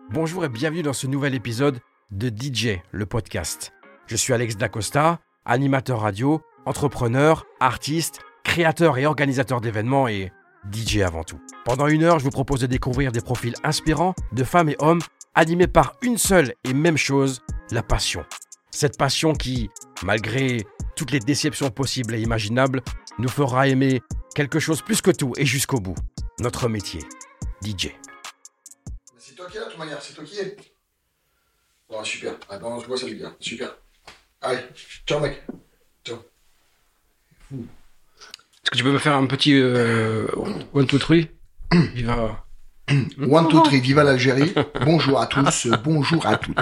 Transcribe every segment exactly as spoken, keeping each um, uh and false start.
Bonjour et bienvenue dans ce nouvel épisode de D J, le podcast. Je suis Alex Dacosta, animateur radio, entrepreneur, artiste, créateur et organisateur d'événements et D J avant tout. Pendant une heure, je vous propose de découvrir des profils inspirants de femmes et hommes animés par une seule et même chose, la passion. Cette passion qui, malgré toutes les déceptions possibles et imaginables, nous fera aimer quelque chose plus que tout et jusqu'au bout. Notre métier, D J. C'est toi qui es là, de toute manière, c'est toi qui es. Bon, super. Ah, ben, on se voit, ça, les gars. Super. Allez, ciao, mec. Ciao. Est-ce que tu peux me faire un petit euh, one, two, three? Viva. One, two, three, viva l'Algérie. Bonjour à tous, bonjour à toutes.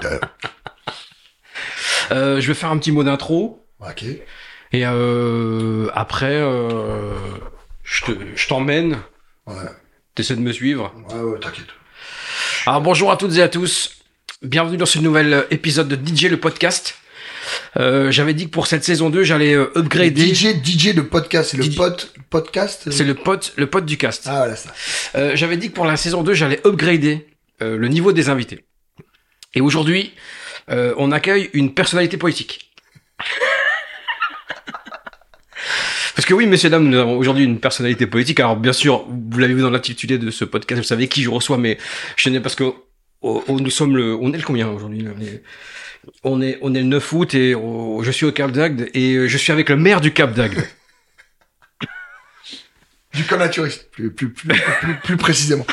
Euh, je vais faire un petit mot d'intro. Ok. Et euh, après, euh, je, te, je t'emmène. Ouais. T'essaies de me suivre. Ouais, ouais, t'inquiète. Alors bonjour à toutes et à tous. Bienvenue dans ce nouvel épisode de D J, le podcast. Euh, j'avais dit que pour cette saison deux, j'allais euh, upgrader. D J, D J, le podcast, c'est le D J... pod, podcast. C'est le pote, le pote du cast. Ah, voilà ça. Euh, j'avais dit que pour la saison deux, j'allais upgrader euh, le niveau des invités. Et aujourd'hui, euh, on accueille une personnalité politique. Parce que oui, messieurs, dames, nous avons aujourd'hui une personnalité politique. Alors, bien sûr, vous l'avez vu dans l'intitulé de ce podcast, vous savez qui je reçois, mais je tenais parce que oh, oh, nous sommes le, on est le combien aujourd'hui là, on, est, on est, on est le neuf août et oh, je suis au Cap d'Agde et je suis avec le maire du Cap d'Agde. Du connaturiste, plus, plus, plus, plus, plus précisément.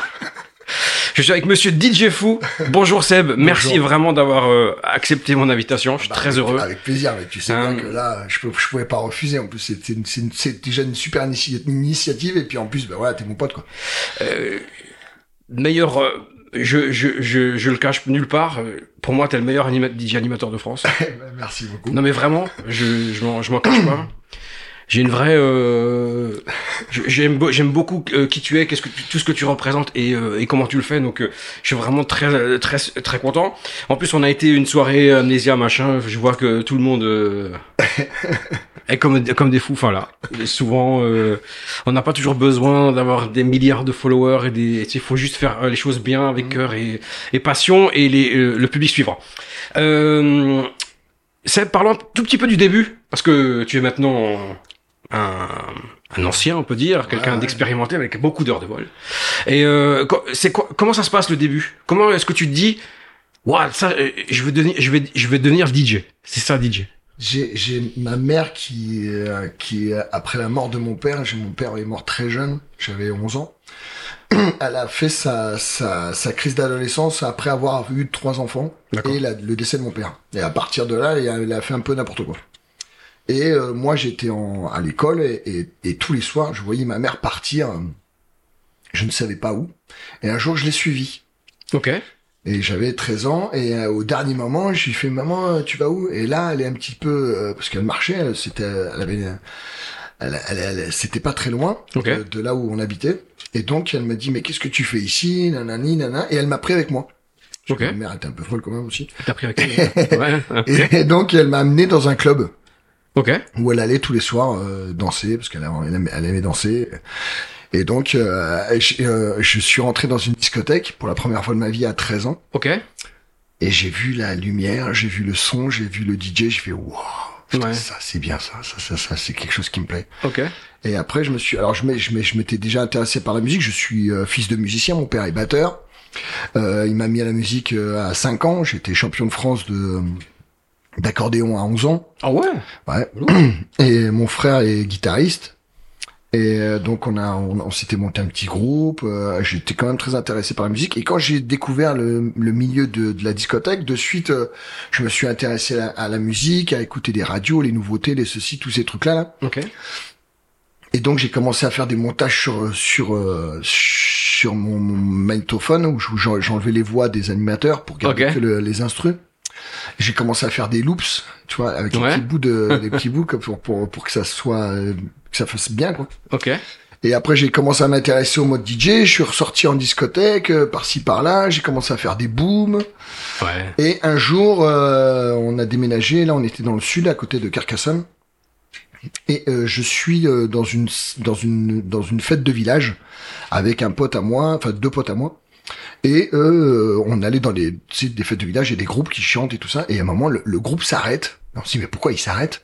Je suis avec monsieur D J Fou. Bonjour Seb, Bonjour. Merci vraiment d'avoir euh, accepté mon invitation. Je suis bah, très avec, heureux. Avec plaisir, mais tu sais hein... bien que là, je, peux, je pouvais pas refuser. En plus, c'est, c'est, c'est, c'est déjà une super inici- initiative et puis en plus, bah voilà, t'es mon pote quoi. Euh, meilleur, euh, je, je, je, je le cache nulle part. Pour moi, t'es le meilleur anima- D J animateur de France. Merci beaucoup. Non mais vraiment, je, je m'en, je m'en cache pas. J'ai une vraie, euh, j'aime, j'aime beaucoup euh, qui tu es, qu'est-ce que tu, tout ce que tu représentes et, euh, et comment tu le fais. Donc, euh, je suis vraiment très, très, très content. En plus, on a été une soirée amnésia machin. Je vois que tout le monde euh, est comme, comme des fous. Enfin là, et souvent, euh, on n'a pas toujours besoin d'avoir des milliards de followers et des. Il faut juste faire les choses bien avec cœur et, et passion et les, euh, le public suivra. Euh, Seb, parlons un tout petit peu du début parce que tu es maintenant Un, un ancien, on peut dire, quelqu'un ouais, ouais. d'expérimenté avec beaucoup d'heures de vol. Et euh, c'est quoi, comment ça se passe le début? Comment est-ce que tu te dis, waouh, ça, je veux devenir, je vais, je vais devenir D J. C'est ça, D J. J'ai, j'ai ma mère qui, euh, qui après la mort de mon père, j'ai mon père est mort très jeune, j'avais onze ans. Elle a fait sa, sa, sa crise d'adolescence après avoir eu trois enfants D'accord. et la, le décès de mon père. Et à partir de là, elle a, elle a fait un peu n'importe quoi. Et euh, moi, j'étais en, à l'école et, et, et tous les soirs, je voyais ma mère partir, euh, je ne savais pas où. Et un jour, je l'ai suivie. Ok. Et j'avais treize ans et euh, au dernier moment, je lui fais maman, tu vas où? Et là, elle est un petit peu euh, parce qu'elle marchait, elle, c'était, elle avait, elle, elle, elle, elle c'était pas très loin okay. de, de là où on habitait. Et donc, elle me dit mais qu'est-ce que tu fais ici, nanani, nanana. Et elle m'a pris avec moi. Ok. Ma mère était un peu folle quand même aussi. T'as pris avec elle. Ouais. Okay. Et donc, elle m'a amené dans un club. Ok. Où elle allait tous les soirs euh, danser parce qu'elle aimait, elle aimait danser. Et donc euh, je, euh, je suis rentré dans une discothèque pour la première fois de ma vie à treize ans. Ok. Et j'ai vu la lumière, j'ai vu le son, j'ai vu le D J, j'ai fait waouh, wow, ouais. ça c'est bien ça, ça ça ça c'est quelque chose qui me plaît. Ok. Et après je me suis, alors je, je, je m'étais déjà intéressé par la musique. Je suis euh, fils de musicien, mon père est batteur. Euh, il m'a mis à la musique euh, à cinq ans. J'étais champion de France de d'accordéon à onze ans. Ah ouais. Ouais. Et mon frère est guitariste. Et euh, donc on a on, on s'était monté un petit groupe, euh, j'étais quand même très intéressé par la musique et quand j'ai découvert le, le milieu de, de la discothèque, de suite euh, je me suis intéressé à, à la musique, à écouter des radios, les nouveautés, les ceci, tous ces trucs là là. OK. Et donc j'ai commencé à faire des montages sur sur euh, sur mon, mon magnétophone où j'enlevais les voix des animateurs pour garder okay. que le, les instrus. J'ai commencé à faire des loops, tu vois, avec ouais. des petits bouts de, des petits bouts pour, pour, pour que ça soit, que ça fasse bien, quoi. Ok. Et après, j'ai commencé à m'intéresser au mode D J, je suis ressorti en discothèque, euh, par-ci, par-là, j'ai commencé à faire des booms. Ouais. Et un jour, euh, on a déménagé, là, on était dans le sud, à côté de Carcassonne. Et euh, je suis euh, dans une dans une dans une fête de village avec un pote à moi, enfin deux potes à moi. Et euh, on allait dans les, tu sais, des fêtes de village, et des groupes qui chantent et tout ça. Et à un moment, le, le groupe s'arrête. On se dit, mais pourquoi il s'arrête?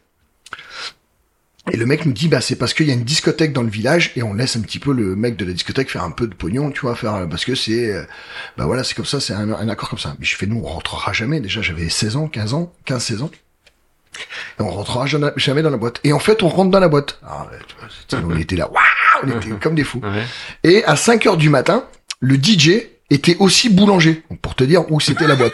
Et le mec nous dit, bah c'est parce qu'il y a une discothèque dans le village et on laisse un petit peu le mec de la discothèque faire un peu de pognon, tu vois, faire parce que c'est, euh, bah voilà, c'est comme ça, c'est un, un accord comme ça. Mais je fais, nous on rentrera jamais. Déjà j'avais seize ans, quinze ans, quinze, seize ans. Et on rentrera jamais dans la boîte. Et en fait, on rentre dans la boîte. Ah, ouais, tu vois, on était là, waouh, on était comme des fous. Ouais. Et à cinq heures du matin, le D J était aussi boulanger. Pour te dire où c'était la boîte.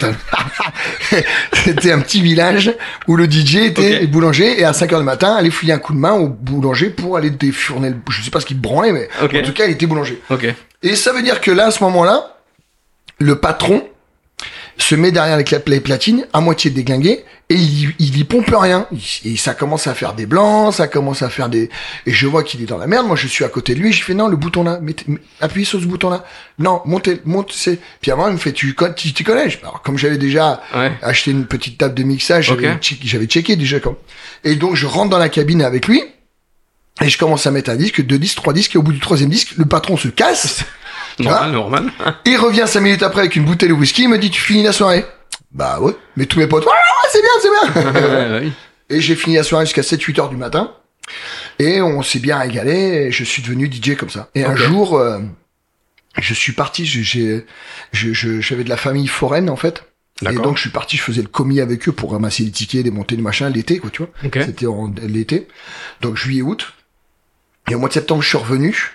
C'était un petit village où le D J était okay. boulanger, et à cinq heures du matin, aller fouiller un coup de main au boulanger pour aller défourner le, je sais pas ce qu'il branlait, mais okay. en tout cas, il était boulanger. Okay. Et ça veut dire que là, à ce moment-là, le patron se met derrière les platines, à moitié déglingué, et il, il y pompe rien. Et ça commence à faire des blancs, ça commence à faire des... Et je vois qu'il est dans la merde, moi je suis à côté de lui, je fais non, le bouton là, mettez, appuyez sur ce bouton là. Non, montez, monte, c'est... Puis avant, il me fait, tu, tu, tu connais? Alors, comme j'avais déjà ouais. acheté une petite table de mixage, okay. j'avais, j'avais checké déjà comme... Et donc, je rentre dans la cabine avec lui, et je commence à mettre un disque, deux disques, trois disques, et au bout du troisième disque, le patron se casse. Normal, normal. Il revient cinq minutes après avec une bouteille de whisky, il me dit, tu finis la soirée? Bah ouais. Mais tous mes potes, ouais, ouais, c'est bien, c'est bien. ouais, ouais. Et j'ai fini la soirée jusqu'à sept huit heures du matin. Et on s'est bien régalé, et je suis devenu D J comme ça. Et okay. un jour, euh, je suis parti, j'ai, je, je, j'avais de la famille foraine, en fait. D'accord. Et donc, je suis parti, je faisais le commis avec eux pour ramasser les tickets, les montées, les machins, l'été, quoi, tu vois. Okay. C'était en, l'été. Donc, juillet, août. Et au mois de septembre, je suis revenu.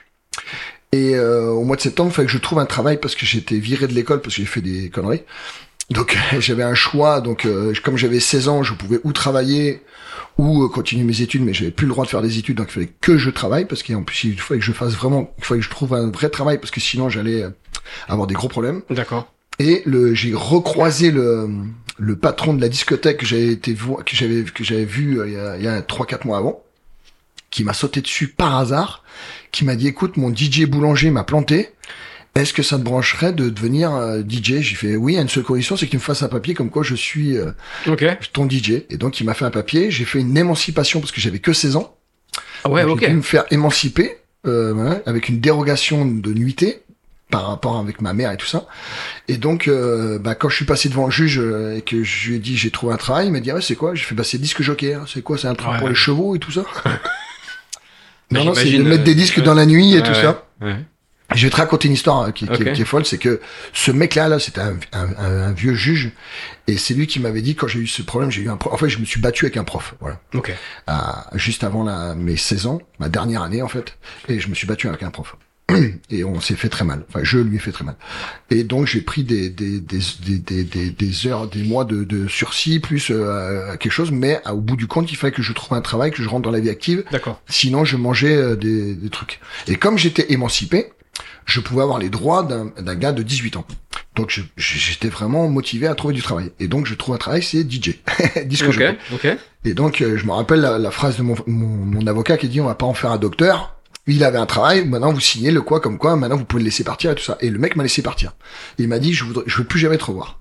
Et euh, au mois de septembre, il fallait que je trouve un travail parce que j'étais viré de l'école parce que j'ai fait des conneries. Donc j'avais un choix. Donc euh, comme j'avais seize ans, je pouvais ou travailler ou euh, continuer mes études, mais j'avais plus le droit de faire des études. Donc il fallait que je travaille parce qu'en plus il fallait que je fasse vraiment, il fallait que je trouve un vrai travail parce que sinon j'allais euh, avoir des gros problèmes. D'accord. Et le, j'ai recroisé le le patron de la discothèque que j'avais été vo- que j'avais que j'avais vu euh, il y a, il y a trois quatre mois avant, qui m'a sauté dessus par hasard, qui m'a dit, écoute, mon D J boulanger m'a planté, est-ce que ça te brancherait de devenir euh, D J? J'ai fait, oui, à une seule condition, c'est qu'il me fasse un papier comme quoi je suis euh, okay. ton D J. Et donc, il m'a fait un papier, j'ai fait une émancipation parce que j'avais que seize ans. Ah ouais, donc, ok. J'ai pu me faire émanciper, euh, ouais, avec une dérogation de nuitée, par rapport avec ma mère et tout ça. Et donc, euh, bah, quand je suis passé devant le juge euh, et que je lui ai dit, j'ai trouvé un travail, il m'a dit, ouais, c'est quoi? J'ai fait, bah, c'est disque jockey, hein. C'est quoi? C'est un truc ouais, pour ouais. les chevaux et tout ça? Non, non, c'est de mettre des disques euh, dans la nuit et ouais, tout ouais, ça. Ouais. Je vais te raconter une histoire qui, okay. qui, qui est folle, c'est que ce mec-là, là, c'était un, un, un, un vieux juge, et c'est lui qui m'avait dit, quand j'ai eu ce problème, j'ai eu un prof. En fait, je me suis battu avec un prof, voilà. Okay. Euh, juste avant la, mes seize ans, ma dernière année, en fait, et je me suis battu avec un prof. Et on s'est fait très mal. Enfin, je lui ai fait très mal. Et donc, j'ai pris des, des, des, des, des, des heures, des mois de, de sursis, plus euh, quelque chose, mais au bout du compte, il fallait que je trouve un travail, que je rentre dans la vie active. D'accord. Sinon, je mangeais euh, des, des trucs. Et comme j'étais émancipé, je pouvais avoir les droits d'un, d'un gars de dix-huit ans. Donc, je, j'étais vraiment motivé à trouver du travail. Et donc, je trouve un travail, c'est D J. Disque okay, jockey. Okay. Et donc, euh, je me rappelle la, la phrase de mon, mon, mon avocat qui dit, on va pas en faire un docteur. Il avait un travail, maintenant vous signez le quoi comme quoi, maintenant vous pouvez le laisser partir et tout ça. Et le mec m'a laissé partir. Et il m'a dit, je voudrais, je veux plus jamais te revoir.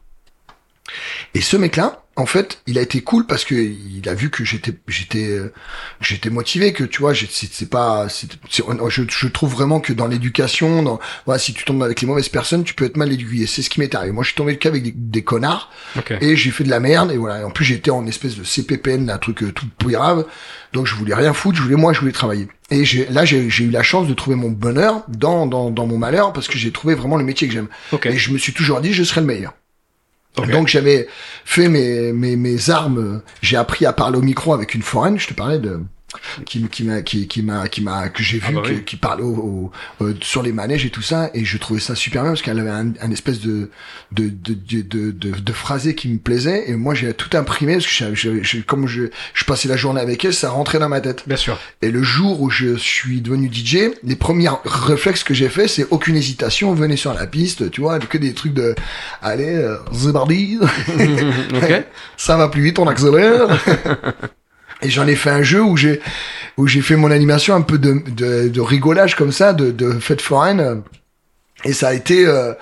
Et ce mec-là, en fait, il a été cool parce que il a vu que j'étais, j'étais, j'étais motivé, que tu vois, c'est, c'est pas, c'est, c'est, je, je trouve vraiment que dans l'éducation, dans, voilà, si tu tombes avec les mauvaises personnes, tu peux être mal aiguillé. C'est ce qui m'est arrivé. Moi, je suis tombé le cas avec des, des connards, okay. et j'ai fait de la merde, et voilà. Et en plus, j'étais en espèce de C P P N, un truc euh, tout grave. Donc, je voulais rien foutre, je voulais moi, je voulais travailler. Et j'ai, là, j'ai, j'ai eu la chance de trouver mon bonheur dans, dans, dans mon malheur parce que j'ai trouvé vraiment le métier que j'aime. Okay. Et je me suis toujours dit, je serai le meilleur. Okay. Donc j'avais fait mes, mes mes armes, j'ai appris à parler au micro avec une foraine, je te parlais de qui qui m'a qui qui m'a qui m'a que j'ai vu ah bah oui. qui, qui parlait au, au, au, sur les manèges et tout ça, et je trouvais ça super bien parce qu'elle avait un, un espèce de de de de de, de, de phrasé qui me plaisait, et moi j'ai tout imprimé parce que je, je, je, comme je je passais la journée avec elle, ça rentrait dans ma tête. Bien sûr. Et le jour où je suis devenu D J, les premiers réflexes que j'ai fait, c'est aucune hésitation, venez sur la piste, tu vois, que des trucs de allez, euh, c'est parti. Okay. Ça va plus vite, on accélère. Et j'en ai fait un jeu où j'ai où j'ai fait mon animation un peu de de, de rigolage comme ça, de de fête foraine, et ça a été euh,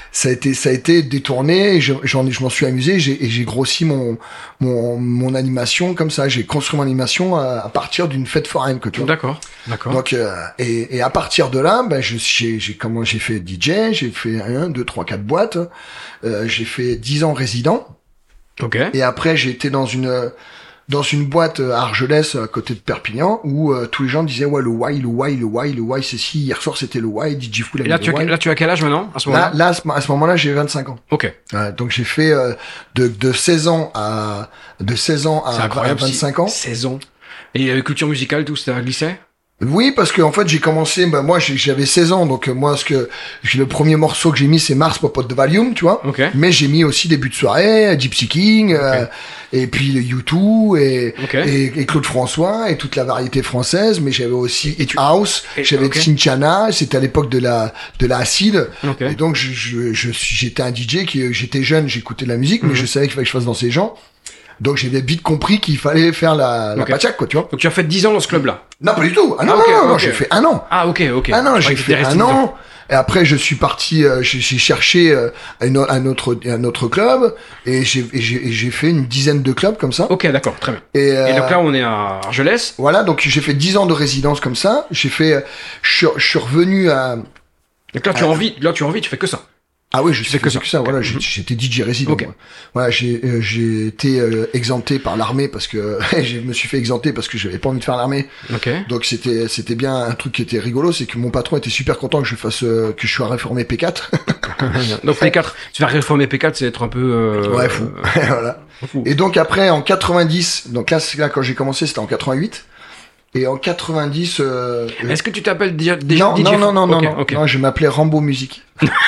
ça a été, ça a été détourné. Et je, j'en, je m'en suis amusé. J'ai, et j'ai grossi mon, mon, mon animation comme ça. J'ai construit mon animation à, à partir d'une fête foraine, que tu vois. D'accord, d'accord. Donc, euh, et, et à partir de là, ben, je, j'ai, j'ai, comment j'ai fait D J, j'ai fait un, deux, trois, quatre boîtes. Euh, j'ai fait dix ans résident. Ok. Et après, j'ai été dans une, dans une boîte à Argelès, à côté de Perpignan, où euh, tous les gens disaient, ouais, le why, le why, le why, le why, c'est si, hier soir c'était le why, D J Fou, la Et là, tu as, là, tu as quel âge maintenant, à ce moment-là? Là, là, à ce, à ce moment-là, j'ai vingt-cinq ans. Ok. Ouais, donc j'ai fait euh, de, de seize ans à, de seize ans à, C'est incroyable, à vingt-cinq si- ans. seize ans. Et euh, culture musicale, tout, c'était à lycée? Oui, parce que en fait, j'ai commencé, bah, moi, j'ai- j'avais seize ans, donc euh, moi, ce que j'ai- le premier morceau que j'ai mis, c'est Mars Popote de Valium, tu vois. Ok. Mais j'ai mis aussi Début de soirée, Gypsy King, euh, et puis le U deux, et, Ok. et, et Claude François, et toute la variété française. Mais j'avais aussi Et tu- House, et- j'avais ok. Cinchana, c'était à l'époque de la de la acide. Ok. Et donc, je, je, je suis- j'étais un D J qui, j'étais jeune, j'écoutais de la musique, mais Mhm. je savais qu'il fallait que je fasse danser les gens. Donc, j'avais vite compris qu'il fallait faire la, la Ok. pachak, quoi, tu vois. Donc tu as fait dix ans dans ce club-là? Non, pas du tout. Ah non, Ah, ok, non, non, ok. j'ai fait un an. Ah, ok, ok. Ah non, Je j'ai croyais que fait t'étais resté un dix ans. an. Et après, je suis parti, euh, j'ai j'ai cherché euh, un, o- un autre un autre club, et j'ai et j'ai et j'ai fait une dizaine de clubs comme ça. Ok, d'accord, très bien. Et, euh, Et donc là, on est à Argelès. voilà, donc j'ai fait dix ans de résidence comme ça. J'ai fait, euh, je suis- je suis revenu à. Donc là, tu as envie, là, tu as envie, tu fais que ça. Ah oui, je fais sais que que, ça. que ça. Voilà, Ok. j'ai- j'étais D J résident. Ok. moi. Voilà, j'ai euh, j'ai été euh, exempté par l'armée parce que je me suis fait exempter parce que j'avais pas envie de faire l'armée. Ok. Donc c'était c'était bien un truc qui était rigolo, c'est que mon patron était super content que je fasse euh, que je sois réformé P quatre. Donc P quatre, tu vas réformer P quatre, c'est être un peu... Euh, Ouais, fou. Voilà. fou. Et donc après en quatre-vingt-dix, donc là, c'est là quand j'ai commencé, c'était en quatre-vingt-huit. Et en quatre-vingt-dix, euh, Est-ce que tu t'appelles déjà déjà non, D J non, non, non, Ok, non, non, ok. non, je m'appelais Rambo Musique.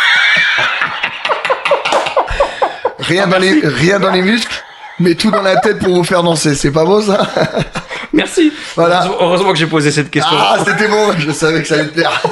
rien dans les, rien dans les muscles, mais tout dans la tête pour vous faire danser. C'est pas beau ça? Merci. Voilà. Heureusement, heureusement que j'ai posé cette question. Ah, c'était bon, je savais que ça allait te plaire.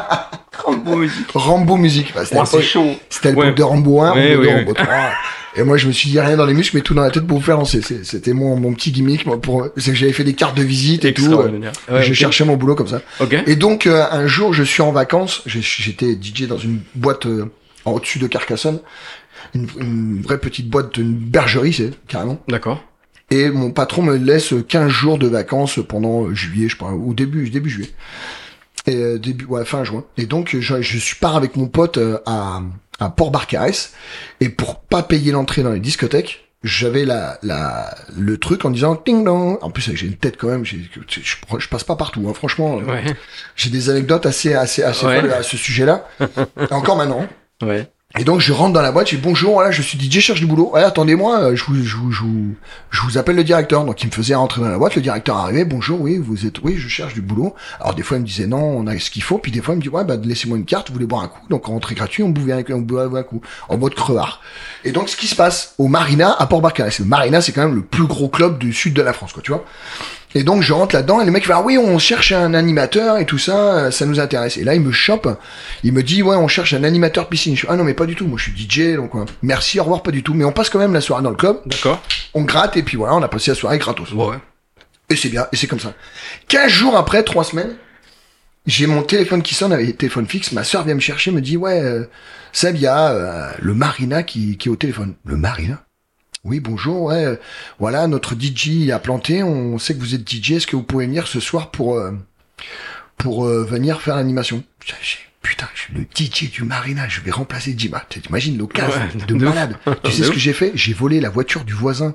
Rambo musique. Rambo Musique. Bah, c'était Oh, le c'est po- chaud. c'était le Ouais. pote de Rambo un, Ouais, Rambo oui, deux, oui. Rambo trois. Et moi, je me suis dit rien dans les muscles, mais tout dans la tête pour vous faire danser. C'est- C'était mon, mon petit gimmick, moi, pour, c'est que j'avais fait des cartes de visite et tout. euh, Extraordinaire. Ouais, je ok. cherchais mon boulot comme ça. Ok. Et donc, euh, un jour, je suis en vacances. J'ai- J'étais D J dans une boîte euh, en au-dessus de Carcassonne. Une, une vraie petite boîte, une bergerie, c'est carrément. D'accord. Et mon patron me laisse quinze jours de vacances pendant euh, juillet, je crois, ou début, début juillet. Et euh, début, ouais, fin juin. Et donc, je, je suis pars avec mon pote euh, à, à Port-Barcarès. Et pour pas payer l'entrée dans les discothèques, j'avais la, la, le truc en disant ting dong. En plus, j'ai une tête quand même. J'ai, je, je, je passe pas partout, hein, franchement. euh, Ouais. J'ai des anecdotes assez, assez, assez Ouais. folles à ce sujet-là. Et encore maintenant. Ouais. Et donc je rentre dans la boîte, je dis bonjour, voilà, je suis D J, je cherche du boulot. Ouais, attendez-moi, euh, je vous, je vous, je vous, je vous appelle le directeur. Donc il me faisait rentrer dans la boîte, le directeur arrivait, bonjour, oui, vous êtes, oui, je cherche du boulot. Alors des fois il me disait non, on a ce qu'il faut, puis des fois il me dit ouais, bah laissez-moi une carte, vous voulez boire un coup. Donc en entrée gratuite, on buvait un, on buvait un coup, en mode crevard. Et donc ce qui se passe au Marina à Port-Barcarès. Le Marina c'est quand même le plus gros club du sud de la France, quoi, tu vois. Et donc je rentre là-dedans et le mec fait ah oui on cherche un animateur et tout ça, euh, ça nous intéresse. Et là il me chope, il me dit ouais on cherche un animateur piscine. Je fais ah non mais pas du tout, moi je suis D J donc ouais. Merci au revoir pas du tout. Mais on passe quand même la soirée dans le club, D'accord. on gratte et puis voilà on a passé la soirée gratos. Ouais. Et c'est bien et c'est comme ça. quinze jours après, trois semaines, j'ai mon téléphone qui sonne avec le téléphone fixe. Ma soeur vient me chercher, me dit ouais euh, Seb il y a euh, le Marina qui, qui est au téléphone. Le Marina? Oui, bonjour, ouais, euh, voilà, notre D J a planté, on sait que vous êtes D J, est-ce que vous pouvez venir ce soir pour euh, pour euh, venir faire l'animation? J'ai- j'ai- Putain, je suis le D J du Marina, je vais remplacer Jima. T'imagines l'occasion Ouais, de de ouf. malade. Tu De sais ce ouf. que j'ai fait? J'ai volé la voiture du voisin.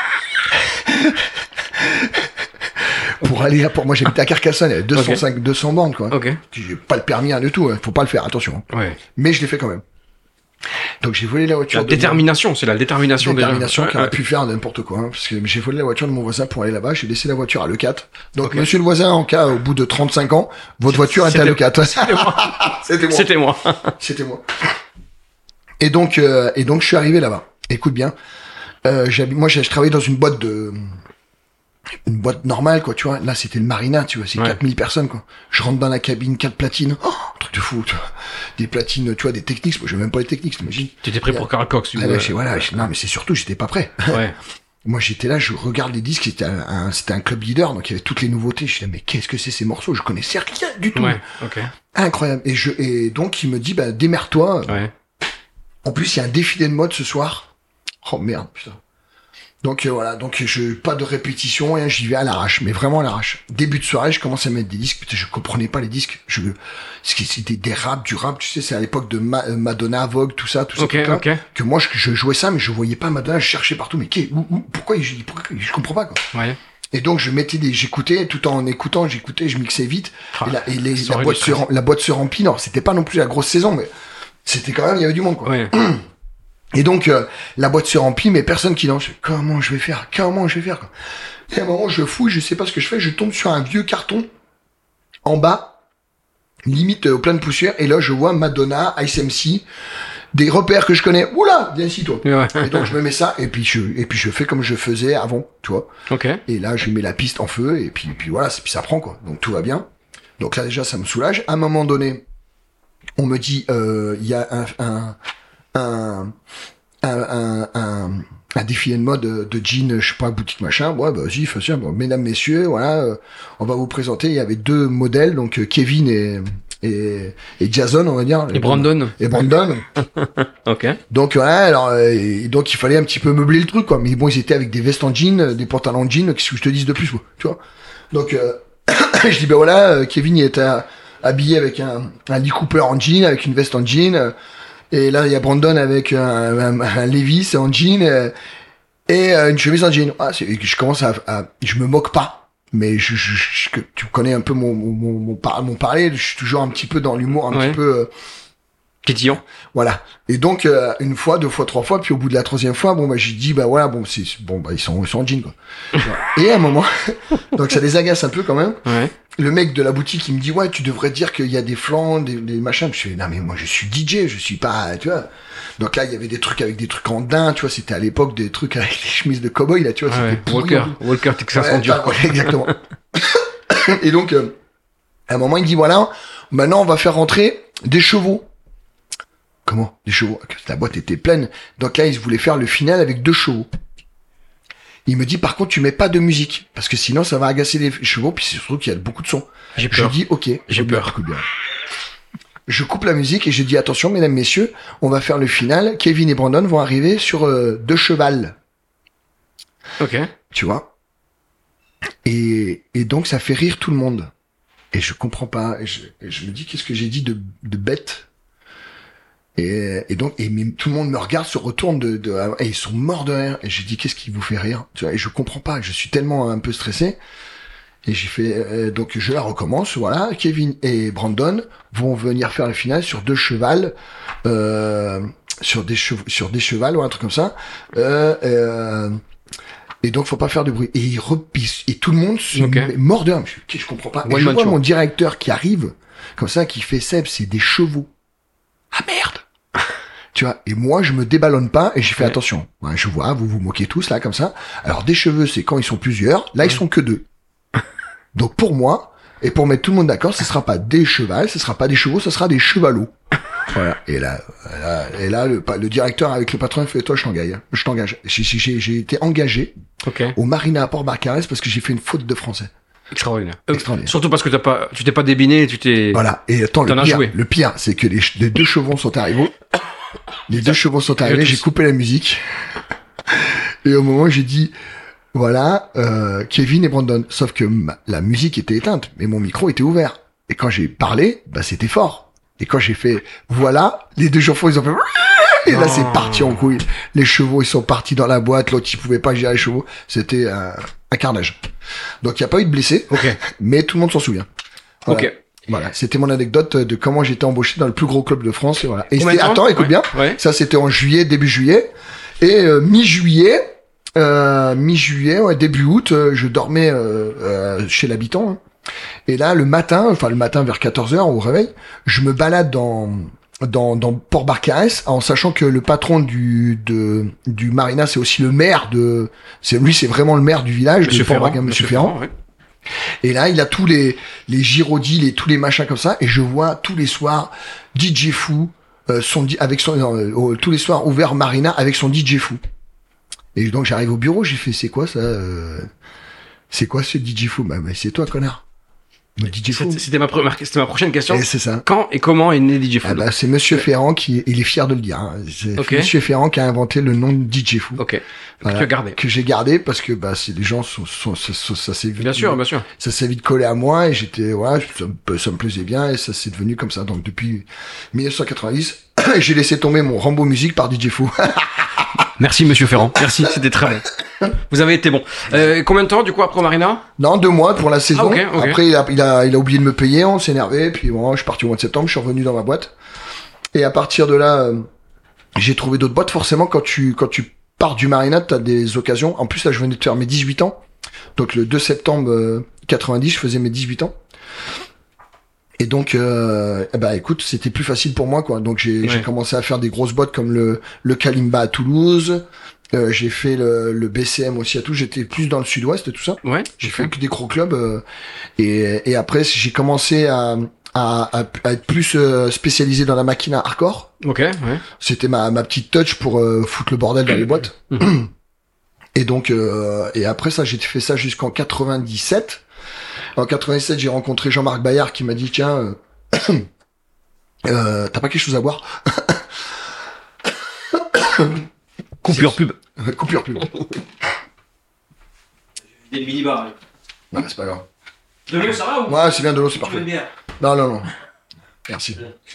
Pour aller à, pour moi j'habitais à Carcassonne, il y avait deux cent cinq, deux cents bornes, quoi. Ok. J'ai pas le permis, rien du tout, hein. Faut pas le faire, attention. Ouais. Mais je l'ai fait quand même. Donc j'ai volé la voiture La de détermination, c'est la détermination, détermination déjà. qui aurait Ouais, pu faire n'importe quoi, hein, parce que j'ai volé la voiture de mon voisin pour aller là-bas, j'ai laissé la voiture à Le quatre. Donc monsieur le voisin, en cas, au bout de trente-cinq ans, votre voiture est à C'était- Le quatre. C'était moi. C'était moi. C'était moi. C'était moi. Et donc, euh, et donc je suis arrivé là-bas. Écoute bien, euh, j'habite- moi je, je travaillais dans une boîte de, une boîte normale quoi, tu vois. Là c'était le Marina, tu vois, c'est Ouais. quatre mille personnes quoi. Je rentre dans la cabine, quatre platines, oh, un truc de fou, tu vois. Des platines, tu vois, des techniques. Moi j'ai même pas les techniques, t'imagines. Tu étais prêt pour Carl Cox, tu Ah, vois. là, j'ai- voilà, j'ai- non mais c'est surtout j'étais pas prêt. Ouais. Moi j'étais là, je regarde les disques, c'était un, un- c'était un club leader, donc il y avait toutes les nouveautés. Je suis là, mais qu'est-ce que c'est ces morceaux? Je connaissais rien du tout. Ouais. Ok. Incroyable. Et je, et donc il me dit, bah démerde-toi. Ouais. En plus, il y a un défilé de mode ce soir. Oh merde, putain. Donc euh, voilà, donc je pas de répétition, rien, j'y vais à l'arrache, mais vraiment à l'arrache. Début de soirée, je commence à mettre des disques, putain, je comprenais pas les disques. Je c'était des rap, du rap, tu sais, c'est à l'époque de Ma, Madonna, Vogue, tout ça, tout ça, okay, tout okay. que moi je, je jouais ça, mais je voyais pas Madonna, je cherchais partout, mais qui, où, où, pourquoi, je, pourquoi, je comprends pas quoi. Ouais. Et donc je mettais des, j'écoutais tout en écoutant, j'écoutais, je mixais vite, Ah, et, la, et les, la boîte se, la boîte se remplit. Non, c'était pas non plus la grosse saison, mais c'était quand même, il y avait du monde quoi. Ouais. Et donc, euh, la boîte se remplit, mais personne qui danse. Comment je vais faire? Comment je vais faire? Quoi. Et à un moment, je fouille, je sais pas ce que je fais, je tombe sur un vieux carton, en bas, limite euh, au plein de poussière, et là, je vois Madonna, Ice M C, des repères que je connais. Oula, viens ici, toi. Ouais. Et donc, je me mets ça, et puis je, et puis je fais comme je faisais avant, tu vois. Ok. Et là, je mets la piste en feu, et puis, puis voilà, puis ça prend, quoi. Donc, tout va bien. Donc là, déjà, ça me soulage. À un moment donné, on me dit, il euh, y a un, un, un, un, un, un défilé de mode de jeans, je sais pas, boutique machin. Ouais, bah, vas-y, fais ça. Bon, mesdames, messieurs, voilà, euh, on va vous présenter. Il y avait deux modèles, donc euh, Kevin et, et, et Jason, on va dire. Et Brandon. Et Brandon. Ok. Donc, voilà, alors, euh, et donc, il fallait un petit peu meubler le truc, quoi. Mais bon, ils étaient avec des vestes en jean, des pantalons en jean, qu'est-ce que je te dise de plus, quoi, tu vois. Donc, euh, je dis, ben voilà, Kevin, il était habillé avec un, un Lee Cooper en jean, avec une veste en jean, euh, et là, il y a Brandon avec un, un, un Levi's en jean euh, et euh, une chemise en jean. Ah, c'est, je commence à, à, je me moque pas, mais je, je, je, tu connais un peu mon mon mon, mon, par, mon parler. Je suis toujours un petit peu dans l'humour, un ouais. petit peu. Euh, Pétillant. Voilà. Et donc euh, une fois, deux fois, trois fois, puis au bout de la troisième fois, bon bah j'ai dit bah voilà, bon c'est bon bah ils sont ils sont en jean quoi. Et à un moment, donc ça les agace un peu quand même. Ouais. Le mec de la boutique il me dit ouais tu devrais dire qu'il y a des flancs, des, des machins. Je fais non mais moi je suis D J, je suis pas tu vois. Donc là il y avait des trucs avec des trucs en daim, tu vois, c'était à l'époque des trucs avec des chemises de cow-boy là, tu vois. Ouais, c'était Walker, Walker Texas ouais, Ranger. Ouais, exactement. Et donc euh, à un moment il me dit voilà, maintenant on va faire rentrer des chevaux. Comment? Des chevaux. La boîte était pleine. Donc là, ils voulaient faire le final avec deux chevaux. Il me dit, par contre, tu mets pas de musique. Parce que sinon, ça va agacer les chevaux. Puis c'est surtout qu'il y a beaucoup de sons. J'ai peur. Je dis, ok. J'ai peur. Bien. Je coupe la musique et je dis, attention, mesdames, messieurs, on va faire le final. Kevin et Brandon vont arriver sur euh, deux chevals. Ok. Tu vois? Et, et donc, ça fait rire tout le monde. Et je comprends pas. Et je, et je me dis, qu'est-ce que j'ai dit de, de bête? Et, et donc, et tout le monde me regarde, se retourne de, de et ils sont morts de rire. Et j'ai dit, qu'est-ce qui vous fait rire? Tu vois, et je comprends pas. Je suis tellement un peu stressé. Et j'ai fait, euh, donc je la recommence. Voilà, Kevin et Brandon vont venir faire le final sur deux chevals, euh, sur des chevaux, sur des chevals ou un truc comme ça. Euh, euh, et donc, faut pas faire de bruit. Et ils repissent. Et tout le monde se okay. met mort de rire. Je, je comprends pas. Et je vois mon directeur qui arrive comme ça, qui fait Seb, c'est des chevaux. Ah merde. Tu vois, et moi je me déballonne pas et j'ai fait ouais. attention. Ouais, je vois, vous vous moquez tous là comme ça. Alors des cheveux, c'est quand ils sont plusieurs. Là, ouais. ils sont que deux. Donc pour moi et pour mettre tout le monde d'accord, ce sera pas des chevals, ce sera pas des chevaux, ce sera des chevalots. Voilà. Et là, là et là, le, le directeur avec le patron il fait toi, je t'engage, je t'engage. J'ai, j'ai, j'ai été engagé okay. au Marina à Port-Barcarès parce que j'ai fait une faute de français. Extraordinaire. Extraordinaire. Surtout parce que t'as pas, tu t'es pas débiné, tu t'es. Voilà. Et attends, le pire, le pire, c'est que les, les deux chevaux sont arrivés. Les deux chevaux sont arrivés, j'ai coupé la musique. Et au moment où j'ai dit, voilà, euh, Kevin et Brandon. Sauf que ma, la musique était éteinte, mais mon micro était ouvert. Et quand j'ai parlé, bah c'était fort. Et quand j'ai fait, voilà, les deux chevaux, ils ont fait... Et là, oh. c'est parti en couille. Les chevaux, ils sont partis dans la boîte. L'autre, il pouvait pas gérer les chevaux. C'était un, un carnage. Donc, il n'y a pas eu de blessés. Okay. Mais tout le monde s'en souvient. Voilà. Ok. Voilà, c'était mon anecdote de comment j'étais embauché dans le plus gros club de France. Et voilà. Et c'était, temps attends, écoute ouais, bien. Ouais. Ça, c'était en juillet, début juillet. Et euh, mi-juillet, euh, mi-juillet, ouais, début août, euh, je dormais euh, euh, chez l'habitant. Hein. Et là, le matin, enfin le matin vers quatorze heures au réveil, je me balade dans dans, dans Port-Barcarès, en sachant que le patron du de du Marina, c'est aussi le maire de, c'est lui, c'est vraiment le maire du village, Monsieur de Ferrand, Monsieur Ferrand. Ouais. Et là, il a tous les les Giraudy, les tous les machins comme ça, et je vois tous les soirs D J Fou, euh, son avec son euh, tous les soirs ouvert Marina avec son D J Fou. Et donc j'arrive au bureau, j'ai fait c'est quoi ça euh, c'est quoi ce D J Fou? Bah, bah c'est toi connard. Le D J Fou. C'était ma, première- c'était ma prochaine question. Et c'est ça. Quand et comment est né D J Fou? Ah bah, c'est Monsieur Ferrand qui, il est fier de le dire. Hein. C'est Ok. Monsieur Ferrand qui a inventé le nom de D J Fou. Ok. Voilà. Tu as gardé. Que j'ai gardé parce que bah c'est les gens sont, sont, ça, ça, ça s'est vite Bien sûr, bien sûr. ça s'est vite collé à moi et j'étais ouais ça me, ça me plaisait bien et ça s'est devenu comme ça. Donc depuis mille neuf cent quatre-vingt-dix j'ai laissé tomber mon Rambo Musique par D J Fou. Merci, monsieur Ferrand. Merci, c'était très bon. Vous avez été bon. Euh, combien de temps, du coup, après Marina? Non, deux mois pour la saison. Ah, ok, ok. Après, il a, il a, il a oublié de me payer, on s'est énervé. Puis bon, je suis parti au mois de septembre, je suis revenu dans ma boîte. Et à partir de là, euh, j'ai trouvé d'autres boîtes. Forcément, quand tu, quand tu pars du Marina, t'as des occasions. En plus, là, je venais de faire mes dix-huit ans. Donc, le deux septembre euh, quatre-vingt-dix, je faisais mes dix-huit ans. Et donc, euh, bah écoute, c'était plus facile pour moi, quoi. Donc, j'ai, Ouais. j'ai commencé à faire des grosses boîtes comme le, le Kalimba à Toulouse. Euh, j'ai fait le, le B C M aussi à Toulouse. J'étais plus dans le sud-ouest et tout ça. Ouais. J'ai fait que des gros clubs. Euh, et, et après, j'ai commencé à, à, à, à être plus euh, spécialisé dans la machine à hardcore. Ok, ouais. C'était ma, ma petite touch pour euh, foutre le bordel dans les boîtes. Mhm. Et donc, euh, et après ça, j'ai fait ça jusqu'en quatre-vingt-dix-sept. En quatre-vingt-dix-sept, j'ai rencontré Jean-Marc Bayard qui m'a dit, tiens, euh, euh, t'as pas quelque chose à boire? Coupure pub. Coupure pub. Des mini-bars. Non, c'est pas grave. De l'eau, ça va ou Ouais, c'est bien de l'eau, c'est tu veux parfait. une bière? Non, non, non. Merci.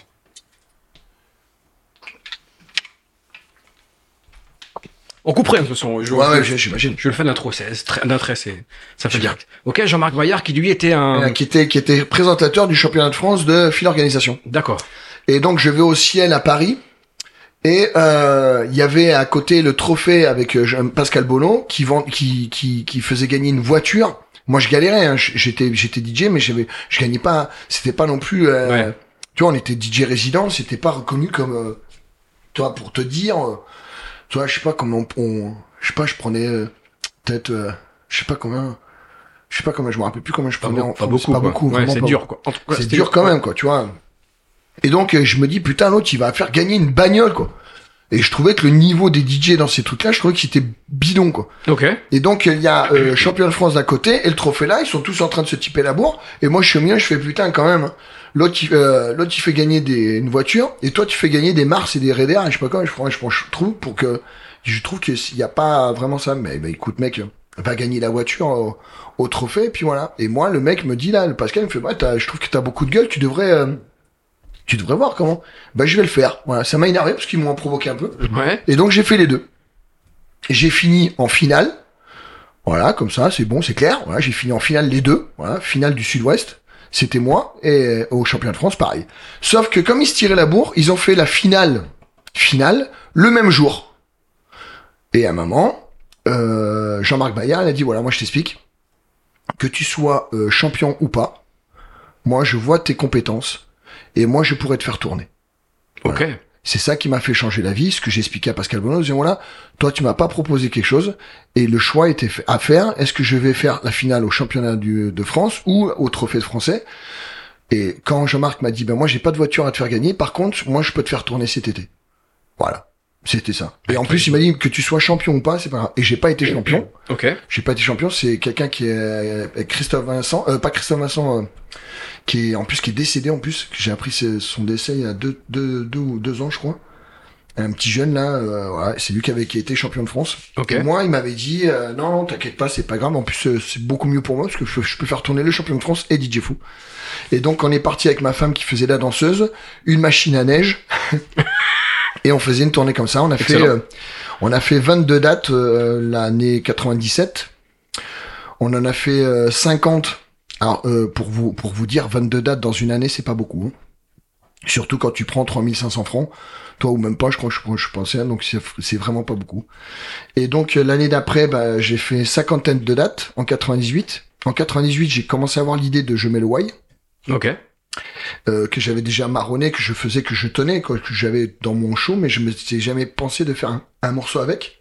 On couperait, de toute façon. Je, Ouais, je- ouais, j'imagine. Je le fais d'intro, c'est c'est très- d'un trait, c'est, ça fait direct. Ok, Jean-Marc Bayard, qui lui était un... Euh, qui était, qui était présentateur du championnat de France de fil organisation. D'accord. Et donc, je vais au Ciel à Paris. Et euh, il y avait à côté le trophée avec euh, Jean- Pascal Bono qui, vend, qui, qui, qui faisait gagner une voiture. Moi, je galérais. Hein. J'étais, j'étais D J, mais j'avais, je gagnais pas. C'était pas non plus. Euh, Ouais. Tu vois, on était D J résident. C'était pas reconnu comme. Euh, tu vois, pour te dire. Euh, tu vois, je sais pas comment on. on je sais pas, je prenais euh, peut-être. Euh, je sais pas combien. Je sais pas comment. Je me rappelle plus comment je Pas, prenais. beau- en pas France. beaucoup, Pas quoi. beaucoup. Ouais, vraiment c'est pas dur, quoi. En tout cas, c'est c'était- dur quand même, quoi, tu vois. Et donc, euh, je me dis, putain, l'autre, il va faire gagner une bagnole, quoi. Et je trouvais que le niveau des D J dans ces trucs-là, je trouvais que c'était bidon, quoi. Ok. Et donc, il y a euh, champion de France d'un côté, et le trophée là, ils sont tous en train de se tiper la bourre. Et moi, je suis au milieu, je fais, putain, quand même. Hein. L'autre, il, euh, l'autre, il fait gagner des, une voiture, et toi, tu fais gagner des Mars et des Raider, et je sais pas comment, je prends, je prends, je trouve, pour que, je trouve qu'il y a pas vraiment ça. Mais, bah, écoute, mec, va gagner la voiture au, au trophée, et puis voilà. Et moi, le mec me dit, là, le Pascal, il me fait, ouais, t'as, je trouve que t'as beaucoup de gueule, tu devrais, euh, tu devrais voir comment. Bah, je vais le faire. Voilà. Ça m'a énervé parce qu'ils m'ont provoqué un peu. Ouais. Et donc, j'ai fait les deux. J'ai fini en finale. Voilà, comme ça, c'est bon, c'est clair. Voilà, j'ai fini en finale les deux. Voilà, finale du Sud-Ouest. C'était moi. Et au championnat de France, pareil. Sauf que comme ils se tiraient la bourre, ils ont fait la finale, finale, le même jour. Et à un moment, euh, Jean-Marc Bayard, il a dit, voilà, moi, je t'explique. Que tu sois euh, champion ou pas, moi, je vois tes compétences. Et moi, je pourrais te faire tourner. Voilà. Ok. C'est ça qui m'a fait changer la vie, ce que j'ai expliqué à Pascal Bono. Je disais, voilà, toi, tu m'as pas proposé quelque chose, et le choix était fait à faire. Est-ce que je vais faire la finale au championnat du, de France ou au trophée de français? Et quand Jean-Marc m'a dit, ben, moi, j'ai pas de voiture à te faire gagner. Par contre, moi, je peux te faire tourner cet été. Voilà. C'était ça. Et en plus, il m'a dit que tu sois champion ou pas, c'est pas grave. Et j'ai pas été champion. Ok. J'ai pas été champion, c'est quelqu'un qui est Christophe Vincent, euh, pas Christophe Vincent, euh, qui est en plus qui est décédé en plus. Que j'ai appris ce- son décès il y a deux, deux, deux ou deux ans, je crois. Un petit jeune là, euh, voilà, c'est lui qui avait qui a été champion de France. Ok. Et moi, il m'avait dit euh, non, non, t'inquiète pas, c'est pas grave. En plus, euh, c'est beaucoup mieux pour moi parce que je, je peux faire tourner le champion de France et D J Fou. Et donc, on est parti avec ma femme qui faisait la danseuse, une machine à neige. Et on faisait une tournée comme ça. On a Excellent. fait, euh, on a fait vingt-deux dates euh, l'année quatre-vingt-dix-sept. On en a fait euh, cinquante. Alors euh, pour vous pour vous dire, vingt-deux dates dans une année, c'est pas beaucoup. Hein. Surtout quand tu prends trois mille cinq cents francs, toi ou même pas, je crois que je, je pensais. Donc c'est c'est vraiment pas beaucoup. Et donc euh, l'année d'après, bah, j'ai fait cinquantaine de dates en quatre-vingt-dix-huit. En quatre-vingt-dix-huit, j'ai commencé à avoir l'idée de Je mets le Why. Ok. Euh, que j'avais déjà marronné, que je faisais, que je tenais, quoi, que j'avais dans mon show, mais je me suis jamais pensé de faire un, un morceau avec.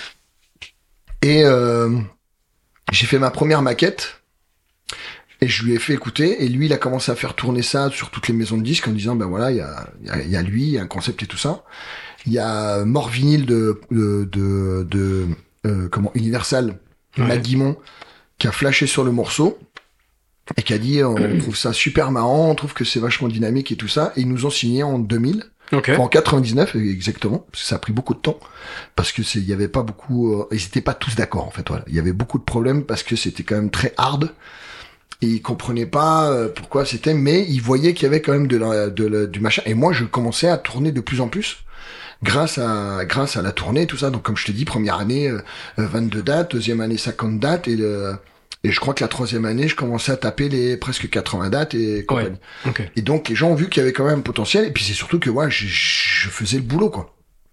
Et euh, j'ai fait ma première maquette et je lui ai fait écouter. Et lui, il a commencé à faire tourner ça sur toutes les maisons de disques en disant, ben voilà, il y a, il y, a, il y a lui, il y a un concept et tout ça. Il y a Mort Vinyle de de de, de euh, comment Universal, Ouais. Matt Guimond, qui a flashé sur le morceau. et qui a dit on trouve ça super marrant, on trouve que c'est vachement dynamique et tout ça. Et ils nous ont signé en deux mille. Ok. Enfin, en quatre-vingt-dix-neuf exactement, parce que ça a pris beaucoup de temps, parce que c'est, il y avait pas beaucoup, euh, ils étaient pas tous d'accord en fait. Voilà, il y avait beaucoup de problèmes parce que c'était quand même très hard. Et ils comprenaient pas euh, pourquoi c'était, mais ils voyaient qu'il y avait quand même de la, de la, du machin. Et moi, je commençais à tourner de plus en plus grâce à grâce à la tournée et tout ça. Donc comme je te dis, première année euh, vingt-deux dates, deuxième année cinquante dates et le, et je crois que la troisième année, je commençais à taper les presque quatre-vingts dates et compagnie. Ouais. Okay. Et donc les gens ont vu qu'il y avait quand même un potentiel. Et puis c'est surtout que ouais, je, je faisais le boulot quoi.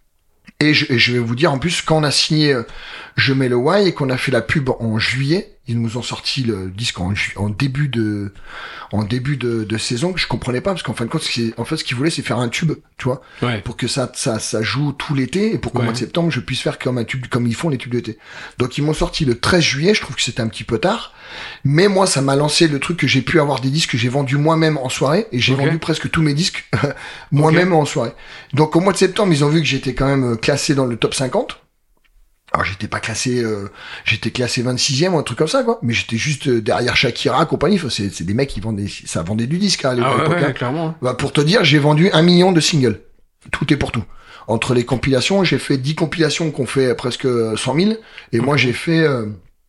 Et je, et je vais vous dire en plus quand on a signé euh, Je mets le Why et qu'on a fait la pub en juillet, ils nous ont sorti le disque en, ju- en début de en début de, de saison que je comprenais pas parce qu'en fin de compte, ce qui, en fait, ce qu'ils voulaient, c'est faire un tube, tu vois, ouais. pour que ça ça ça joue tout l'été et pour qu'au ouais. mois de septembre, je puisse faire comme un tube, comme ils font les tubes d'été. Donc ils m'ont sorti le treize juillet. Je trouve que c'était un petit peu tard, mais moi, ça m'a lancé le truc que j'ai pu avoir des disques que j'ai vendus moi-même en soirée et j'ai okay. vendu presque tous mes disques moi-même okay. en soirée. Donc au mois de septembre, ils ont vu que j'étais quand même classé dans le top cinquante. Alors j'étais pas classé, euh, j'étais classé vingt-sixième ou un truc comme ça quoi, mais j'étais juste derrière Shakira, compagnie. Enfin, c'est, c'est des mecs qui vendent ça vendait du disque hein, à l'époque. Ah ouais, ouais, hein. clairement. Bah, pour te dire, j'ai vendu un million de singles. Tout est pour tout. Entre les compilations, j'ai fait dix compilations qu'on fait presque cent mille, et moi j'ai fait, euh,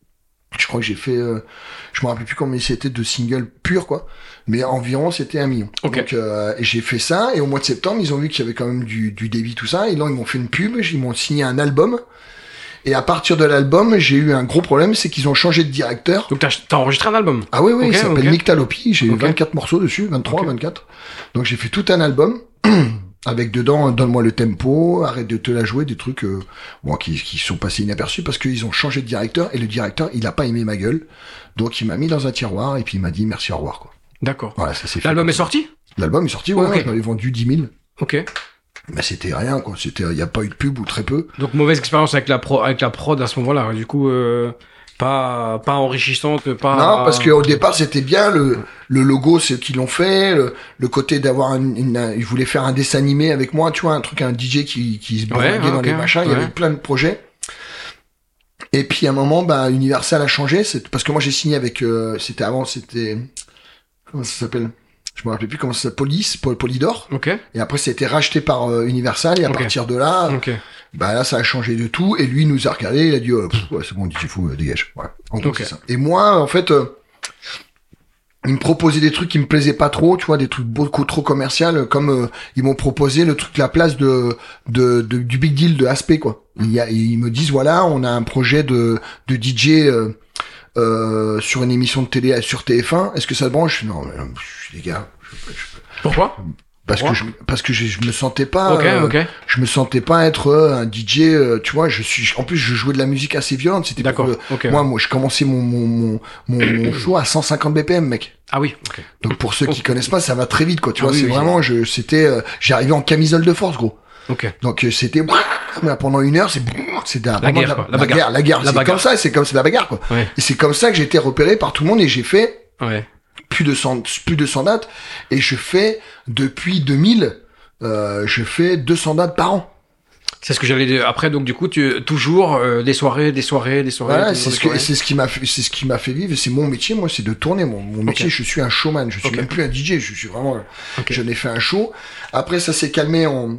je crois que j'ai fait, euh, je me rappelle plus combien c'était de singles purs quoi, mais environ c'était un million. Okay. Donc euh, et j'ai fait ça, et au mois de septembre, ils ont vu qu'il y avait quand même du, du débit tout ça, et là ils m'ont fait une pub, ils m'ont signé un album. Et à partir de l'album, j'ai eu un gros problème, c'est qu'ils ont changé de directeur. Donc t'as, t'as enregistré un album? Ah oui, oui, okay, il s'appelle okay. Mictalopi, j'ai okay. vingt-quatre morceaux dessus, vingt-trois, okay. vingt-quatre. Donc j'ai fait tout un album, avec dedans, donne-moi le tempo, arrête de te la jouer, des trucs euh, bon, qui, qui sont passés inaperçus, parce qu'ils ont changé de directeur, et le directeur, il a pas aimé ma gueule, donc il m'a mis dans un tiroir, et puis il m'a dit merci, au revoir, quoi. D'accord. Voilà, ça s'est fait. L'album est sorti? L'album est sorti, ouais, okay. ouais, je m'avais vendu dix mille. Ok. Mais c'était rien quoi, c'était il y a pas eu de pub ou très peu. Donc mauvaise expérience avec la pro avec la prod à ce moment-là. Du coup euh, pas pas enrichissante, pas Non, parce que au départ c'était bien le le logo, c'est eux qui l'ont fait, le, le côté d'avoir une, une, une ils voulaient faire un dessin animé avec moi, tu vois, un truc un D J qui qui se balaguait ouais, dans okay, les machins, il ouais. y avait plein de projets. Et puis à un moment bah Universal a changé, c'est parce que moi j'ai signé avec euh, c'était avant c'était comment ça s'appelle? Je me rappelle plus comment ça s'appelle, Police, Polydor. Ok. Et après, ça a été racheté par euh, Universal. Et à okay. partir de là, okay. bah là, ça a changé de tout. Et lui, il nous a regardé. Il a dit, euh, ouais, c'est bon, D J fou, euh, dégage. Ouais. En gros, okay. c'est ça. Et moi, en fait, euh, il me proposait des trucs qui me plaisaient pas trop, tu vois, des trucs beaucoup trop commercial, comme euh, ils m'ont proposé le truc, la place de, de, de du Big Deal de Aspect, quoi. Il y a, ils me disent, voilà, on a un projet de, de D J. Euh, Euh, sur une émission de télé sur T F un, est-ce que ça te branche? Non, mais non, les gars. Je, je, Pourquoi? Parce Pourquoi que je, parce que je, je me sentais pas. Ok, euh, ok. Je me sentais pas être euh, un D J. Euh, tu vois, je suis. En plus, je jouais de la musique assez violente. C'était d'accord. Pour, okay. Moi, moi, je commençais mon mon mon mon, mon show à cent cinquante B P M, mec. Ah oui. Okay. Donc pour ceux qui connaissent pas, ça va très vite, quoi. Tu ah, vois, oui, c'est oui, vraiment. Je, c'était. Euh, J'arrivais en camisole de force, gros. Ok. Donc euh, c'était pendant une heure, c'est c'était la guerre, la, quoi. La, la bagarre, la guerre, la c'est bagarre. comme ça, c'est comme c'est la bagarre quoi. Ouais. Et c'est comme ça que j'ai été repéré par tout le monde et j'ai fait ouais. plus de cent plus de cent dates et je fais depuis deux mille euh, je fais deux cents dates par an. C'est ce que j'allais dire. Après, donc, du coup, tu, toujours, euh, des soirées, des soirées, des soirées. Voilà, c'est ce que, c'est ce qui m'a fait, c'est ce qui m'a fait vivre, c'est mon métier, moi, c'est de tourner, mon, mon métier, okay. Je suis un showman, je suis okay. même plus un D J, je suis vraiment, okay. J'en ai fait un show. Après, ça s'est calmé en,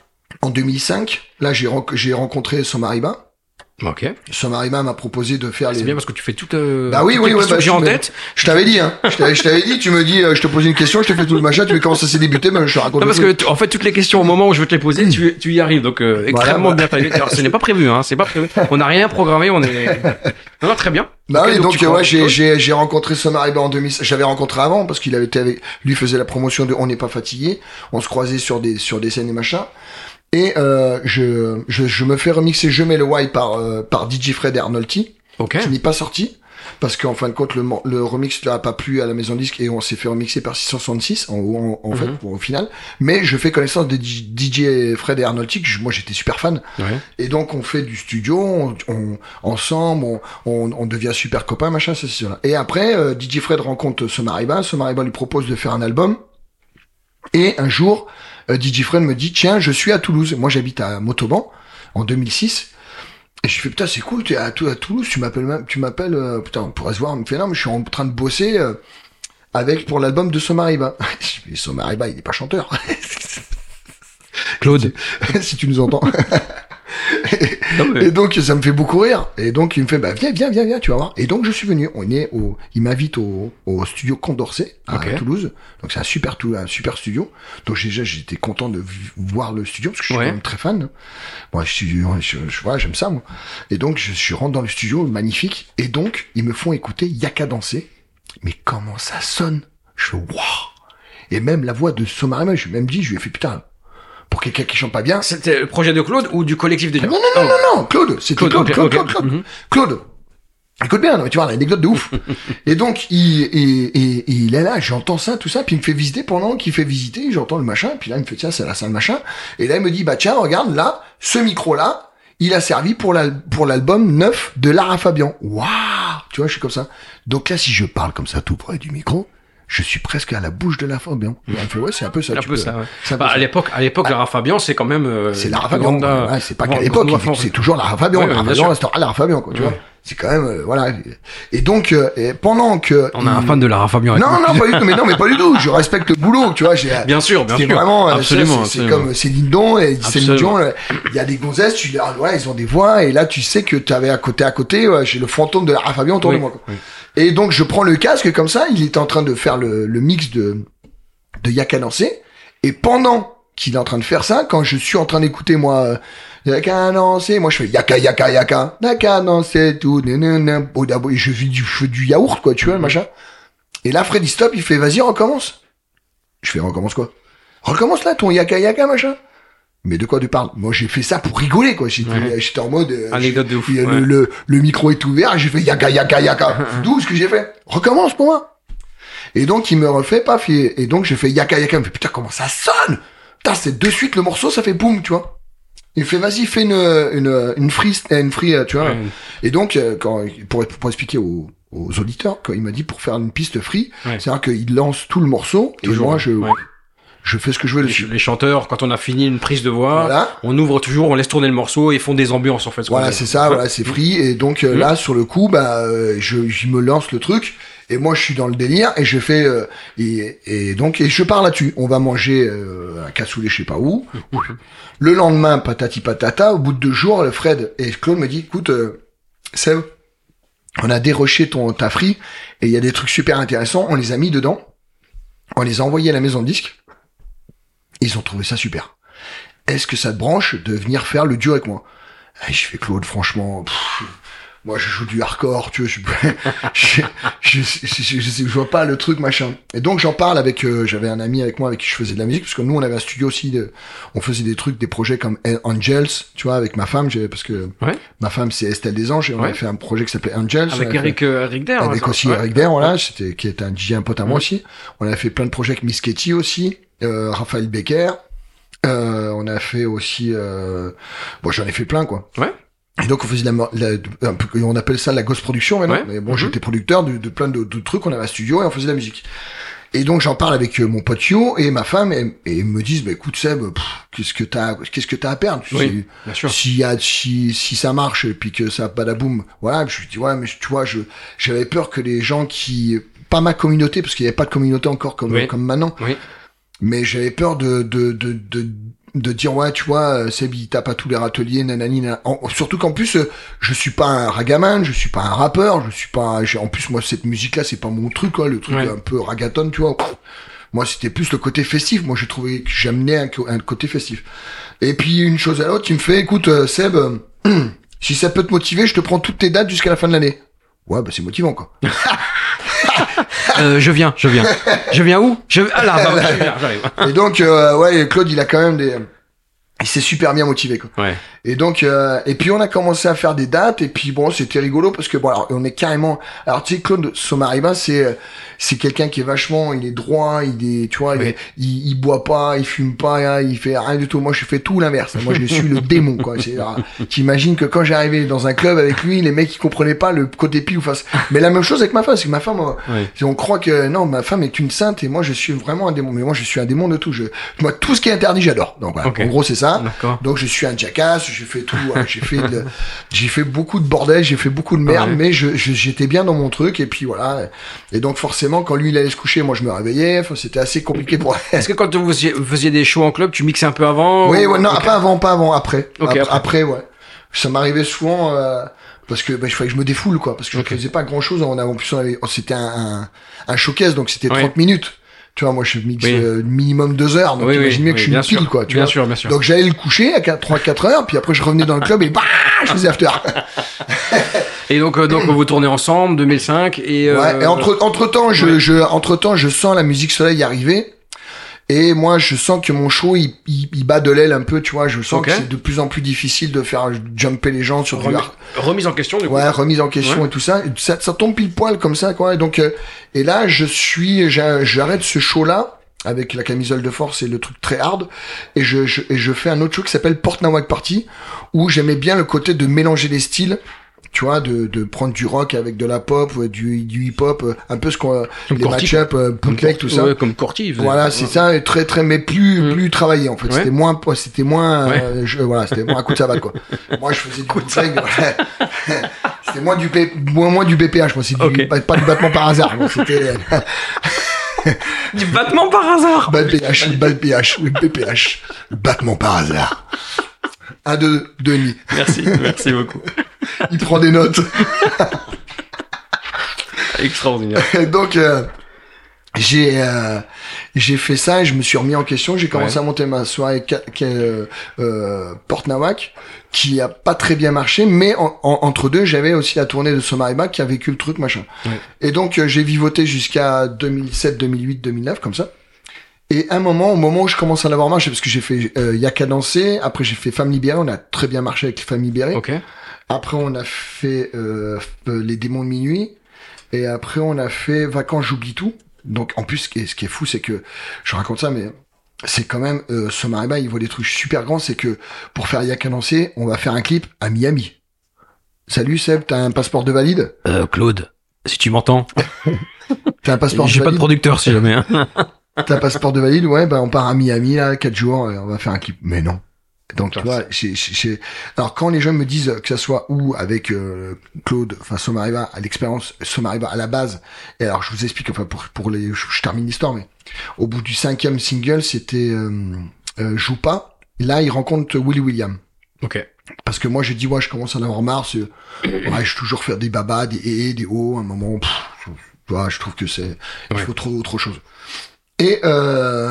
en deux mille cinq. Là, j'ai, j'ai rencontré Somariba. Ok. Somariba m'a proposé de faire c'est les... C'est bien parce que tu fais toute, euh, bah oui, toutes oui, les oui, questions bah, que j'ai en tête. Je t'avais dit, hein. Je t'avais, je t'avais dit, tu me dis, euh, je te pose une question, je te fais tout le machin, tu me dis comment ça s'est débuté, ben, je te raconte. Non, parce que, tu, en fait, toutes les questions au moment où je veux te les poser, tu, tu y arrives. Donc, euh, extrêmement voilà, bien. Alors, ce n'est pas prévu, hein. C'est pas prévu. On n'a rien programmé, on est, non, non, très bien. Bah okay, oui, donc, donc ouais, j'ai, j'ai, j'ai rencontré Somariba en deux mille. J'avais rencontré avant parce qu'il avait été avec, lui faisait la promotion de On n'est pas fatigué. On se croisait sur des, sur des scènes et machin. Et, euh, je, je, je me fais remixer Je mets le Why par, euh, par D J Fred et Arnolti. Okay. Qui n'est pas sorti. Parce qu'en fin de compte, le, le remix n'a pas plu à la maison disque et on s'est fait remixer par six cent soixante-six, en, en, en mm-hmm. fait, pour, au final. Mais je fais connaissance des D J Fred et Arnolti, que je, moi j'étais super fan. Ouais. Et donc on fait du studio, on, on, ensemble, on, on, on devient super copains, machin, c'est cela. Et après, euh, D J Fred rencontre Somariba, Somariba lui propose de faire un album. Et un jour, euh, D J Fred me dit, tiens, je suis à Toulouse. Moi j'habite à Montauban, en deux mille six. Et je fais putain c'est cool, t'es à, à Toulouse, tu m'appelles même, tu m'appelles, euh, putain on pourrait se voir, on me fait non mais je suis en train de bosser, euh, avec pour l'album de Somariba. Je dis, Somariba, il est pas chanteur. Claude, si tu nous entends. et, non, mais... et donc ça me fait beaucoup rire. Et donc il me fait bah viens viens viens viens tu vas voir. Et donc je suis venu. On est au, il m'invite au, au studio Condorcet à okay. Toulouse. Donc c'est un super un super studio. Donc déjà j'étais content de voir le studio parce que je suis ouais. quand même très fan. Bon je suis je, je vois j'aime ça moi. Et donc je suis rentre dans le studio magnifique. Et donc ils me font écouter Yaka danser. Mais comment ça sonne? Je fais waouh. Et même la voix de Somariba, je lui ai même dit je lui ai fait putain. Pour quelqu'un qui chante pas bien. C'était le projet de Claude ou du collectif des gens? Non, non, non, non, non, Claude. C'était Claude, Claude, okay, Claude, okay. Claude, Claude, Claude. Mm-hmm. Claude. Écoute bien, non, tu vois, l'anecdote de ouf. Et donc, il, il, il, il est là, j'entends ça, tout ça, puis il me fait visiter pendant qu'il fait visiter, j'entends le machin, puis là, il me fait, tiens, c'est la salle machin. Et là, il me dit, bah, tiens, regarde, là, ce micro-là, il a servi pour la, pour l'album neuf de Lara Fabian. Waouh! Tu vois, je suis comme ça. Donc là, si je parle comme ça tout près du micro, je suis presque à la bouche de Lara Fabian. Il me fait, ouais, c'est un peu ça. Un peu peux, ça, ouais. Un bah, peu à l'époque, à l'époque, ah, Lara Fabian, c'est quand même, euh, c'est Lara Fabian. Grande, ouais, c'est pas qu'à l'époque, c'est toujours Lara Fabian. Ouais, Lara ouais, Fabian restera Lara Fabian, quoi, tu ouais. vois. C'est quand même, euh, voilà. Et donc, euh, et pendant que... On a il... un fan de Lara Fabian. Non, non, pas du tout, mais non, mais pas du tout. Je respecte le boulot, tu vois. J'ai, bien sûr, bien sûr. Vraiment, absolument, ça, c'est, c'est comme Céline Dion, et Céline Dion, il y a des gonzesses, tu dis, voilà, ils ont des voix, et là, tu sais que t'avais à côté, à côté, ouais, j'ai le fantôme de Lara Fabian autour oui, de moi, quoi. Oui. Et donc, je prends le casque, comme ça, il était en train de faire le, le mix de, de Yaka danser, et pendant qu'il est en train de faire ça, quand je suis en train d'écouter, moi, Yaka danser, moi je fais Yaka Yaka Yaka, Yaka danser, tout, nanana, et je fais du, je fais du yaourt, quoi, tu vois, le machin. Et là, Freddy stop, il fait, vas-y, recommence. Je fais, recommence quoi? Recommence là, ton Yaka Yaka, machin. Mais de quoi tu parles? Moi, j'ai fait ça pour rigoler, quoi. J'étais, ouais. j'étais en mode, euh, anecdote de ouf. Le, ouais. le, le micro est ouvert, et j'ai fait Yaka Yaka Yaka. D'où ce que j'ai fait? Recommence pour moi. Et donc, il me refait, paf, et, et donc, j'ai fait Yaka Yaka. Il me fait, putain, comment ça sonne? Putain, c'est de suite le morceau, ça fait boum, tu vois. Il fait, vas-y, fais une, une, une free, une free, tu vois. Ouais. Et donc, quand, pour, pour expliquer aux, aux auditeurs, quand il m'a dit pour faire une piste free, ouais. c'est-à-dire qu'il lance tout le morceau, toujours, et moi, je, ouais. je fais ce que je veux les, dessus. Les chanteurs, quand on a fini une prise de voix, voilà. on ouvre toujours, on laisse tourner le morceau et font des ambiances, en fait. Voilà, c'est ça, ouais. voilà, c'est free. Et donc, mmh. là, sur le coup, bah, je, je me lance le truc. Et moi, je suis dans le délire et je fais euh, et, et donc et je pars là-dessus. On va manger euh, un cassoulet, je sais pas où. Le lendemain, patati patata. Au bout de deux jours, le Fred et Claude me dit, écoute, euh, Seb, on a déroché ton ta free et il y a des trucs super intéressants. On les a mis dedans. On les a envoyés à la maison de disques. Ils ont trouvé ça super. Est-ce que ça te branche de venir faire le duo avec moi? Et je fais Claude, franchement. Pff, moi, je joue du hardcore, tu vois, je, je, je, je, je, je, je vois pas le truc, machin. Et donc, j'en parle avec, euh, j'avais un ami avec moi avec qui je faisais de la musique, parce que nous, on avait un studio aussi, de, on faisait des trucs, des projets comme Angels, tu vois, avec ma femme, j'ai, parce que ouais. ma femme, c'est Estelle Desanges, et on ouais. avait fait un projet qui s'appelait Angels. Avec Eric, euh, Eric Der. Avec hein, aussi ouais. Eric Der, voilà, c'était, qui était un D J, un pote à moi ouais. aussi. On avait fait plein de projets avec Miss Katie aussi, euh, Raphaël Becker, euh, on a fait aussi, euh, bon, j'en ai fait plein, quoi. Ouais. Et donc on faisait la, la un peu, on appelle ça la ghost production maintenant. Ouais. Mais bon, mm-hmm. j'étais producteur de, de plein de, de trucs, on avait un studio et on faisait de la musique. Et donc j'en parle avec euh, mon pote Yo et ma femme et, et ils me disent bah écoute Seb, pff, qu'est-ce que t'as qu'est-ce que t'as à perdre? Oui, bien sûr. Si y a si si ça marche et puis que ça badaboum, voilà, je lui dis ouais mais tu vois, je j'avais peur que les gens qui pas ma communauté parce qu'il y avait pas de communauté encore comme oui. comme maintenant. Oui. Mais j'avais peur de de de de de dire ouais tu vois Seb il tape à tous les râteliers nanani nanana. En, surtout qu'en plus euh, je suis pas un ragaman, je suis pas un rappeur, je suis pas j'ai, en plus moi cette musique là c'est pas mon truc quoi, le truc ouais. un peu ragaton tu vois. Moi c'était plus le côté festif, moi j'ai trouvé que j'amenais un, un côté festif. Et puis une chose à l'autre il me fait écoute euh, Seb euh, si ça peut te motiver je te prends toutes tes dates jusqu'à la fin de l'année. Ouais bah c'est motivant quoi. euh, je viens, je viens. Je viens où? Je ah là, bah, je viens, j'arrive. Et donc euh, ouais, Claude, il a quand même des il s'est super bien motivé quoi. Ouais. Et donc euh, et puis on a commencé à faire des dates et puis bon, c'était rigolo parce que bon alors on est carrément alors tu sais Claude Somariba, c'est c'est quelqu'un qui est vachement, il est droit, il est tu vois, oui. il, il il boit pas, il fume pas, hein, il fait rien du tout. Moi je fais tout l'inverse. Moi je suis le démon quoi. C'est t'imagines que quand j'arrivais dans un club avec lui, les mecs ils comprenaient pas le côté pile ou face. Mais la même chose avec ma femme, c'est que ma femme oui. on croit que non, ma femme est une sainte et moi je suis vraiment un démon. Mais moi je suis un démon de tout. Je moi tout ce qui est interdit, j'adore. Donc voilà, okay. En gros c'est ça. ça. D'accord. Donc je suis un jackass, j'ai fait tout, hein, j'ai fait de, j'ai fait beaucoup de bordel, j'ai fait beaucoup de merde, Ouais. mais je, je- j'étais bien dans mon truc et puis voilà. Et donc forcément quand lui il allait se coucher, moi je me réveillais, enfin, c'était assez compliqué pour. Est-ce que quand vous faisiez, vous faisiez des shows en club, tu mixais un peu avant? Oui, ou- ouais, non, Ok. pas avant, pas avant, après. Ok, après, après. après, ouais. Ça m'arrivait souvent euh, parce que bah, il fallait que je me défoule quoi, parce que Ok. je faisais pas grand chose. On a en plus on avait, c'était un, un, un showcase donc c'était Oui. trente minutes. Tu vois, moi je mixe Oui. euh, minimum deux heures, donc Oui, oui, imagine bien oui, que je suis bien une pile sûr. quoi. Tu bien vois. sûr, bien sûr. Donc j'allais le coucher à trois quatre heures, puis après je revenais dans le club et bah je faisais after. Et donc, euh, donc vous tournez ensemble, deux mille cinq, et, euh, Ouais, et entre entre temps je ouais. je entre temps je sens la musique soleil arriver. Et moi, je sens que mon show, il, il, il bat de l'aile un peu, tu vois. Je sens Ok. que c'est de plus en plus difficile de faire jumper les gens sur du Remis- hard- remise en question, du coup. Ouais, remise en question Ouais. et tout ça. Et ça. Ça tombe pile poil comme ça, quoi. Et donc, euh, et là, je suis, j'a- j'arrête ce show-là avec la camisole de force et le truc très hard, et je, je, et je fais un autre show qui s'appelle Port Nawak Party, où j'aimais bien le côté de mélanger les styles. Tu vois, de, de prendre du rock avec de la pop, ouais, du, du hip-hop, euh, un peu ce qu'on, Comme les Corti, match-up, euh, bootleg, tout ça. Ouais, comme Corti. il faisait. Voilà, c'est ça, et très très, mais plus Mm. plus travaillé en fait. Ouais. C'était moins, c'était moins, Ouais. euh, je- voilà, c'était moins un coup de savate quoi. Moi, je faisais du bootleg. C'était moins du P, moins moins du B P H, moi, c'est du, Ok. pas, pas du battement par hasard. Moi, c'était Du battement par hasard. bas P H, bas P H, oui, B P H, battement par hasard. Un, deux, deux et demi. Merci, merci beaucoup. Il prend des notes. Extraordinaire. Et donc, euh, j'ai euh, j'ai fait ça et je me suis remis en question. J'ai commencé Ouais. à monter ma soirée ca- ca- euh, euh, Port Nawak, qui a pas très bien marché, mais en, en- entre deux, j'avais aussi la tournée de Somariba qui a vécu le truc, machin. Ouais. Et donc, euh, j'ai vivoté jusqu'à deux mille sept, deux mille huit, deux mille neuf, comme ça. Et un moment, au moment où je commence à l'avoir marché, parce que j'ai fait euh, Yaka danser, après j'ai fait Femme Libérée, on a très bien marché avec les Femmes Libérées. Ok. Après, on a fait euh, euh, Les Démons de Minuit. Et après, on a fait Vacances, j'oublie tout. Donc, en plus, ce qui est, ce qui est fou, c'est que, je raconte ça, mais c'est quand même, euh, Somariba, il voit des trucs super grands. C'est que, pour faire Yaka danser, on va faire un clip à Miami. Salut Seb, t'as un passeport de valide? Euh, Claude, si tu m'entends, T'as un passeport de j'ai pas de valide? producteur si jamais. Hein. T'as un passeport de valide? Ouais, bah, on part à Miami, là, quatre jours, et on va faire un clip. Mais non. Donc, tu vois, j'ai, j'ai, j'ai- alors quand les gens me disent que ça soit où avec euh, Claude, enfin Somariba, à l'expérience Somariba à la base, et alors je vous explique, enfin pour pour les, je, je termine l'histoire, mais au bout du cinquième single, c'était euh, euh, Joue pas. Là, il rencontre Willy William. Ok. Parce que moi, j'ai dit, ouais, je commence à en avoir marre. C'est, ouais, je toujours faire des babas, des et des hauts. À un moment, pff, je, tu vois, je trouve que c'est, il Ouais. faut trop autre chose. Et euh,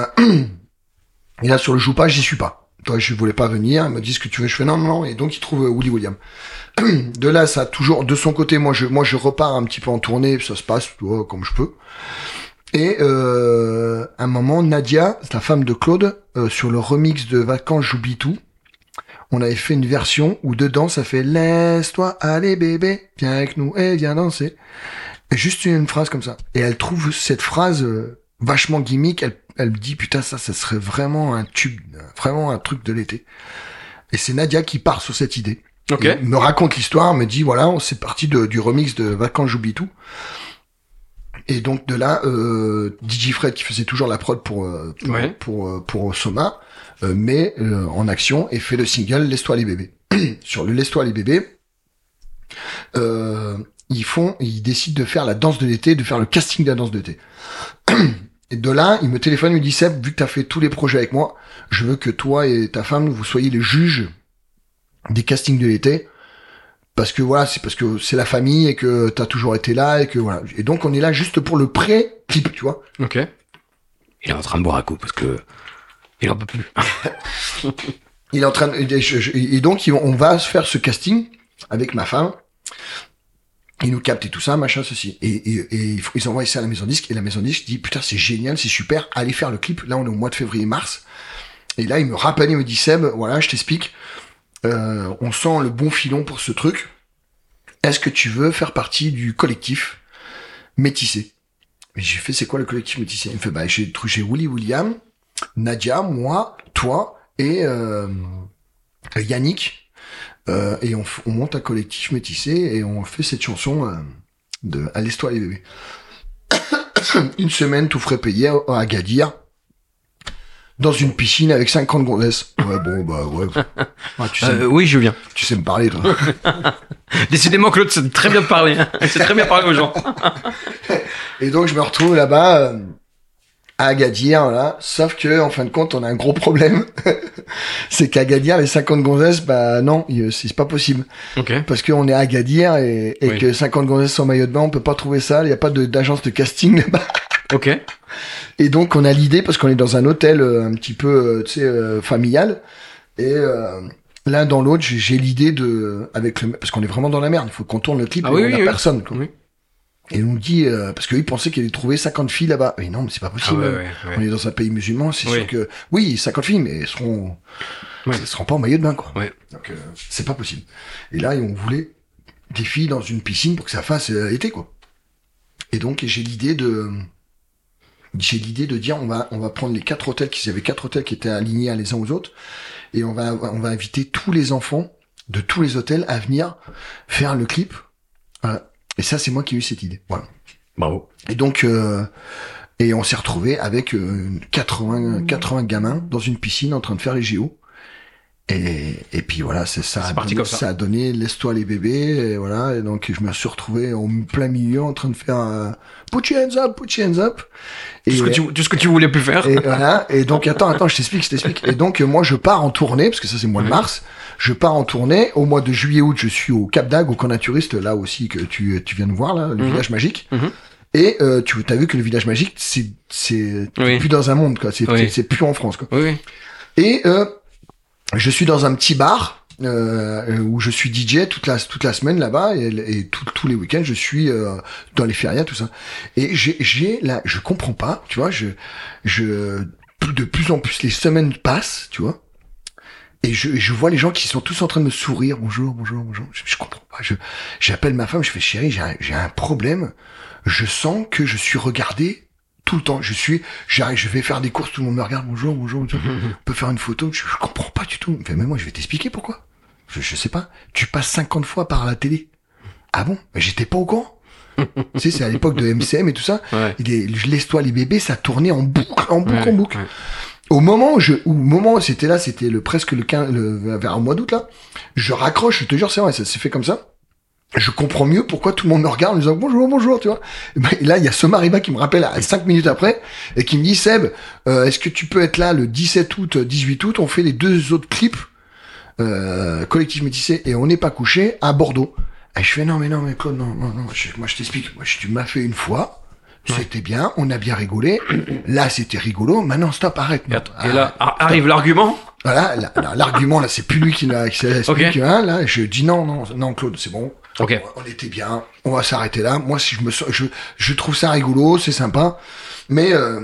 et là sur le Joue pas, j'y suis pas. Toi, je voulais pas venir. Ils me disent ce que tu veux. Je fais non, non, non. Et donc, il trouve euh, Willy William. De là, ça a toujours, de son côté, moi, je, moi, je repars un petit peu en tournée. Ça se passe, tu vois, comme je peux. Et euh, un moment, Nadia, la femme de Claude, euh, sur le remix de Vacances, j'oublie tout. On avait fait une version où dedans, ça fait laisse-toi aller, bébé, viens avec nous et viens danser. Et juste une phrase comme ça. Et elle trouve cette phrase euh, vachement gimmick. Elle, elle me dit putain, ça, ça serait vraiment un tube, vraiment un truc de l'été. Et c'est Nadia qui part sur cette idée. Ok. Et me raconte l'histoire, me dit voilà, c'est parti de, du remix de Vacances, j'oublie tout. Et donc de là, euh, D J Fred qui faisait toujours la prod pour euh, pour, Ouais. pour, euh, pour Soma, euh, met euh, en action et fait le single Laisse-toi les bébés. Sur le Laisse-toi les bébés, euh, ils font, ils décident de faire la danse de l'été, de faire le casting de la danse de l'été. Et de là, il me téléphone, il me dit Seb, vu que t'as fait tous les projets avec moi, je veux que toi et ta femme vous soyez les juges des castings de l'été. Parce que voilà, c'est parce que c'est la famille et que t'as toujours été là et que voilà. Et donc on est là juste pour le pré-clip, tu vois. Ok. Il est en train de boire un coup parce que il en peut plus. Il est en train de, et, je- je- et donc ils vont- on va se faire ce casting avec ma femme. Ils nous captent et tout ça, machin, ceci. Et, et, et ils font- ils envoient ça à la maison disque et la maison disque dit putain c'est génial, c'est super, allez faire le clip. Là on est au mois de février-mars. Et là il me rappelle, il me dit Seb, voilà, je t'explique. Euh, on sent le bon filon pour ce truc. Est-ce que tu veux faire partie du collectif Métissé? Et j'ai fait, c'est quoi le collectif Métissé? Il me fait, bah, j'ai, j'ai Willy William, Nadia, moi, toi et euh, Yannick. Euh, et on, f- on monte un collectif Métissé et on fait cette chanson euh, de Laisse-toi les bébés. Une semaine tout frais payé à Agadir. dans une piscine avec cinquante gonzesses. Ouais, bon, bah, ouais. ouais tu sais, euh, oui, je viens. Tu sais me parler, toi. Décidément, Claude sait très bien parler. Hein. Il sait très bien parler aux gens. Et donc, je me retrouve là-bas, euh, à Agadir, voilà. Sauf que, en fin de compte, on a un gros problème. C'est qu'à Agadir, les cinquante gonzesses, bah, non, c'est pas possible. Okay. Parce qu'on est à Agadir et, et oui. que cinquante gonzesses sans maillot de bain, on peut pas trouver ça. Il y a pas de, d'agence de casting là-bas. Ok. Et donc on a l'idée parce qu'on est dans un hôtel euh, un petit peu, euh, tu sais, euh, familial. Et euh, l'un dans l'autre, j'ai, j'ai l'idée de, avec le, parce qu'on est vraiment dans la merde. Il faut qu'on tourne le clip ah, et oui, on oui, a oui. personne. Quoi. Oui. Et on dit euh, parce qu'ils pensaient qu'il allait trouver cinquante filles là-bas. Mais non, mais c'est pas possible. Ah, ouais, ouais, ouais. On est dans un pays musulman, c'est oui. sûr que oui, cinquante filles, mais elles seront, ouais. elles seront pas en maillot de bain, quoi. Ouais. Donc euh, c'est pas possible. Et là, on voulait des filles dans une piscine pour que ça fasse euh, été, quoi. Et donc j'ai l'idée de J'ai l'idée de dire on va on va prendre les quatre hôtels, qu'il y avait quatre hôtels qui étaient alignés les uns aux autres, et on va on va inviter tous les enfants de tous les hôtels à venir faire le clip. Voilà. Et ça c'est moi qui ai eu cette idée. Voilà. Bravo. Et donc euh, et on s'est retrouvé avec euh, quatre-vingts quatre-vingts gamins dans une piscine en train de faire les G O. Et, et puis voilà, c'est ça. C'est a parti donné, comme ça. Ça a donné laisse-toi les bébés, et voilà. Et donc je me suis retrouvé en plein milieu en train de faire un put your hands up, put your hands up. Et tout ce que tu, tout ce que tu voulais plus faire. Et voilà. Et donc attends, attends, je t'explique, je t'explique. Et donc moi je pars en tournée parce que ça c'est le mois de mars. Je pars en tournée. Au mois de juillet-août, je suis au Cap d'Agde, au camp naturiste, là aussi que tu tu viens de voir là, le mm-hmm. village magique. Mm-hmm. Et euh, tu as vu que le village magique, c'est c'est oui. plus dans un monde quoi. C'est oui. c'est plus en France quoi. Oui. Et euh, je suis dans un petit bar euh, où je suis D J toute la toute la semaine là-bas et, et tous tous les week-ends je suis euh, dans les férias tout ça. Et j'ai j'ai là je comprends pas, tu vois, je je de plus en plus les semaines passent, tu vois. Et je je vois les gens qui sont tous en train de me sourire, bonjour, bonjour, bonjour. Je, je comprends pas. Je j'appelle ma femme, je fais chérie, j'ai un, j'ai un problème. Je sens que je suis regardé tout le temps, je suis, j'arrive, je vais faire des courses, tout le monde me regarde, bonjour, bonjour, bonjour. On peut faire une photo, je, je comprends pas du tout. Mais moi, je vais t'expliquer pourquoi. Je, je sais pas. Tu passes cinquante fois par la télé. Ah bon? Mais j'étais pas au courant. Tu sais, c'est à l'époque de M C M et tout ça. Ouais. Les, laisse-toi les bébés, ça tournait en boucle, en boucle, ouais, en boucle. Ouais. Au moment où je, au moment où c'était là, c'était le presque le quinze, le, vers un mois d'août là. Je raccroche, je te jure, c'est vrai, ça s'est fait comme ça. Je comprends mieux pourquoi tout le monde me regarde en disant bonjour, bonjour, tu vois. Et ben, là, il y a Somariba qui me rappelle à cinq minutes après et qui me dit Seb, euh, est-ce que tu peux être là le dix-sept août, dix-huit août, on fait les deux autres clips euh, Collectif Métissé et On n'est pas couché à Bordeaux. Et je fais non mais non mais Claude, non non non, je, moi je t'explique, moi je, tu m'as fait une fois, c'était bien, on a bien rigolé, là c'était rigolo, maintenant stop, arrête. Et, non, et là arrête, arrive stop. L'argument. Voilà, là, là, l'argument là, c'est plus lui qui l'a, qui s'explique, okay. hein, là, je dis non non non Claude, c'est bon. Ok. On était bien, on va s'arrêter là. Moi, si je me, je, je trouve ça rigolo, c'est sympa, mais, euh,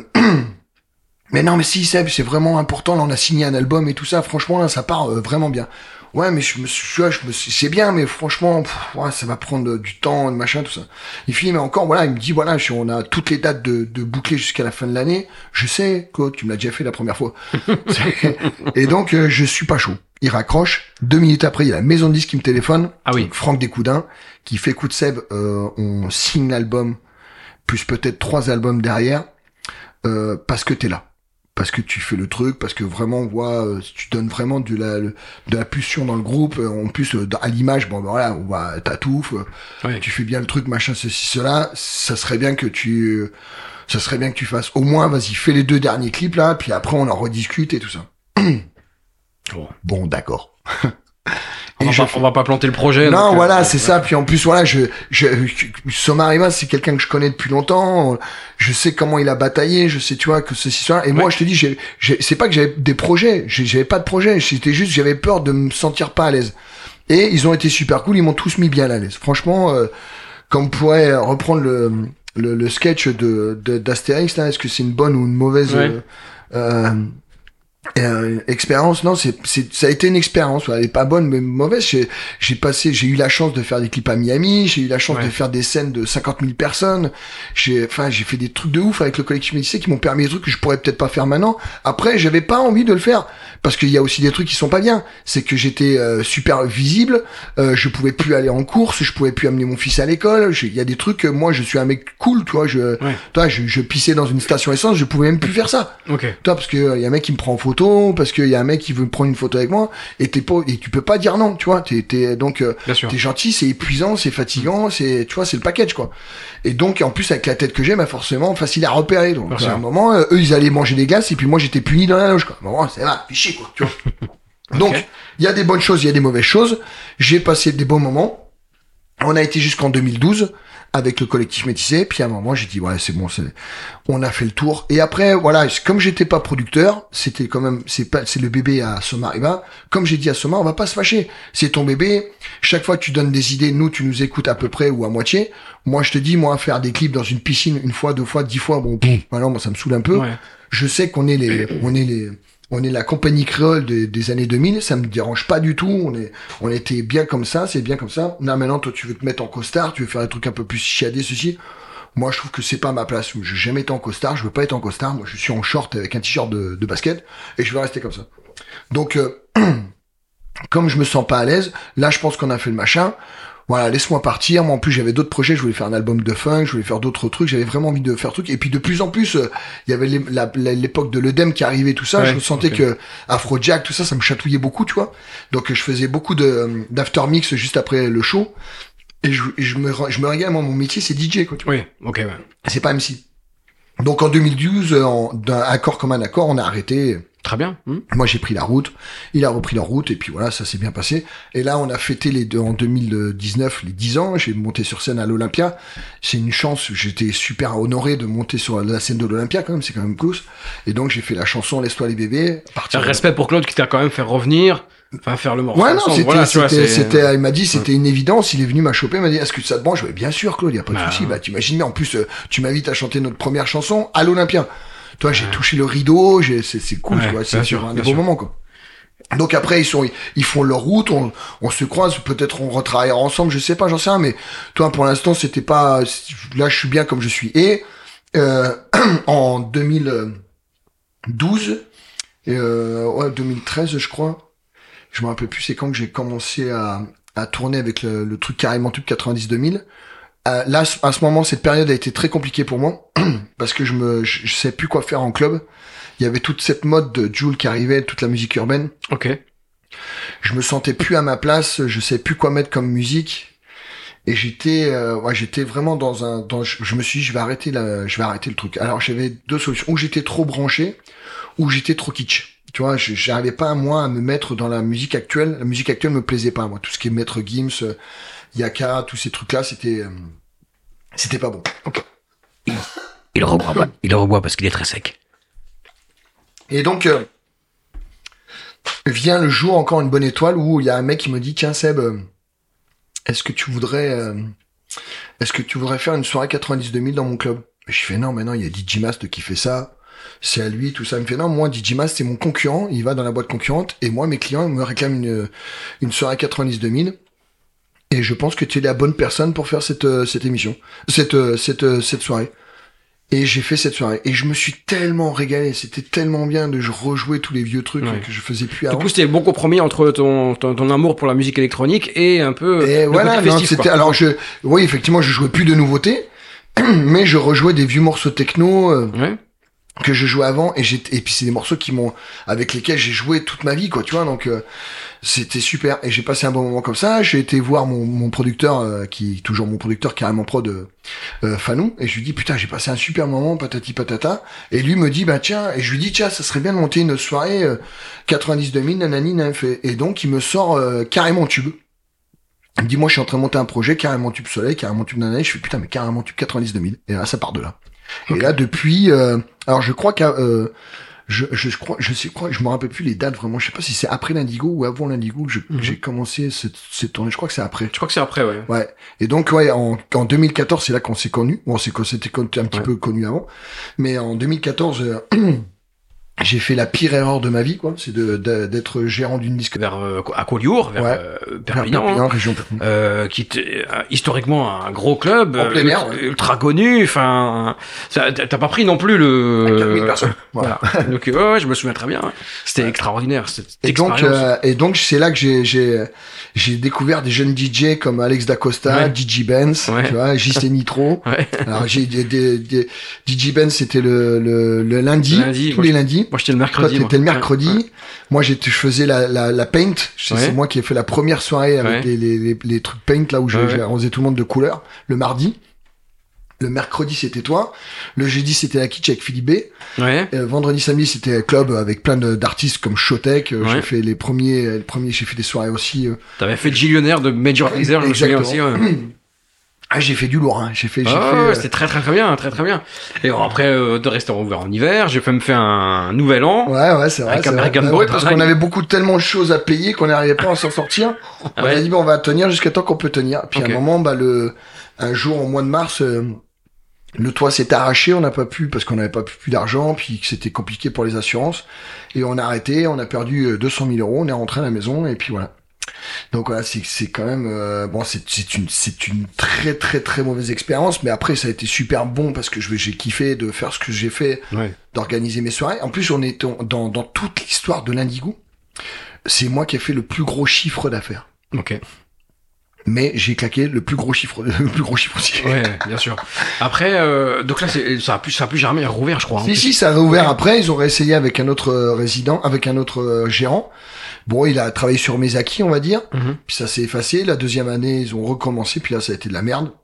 mais non, mais si Seb, c'est vraiment important. Là, on a signé un album et tout ça. Franchement, là, ça part euh, vraiment bien. Ouais, mais je me suis, je me c'est bien, mais franchement, pff, ouais, ça va prendre du temps, machin, tout ça. Il finit, mais encore, voilà, il me dit, voilà, on a toutes les dates de, de boucler jusqu'à la fin de l'année. Je sais, Claude, tu me l'as déjà fait la première fois. Et donc, euh, je suis pas chaud. Il raccroche. Deux minutes après, il y a la maison de disques qui me téléphone. Ah oui. Donc, Franck Descoudins, qui fait écoute Seb, euh, on signe l'album, plus peut-être trois albums derrière, euh, parce que t'es là. Parce que tu fais le truc, parce que vraiment, on voit, euh, tu donnes vraiment de la, de la pulsion dans le groupe. En plus, euh, à l'image, bon, ben voilà, on voit ta touffe, oui. Tu fais bien le truc, machin, ceci, cela. Ça serait bien que tu, ça serait bien que tu fasses, au moins, vas-y, fais les deux derniers clips, là, puis après, on en rediscute et tout ça. Bon, bon d'accord. On va, je... pas, on va pas planter le projet. Non, donc, voilà, euh, c'est ouais. ça. Puis en plus, voilà, je, je, Somariba, c'est quelqu'un que je connais depuis longtemps. Je sais comment il a bataillé. Je sais, tu vois, que ceci, cela. Et ouais. Moi, je te dis, j'ai, j'ai, c'est pas que j'avais des projets. J'ai, j'avais pas de projet. C'était juste, j'avais peur de me sentir pas à l'aise. Et ils ont été super cool. Ils m'ont tous mis bien à l'aise. Franchement, euh, comme on pourrait reprendre le, le, le sketch de, de d'Astérix, là, est-ce que c'est une bonne ou une mauvaise, ouais. euh, euh, Euh, expérience, non, c'est, c'est, ça a été une expérience. Elle est pas bonne, mais mauvaise. J'ai, j'ai passé, j'ai eu la chance de faire des clips à Miami. J'ai eu la chance ouais. de faire des scènes de cinquante mille personnes. J'ai, enfin, j'ai fait des trucs de ouf avec le collectif Métissé qui m'ont permis des trucs que je pourrais peut-être pas faire maintenant. Après, j'avais pas envie de le faire parce qu'il y a aussi des trucs qui sont pas bien. C'est que j'étais euh, super visible. Euh, je pouvais plus aller en course. Je pouvais plus amener mon fils à l'école. Il y a des trucs. Que moi, je suis un mec cool, toi. Je, ouais. toi, je, je pissais dans une station essence. Je pouvais même plus faire ça. Ok. Toi, parce que il euh, y a un mec qui me prend en photo. Parce qu'il y a un mec qui veut prendre une photo avec moi et t'es pas et tu peux pas dire non, tu vois, t'es t'es donc euh, t'es gentil, c'est épuisant, c'est fatigant, c'est tu vois, c'est le package quoi. Et donc en plus avec la tête que j'ai, bah forcément facile à repérer. Donc à un moment euh, eux ils allaient manger des glaces et puis moi j'étais puni dans la loge quoi. Bon, ça va, fais chier quoi, tu vois. Donc il okay. y a des bonnes choses, il y a des mauvaises choses. J'ai passé des bons moments. On a été jusqu'en deux mille douze avec le collectif Métissé, puis à un moment j'ai dit ouais c'est bon, c'est on a fait le tour. Et après voilà, comme j'étais pas producteur, c'était quand même c'est pas c'est le bébé à Soma. Et ben comme j'ai dit à Soma, on va pas se fâcher. C'est ton bébé. Chaque fois que tu donnes des idées, nous tu nous écoutes à peu près ou à moitié. Moi je te dis moi faire des clips dans une piscine une fois, deux fois, dix fois, bon pff, maintenant moi ça me saoule un peu. Ouais. Je sais qu'on est les on est les On est la compagnie créole des, des années deux mille, ça me dérange pas du tout, on est, on était bien comme ça, c'est bien comme ça. Là, maintenant, toi, tu veux te mettre en costard, tu veux faire des trucs un peu plus chiadés, ceci. Moi, je trouve que c'est pas ma place. Je n'ai jamais été en costard, je veux pas être en costard. Moi, je suis en short avec un t-shirt de, de basket et je veux rester comme ça. Donc, euh, comme je me sens pas à l'aise, là, je pense qu'on a fait le machin. Voilà, laisse-moi partir. Moi, en plus, j'avais d'autres projets. Je voulais faire un album de funk, je voulais faire d'autres trucs. J'avais vraiment envie de faire trucs. Et puis, de plus en plus, il euh, y avait les, la, la, l'époque de l'Edem qui arrivait, tout ça. Ouais, je sentais okay. que Afrojack, tout ça, ça me chatouillait beaucoup, tu vois. Donc, je faisais beaucoup de d'aftermix juste après le show. Et je, je me, je me regarde, moi, mon métier, c'est D J, quoi. Tu vois. Oui, ok, ouais. C'est pas M C. Donc, en deux mille douze, en, d'un accord comme un accord, on a arrêté. Très bien. Mmh. Moi, j'ai pris la route. Il a repris la route. Et puis voilà, ça s'est bien passé. Et là, on a fêté les deux, en deux mille dix-neuf, les dix ans. J'ai monté sur scène à l'Olympia. C'est une chance. J'étais super honoré de monter sur la scène de l'Olympia, quand même. C'est quand même cool. Et donc, j'ai fait la chanson Laisse-toi les bébés. Un respect pour Claude qui t'a quand même fait revenir. Enfin, faire le morceau. Ouais, non, c'était, voilà, c'était, vois, c'est... c'était, il m'a dit, c'était une évidence. Il est venu m'a chopé, il m'a dit, est-ce que ça te branche? Bien sûr, Claude, y a pas de bah, souci. Bah, t'imagines bien. En plus, tu m'invites à chanter notre première chanson à l'Olympia. Toi, j'ai ouais. touché le rideau, j'ai, c'est, c'est cool, ouais, tu vois, c'est sur un des beaux moments, quoi. Donc après, ils sont, ils font leur route, on, on se croise, peut-être on retravaillera ensemble, je sais pas, j'en sais rien, mais toi, pour l'instant, c'était pas, là, je suis bien comme je suis. Et, euh, en deux mille douze, euh, ouais, deux mille treize, je crois, je me rappelle plus, c'est quand que j'ai commencé à, à tourner avec le, le truc carrément tube quatre-vingt-dix deux mille. Euh, là, à ce moment, cette période a été très compliquée pour moi parce que je me, je, je sais plus quoi faire en club. Il y avait toute cette mode de Jul qui arrivait, toute la musique urbaine. Ok. Je me sentais plus à ma place, je savais plus quoi mettre comme musique et j'étais, euh, ouais, j'étais vraiment dans un, dans, je, je me suis dit, je vais arrêter la, je vais arrêter le truc. Alors j'avais deux solutions, ou j'étais trop branché, ou j'étais trop kitsch. Tu vois, je, j'arrivais pas moi à me mettre dans la musique actuelle. La musique actuelle me plaisait pas, moi. Tout ce qui est Maître Gims, euh, Yaka, tous ces trucs-là, c'était, euh, c'était pas bon. Okay. Il, il reboit, pas. Il reboit parce qu'il est très sec. Et donc, euh, vient le jour encore une bonne étoile où il y a un mec qui me dit, tiens Seb, euh, est-ce que tu voudrais, euh, est-ce que tu voudrais faire une soirée quatre-vingt-dix deux mille dans mon club? Et je fais non, mais non, il y a D J Mast qui fait ça. C'est à lui, tout ça. Il me fait non, moi, D J Mast, c'est mon concurrent. Il va dans la boîte concurrente. Et moi, mes clients, ils me réclament une, une soirée quatre-vingt-dix deux mille. Et je pense que tu es la bonne personne pour faire cette, cette émission, cette, cette, cette soirée. Et j'ai fait cette soirée. Et je me suis tellement régalé. C'était tellement bien de rejouer tous les vieux trucs ouais. que je faisais plus avant. Du coup, c'était le bon compromis entre ton, ton, ton amour pour la musique électronique et un peu, et voilà, non, festif, c'était, quoi. Alors je, oui, effectivement, je jouais plus de nouveautés, mais je rejouais des vieux morceaux techno, euh, ouais. que je jouais avant. Et j'ai, et puis c'est des morceaux qui m'ont, avec lesquels j'ai joué toute ma vie, quoi, tu vois, donc, euh, c'était super. Et j'ai passé un bon moment comme ça. J'ai été voir mon, mon producteur, euh, qui est toujours mon producteur carrément prod, euh, euh, Fanou. Et je lui dis, putain, j'ai passé un super moment, patati patata. Et lui me dit, bah tiens, et je lui dis, tiens, ça serait bien de monter une soirée, euh, quatre-vingt-dix deux mille, nanani, nanani. Et donc, il me sort, euh, carrément tube. Il me dit, moi, je suis en train de monter un projet, carrément tube soleil, carrément tube nanani. Je fais, putain, mais carrément tube quatre-vingt-dix deux mille. Et là, ça part de là. Okay. Et là, depuis, euh, alors je crois qu'à, euh, Je, je crois, je sais quoi, je me rappelle plus les dates vraiment. Je sais pas si c'est après l'Indigo ou avant l'Indigo que je, mm-hmm. j'ai commencé cette, cette tournée. Je crois que c'est après. Je crois que c'est après, ouais. Ouais. Et donc, ouais, en, en deux mille quatorze, c'est là qu'on s'est connus. Bon, c'est qu'on s'était un petit ouais. peu connus avant. Mais en deux mille quatorze, euh, J'ai fait la pire erreur de ma vie, quoi. C'est de, de d'être gérant d'une disque. Vers euh, à Collioure, vers Ouais. euh, Perpignan, Perpignan, hein, région. euh, qui était euh, historiquement un gros club, En plein euh, air, ultra, ouais. ultra connu. Enfin, ça- t'as t'as pas pris non plus le. quatre mille personnes. Voilà. Voilà. Donc euh, ouais, ouais, je me souviens très bien. C'était extraordinaire cette Et donc, expérience. euh, et donc, c'est là que j'ai, j'ai, j'ai découvert des jeunes D J comme Alex D'Acosta, Ouais. D J Benz, Ouais. tu vois, J C Nitro. Ouais. Alors, j'ai des, des, des, D J Benz, c'était le, le, le lundi, Lundi, tous moi, les je- lundis. Moi, j'étais le Toi, mercredi. t'étais le moi. mercredi. Ouais, ouais. Moi, j'étais, je faisais la, la, la paint. C'est Ouais. c'est moi qui ai fait la première soirée avec Ouais. les, les, les, les trucs paint, là où je, Ouais, j'ai ouais. arrosé tout le monde de couleur. Le mardi. Le mercredi, c'était toi. Le jeudi, c'était la kitsch avec Philippe B. Ouais. Euh, vendredi, samedi, c'était club avec plein de- d'artistes comme Showtek. Euh, Ouais. J'ai fait les premiers, les premiers, j'ai fait des soirées aussi. euh. T'avais fait Gillionnaire de Major Lazer, je me souviens aussi. Exactement. Ouais. Ah, j'ai fait du lourd, hein. J'ai fait, j'ai Ah, fait. ouais, euh, c'était très très très bien, très très bien. Et bon, après, euh, deux restaurants ouverts en hiver, j'ai fait me faire un nouvel an. Ouais, ouais, c'est vrai. Avec c'est vrai. American Bah ouais, Border parce Line. qu'on avait beaucoup tellement de choses à payer qu'on n'arrivait pas à s'en sortir. On Ouais. a dit, bon, on va tenir jusqu'à temps qu'on peut tenir. Puis Ok. à un moment, bah, le, un jour au mois de mars, euh, le toit s'est arraché, on n'a pas pu, parce qu'on n'avait pas plus d'argent, puis que c'était compliqué pour les assurances. Et on a arrêté, on a perdu euh, deux cent mille euros, on est rentré à la maison, et puis voilà. Donc voilà, c'est c'est quand même euh, bon, c'est c'est une c'est une très très très mauvaise expérience, mais après ça a été super bon parce que je j'ai kiffé de faire ce que j'ai fait, Ouais. d'organiser mes soirées. En plus, on est dans dans toute l'histoire de l'Indigo, c'est moi qui ai fait le plus gros chiffre d'affaires. Ok. Mais j'ai claqué le plus gros chiffre, le plus gros chiffre aussi. Ouais, bien sûr. Après, euh, donc là, c'est, ça a plus, ça a plus jamais rouvert, je crois. en Si plus. si, ça a réouvert après. Ils ont réessayé avec un autre euh, résident, avec un autre euh, gérant. Bon, il a travaillé sur mes acquis, on va dire. Mhm. Puis ça s'est effacé. La deuxième année, ils ont recommencé. Puis là, ça a été de la merde.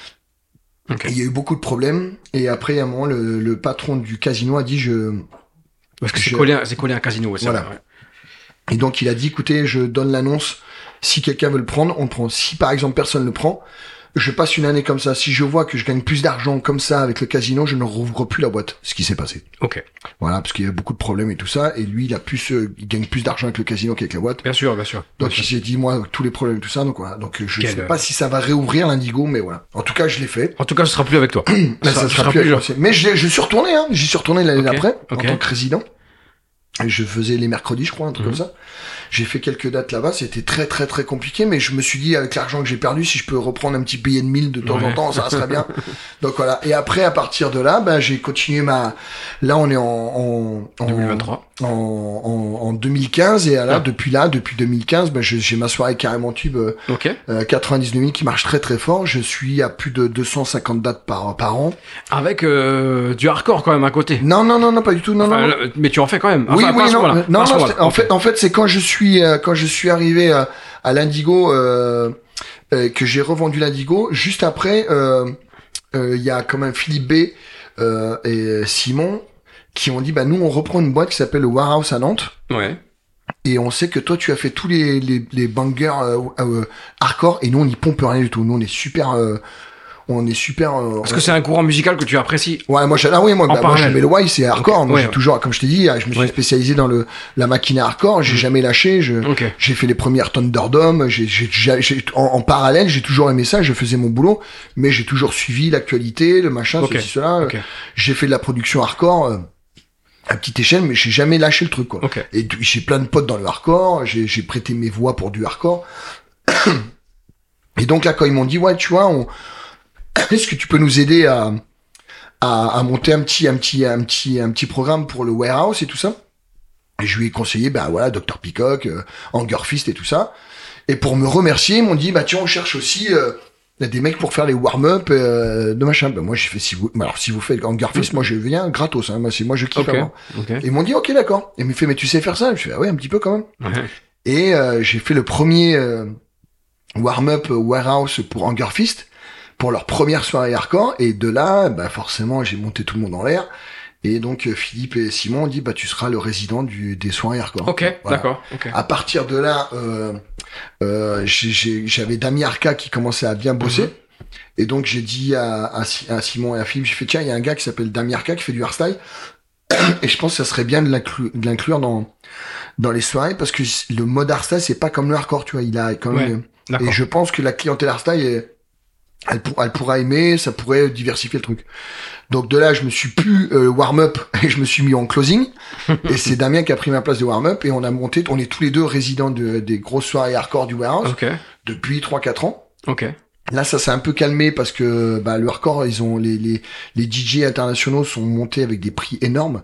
Ok. Et il y a eu beaucoup de problèmes. Et après, à un moment, le, le patron du casino a dit, je, Parce que c'est je- collé, à- c'est collé à un casino, ouais, c'est Voilà. vrai, ouais. et donc il a dit, écoutez, je donne l'annonce. Si quelqu'un veut le prendre, on le prend. Si par exemple personne le prend, je passe une année comme ça. Si je vois que je gagne plus d'argent comme ça avec le casino, je ne rouvre plus la boîte. Ce qui s'est passé. Ok. Voilà, parce qu'il y a beaucoup de problèmes et tout ça. Et lui, il a plus, euh, il gagne plus d'argent avec le casino qu'avec la boîte. Bien sûr, bien sûr. Donc Bien il sûr. s'est dit, moi, tous les problèmes et tout ça. Donc voilà. Donc je Quel, sais euh, pas si ça va réouvrir l'Indigo, mais voilà. En tout cas, je l'ai fait. En tout cas, ce sera plus avec toi. Là, ça, sera plus. genre. avec- Mais je, je suis retourné, hein. J'y suis retourné l'année Ok, d'après en ok. tant que résident. Et je faisais les mercredis, je crois, un truc Mhm. comme ça. J'ai fait quelques dates là-bas. C'était très, très, très compliqué, mais je me suis dit, avec l'argent que j'ai perdu, si je peux reprendre un petit billet de mille de temps en Ouais. temps, ça serait bien. Donc voilà. Et après, à partir de là, ben, j'ai continué ma. Là, on est en en en, deux mille vingt-trois. en, en, en deux mille quinze et là, Ah. depuis là, depuis deux mille quinze, ben, je- j'ai ma soirée carrément tube. euh, Ok. euh, quatre-vingt-dix-neuf mille qui marche très très fort. Je suis à plus de deux cent cinquante dates par par an. Avec euh, du hardcore quand même à côté. Non non non non pas du tout non Enfin, non. le- mais tu en fais quand même. Oui Enfin, pas à oui ce non moment-là. euh, Pas non à ce non moment-là. c'est- en Ok. fait en fait c'est quand je suis euh, quand je suis arrivé à, à l'Indigo euh, euh, que j'ai revendu l'Indigo juste après euh, euh, il y a quand même Philippe B euh, et Simon qui ont dit bah nous on reprend une boîte qui s'appelle le Warehouse à Nantes. Ouais. Et on sait que toi, tu as fait tous les, les, les bangers euh, euh, hardcore, et nous, on n'y pompe rien du tout. Nous, on est super... euh, on est super... euh, Parce que c'est un courant musical que tu apprécies. Ouais, moi, j'ai- ah oui, moi, bah, moi parallèle. j'aimais le Y, c'est hardcore. Ok, Moi, ouais, j'ai ouais. toujours, comme je t'ai dit, je me suis Ouais. spécialisé dans le la machine à hardcore. J'ai Mhm. jamais lâché. Je, Ok. j'ai fait les premières Thunderdome. J'ai, j'ai, j'ai, j'ai- en, en parallèle, j'ai toujours aimé ça. Je faisais mon boulot, mais j'ai toujours suivi l'actualité, le machin, Ok. ceci, cela. Ok. J'ai fait de la production hardcore euh, à petite échelle, mais j'ai jamais lâché le truc, quoi. Ok. Et d- j'ai plein de potes dans le hardcore, j'ai, j'ai prêté mes voix pour du hardcore. Et donc là, quand ils m'ont dit, ouais, tu vois, on... est-ce que tu peux nous aider à, à, à monter un petit, un petit, un petit, un petit programme pour le warehouse et tout ça? Et je lui ai conseillé, bah voilà, docteur Peacock, euh, Angerfist et tout ça. Et pour me remercier, ils m'ont dit, bah tiens, on cherche aussi euh, des mecs pour faire les warm-up euh, de machin. Bah moi, j'ai fait, si vous, alors si vous faites Angerfist, moi je viens gratos, hein, moi c'est moi je kiffe. Ok. avant. Ok. Et ils m'ont dit, ok, d'accord. Et il me fait, mais tu sais faire ça? Je fais, ah ouais, un petit peu quand même. Ouais. Et euh, j'ai fait le premier euh, warm-up euh, warehouse pour Angerfist pour leur première soirée hardcore. Et de là, bah forcément, j'ai monté tout le monde en l'air. Et donc euh, Philippe et Simon ont dit, bah tu seras le résident du des soirées hardcore. Ok. Voilà. D'accord. Ok. À partir de là, euh, euh, j'ai- j'ai- j'avais Dami Arca qui commençait à bien bosser. Mhm. Et donc j'ai dit à, à, Si- à Simon et à Philippe, j'ai fait tiens, il y a un gars qui s'appelle Dami Arca qui fait du hardstyle. Et je pense que ça serait bien de l'inclure, de l'inclure dans dans les soirées parce que le mode hardstyle c'est pas comme le hardcore, tu vois, il a quand même. Ouais, D'accord. Et je pense que la clientèle hardstyle est, elle, pour, elle pourra aimer, ça pourrait diversifier le truc. Donc de là, je me suis plus euh, warm-up et je me suis mis en closing. Et c'est Damien qui a pris ma place de warm-up et on a monté, on est tous les deux résidents de, des grosses soirées hardcore du warehouse okay. depuis trois quatre ans. Ok. Là, ça s'est un peu calmé parce que bah, le hardcore, ils ont les les les D J internationaux sont montés avec des prix énormes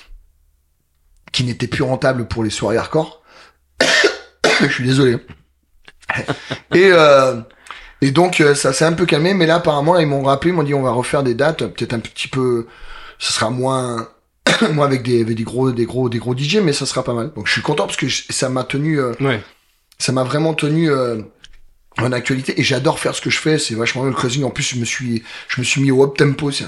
qui n'étaient plus rentables pour les soirées hardcore. Je suis désolé. Et euh, Et donc ça s'est un peu calmé, mais là apparemment là, ils m'ont rappelé, ils m'ont dit on va refaire des dates, peut-être un petit peu, ce sera moins, moins avec des, avec des gros, des gros, des gros D J, mais ça sera pas mal. Donc je suis content parce que je, ça m'a tenu, euh, ouais. ça m'a vraiment tenu euh, en actualité et j'adore faire ce que je fais. C'est vachement le closing. En plus je me suis, je me suis mis au up tempo. C'est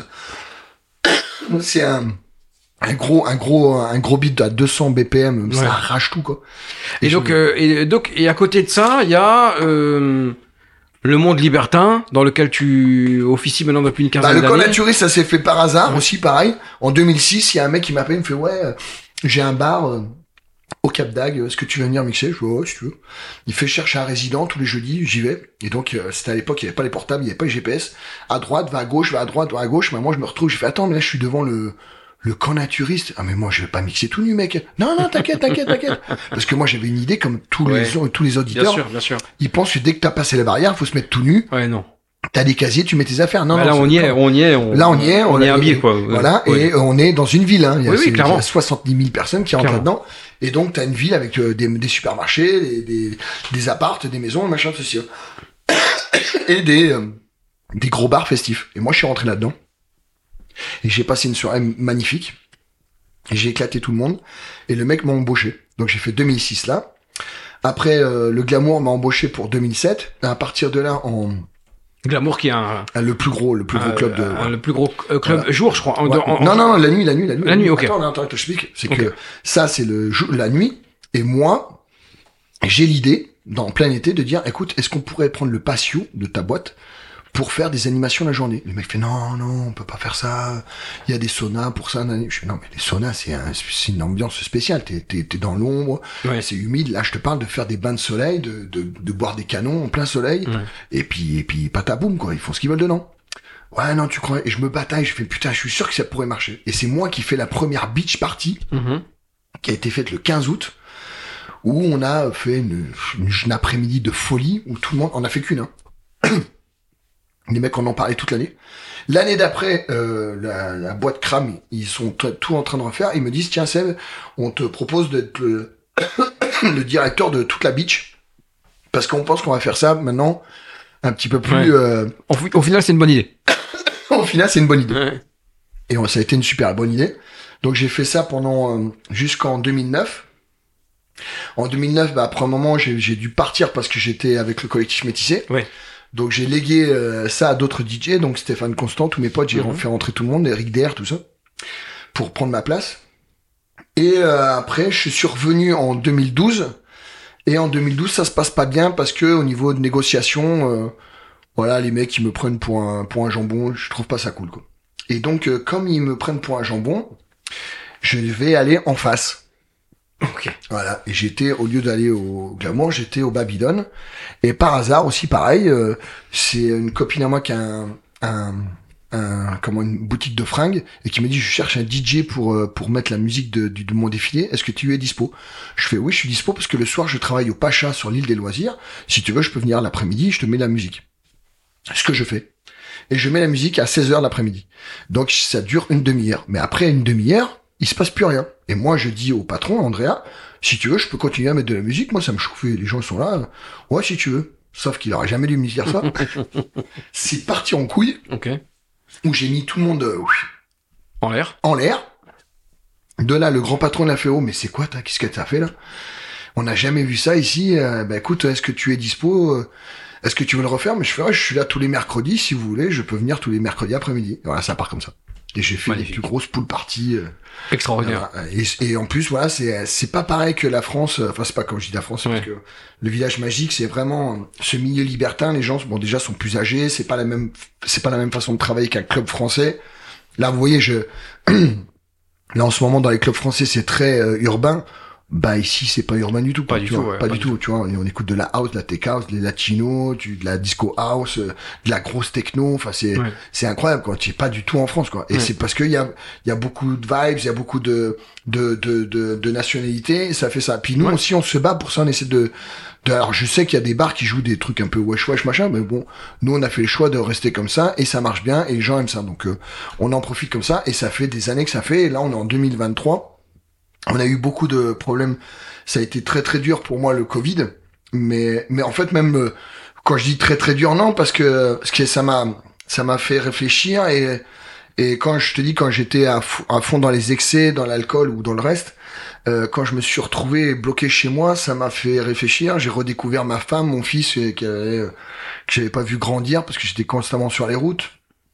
un, c'est un, un gros, un gros, un gros beat à deux cents B P M, ouais. Ça arrache tout quoi. Et, et donc, me... euh, et donc, et à côté de ça, il y a euh... le monde libertin, dans lequel tu officies maintenant depuis une quinzaine bah, le d'années. Le Connaturiste, ça s'est fait par hasard, ouais. Aussi pareil. En deux mille six, il y a un mec qui m'appelle, il me fait, ouais, euh, j'ai un bar euh, au Cap d'Agde, est-ce que tu veux venir mixer? Je fais, ouais, si tu veux. Il fait chercher un résident tous les jeudis, j'y vais. Et donc, euh, c'était à l'époque, il n'y avait pas les portables, il n'y avait pas les G P S. À droite, va à gauche, va à droite, va à gauche. Mais moi, je me retrouve, je fais, attends, mais là, je suis devant le... Le Connaturiste. Ah, mais moi, je vais pas mixer tout nu, mec. Non, non, t'inquiète, t'inquiète, t'inquiète. Parce que moi, j'avais une idée, comme tous ouais. les, tous les auditeurs. Bien sûr, bien sûr. Ils pensent que dès que t'as passé la barrière, faut se mettre tout nu. Ouais, non. T'as des casiers, tu mets tes affaires. Non, bah non. Là, on y est, on y est, on, là, on y est, on, on est habillé, quoi. Voilà. Ouais. Et on est dans une ville, hein. Il y a, oui, oui, clairement. Il y a soixante-dix mille personnes qui rentrent clairement. Là-dedans. Et donc, t'as une ville avec euh, des, des supermarchés, des, des, des appartes, des maisons, machin, ceci. Et des, euh, des gros bars festifs. Et moi, je suis rentré là-dedans. Et j'ai passé une soirée magnifique. Et j'ai éclaté tout le monde. Et le mec m'a embauché. Donc j'ai fait deux mille six là. Après, euh, le Glamour m'a embauché pour deux mille sept. Et à partir de là, en... Glamour qui est un... un le plus gros, le plus gros euh, club de... Un, le plus gros euh, club voilà. jour, je crois. En, ouais. en, en... Non, non, non, la nuit, la nuit, la nuit. La nuit, ok. Attends, attends, attends, je t'explique. C'est okay. que ça, c'est le la nuit. Et moi, j'ai l'idée, dans plein été, de dire, écoute, est-ce qu'on pourrait prendre le patio de ta boîte pour faire des animations la journée? Le mec fait non, non, on peut pas faire ça. Il y a des saunas pour ça. Je fais non, mais les saunas, c'est un, c'est une ambiance spéciale. T'es, t'es, t'es dans l'ombre, ouais. C'est humide. Là, je te parle de faire des bains de soleil, de, de, de boire des canons en plein soleil. Ouais. Et puis, et puis, pataboum, quoi. Ils font ce qu'ils veulent dedans. Ouais, non, tu crois? Et je me bataille. Je fais putain, je suis sûr que ça pourrait marcher. Et c'est moi qui fais la première beach party, mm-hmm. qui a été faite le quinze août, où on a fait une, une, une après-midi de folie, où tout le monde, on a fait qu'une, hein. Les mecs en ont parlé toute l'année. L'année d'après, euh, la, la boîte crame, ils sont t- tout en train de refaire. Ils me disent, tiens Seb, on te propose d'être le, le directeur de toute la beach. Parce qu'on pense qu'on va faire ça maintenant un petit peu plus... Ouais. Euh... Au, au final, c'est une bonne idée. Au final, c'est une bonne idée. Ouais. Et on, ça a été une super bonne idée. Donc j'ai fait ça pendant euh, jusqu'en deux mille neuf. En deux mille neuf, bah, après un moment, j'ai, j'ai dû partir parce que j'étais avec le collectif Métissé. Ouais. Donc j'ai légué euh, ça à d'autres D J, donc Stéphane Constant, tous mes potes, j'ai mm-hmm. fait rentrer tout le monde, Eric D R, tout ça, pour prendre ma place. Et euh, après, je suis revenu en deux mille douze, et en deux mille douze, ça se passe pas bien parce que au niveau de négociation, euh, voilà, les mecs ils me prennent pour un pour un jambon, je trouve pas ça cool, quoi. Et donc euh, comme ils me prennent pour un jambon, je vais aller en face. Okay. Voilà, et j'étais, au lieu d'aller au Glamour, j'étais au Babylone. Et par hasard aussi, pareil, euh, c'est une copine à moi qui a un, un, un, comment, une boutique de fringues et qui me dit, je cherche un D J pour euh, pour mettre la musique de, de, de mon défilé. Est-ce que tu es dispo? Je fais oui, je suis dispo parce que le soir je travaille au Pacha sur l'île des loisirs. Si tu veux, je peux venir l'après-midi, je te mets la musique. Ce que je fais. Et je mets la musique à seize heures l'après-midi. Donc ça dure une demi-heure. Mais après une demi-heure, il se passe plus rien. Et moi, je dis au patron, Andrea, si tu veux, je peux continuer à mettre de la musique. Moi, ça me chauffe. Les gens sont là. Ouais, si tu veux. Sauf qu'il aurait jamais dû me dire ça. C'est parti en couille. Ok. Où j'ai mis tout le monde, euh, en l'air. En l'air. De là, le grand patron l'a fait, oh, mais c'est quoi, t'as, qu'est-ce que t'as fait, là? On n'a jamais vu ça ici. Euh, bah, écoute, est-ce que tu es dispo? euh, Est-ce que tu veux le refaire? Mais je fais, ouais, je suis là tous les mercredis. Si vous voulez, je peux venir tous les mercredis après-midi. Voilà, ça part comme ça. Et j'ai fait Magnifique. Les plus grosses pool parties. Euh, Extraordinaire. Euh, et, et en plus, voilà, c'est c'est pas pareil que la France. Enfin, c'est pas comme je dis la France, ouais. Parce que le village magique, c'est vraiment ce milieu libertin. Les gens, bon, déjà, sont plus âgés. C'est pas la même, c'est pas la même façon de travailler qu'un club français. Là, vous voyez, je, là, en ce moment, dans les clubs français, c'est très euh, urbain. Bah ici c'est pas urbain du tout. Pas quoi, du tu tout, vois, ouais, pas, pas du du tout. Tu vois, on écoute de la house, de la tech house, des latinos, du, de la disco house, euh, de la grosse techno. Enfin c'est Ouais. c'est incroyable quoi. Tu es pas du tout en France quoi. Et Ouais. c'est parce qu'il y a il y a beaucoup de vibes, il y a beaucoup de de de de, de nationalités. Et ça fait ça. Puis nous Ouais. aussi on se bat pour ça. On essaie de de, alors je sais qu'il y a des bars qui jouent des trucs un peu wesh wesh machin, mais bon, nous on a fait le choix de rester comme ça et ça marche bien et les gens aiment ça, donc euh, on en profite comme ça et ça fait des années que ça fait. Et là on est en deux mille vingt-trois, on a eu beaucoup de problèmes, ça a été très très dur pour moi le Covid, mais mais en fait même euh, quand je dis très très dur non parce que parce que ça m'a ça m'a fait réfléchir et et quand je te dis quand j'étais à, f- à fond dans les excès, dans l'alcool ou dans le reste. Euh, quand je me suis retrouvé bloqué chez moi, ça m'a fait réfléchir. J'ai redécouvert ma femme, mon fils, euh, qui avait, euh, que j'avais pas vu grandir parce que j'étais constamment sur les routes.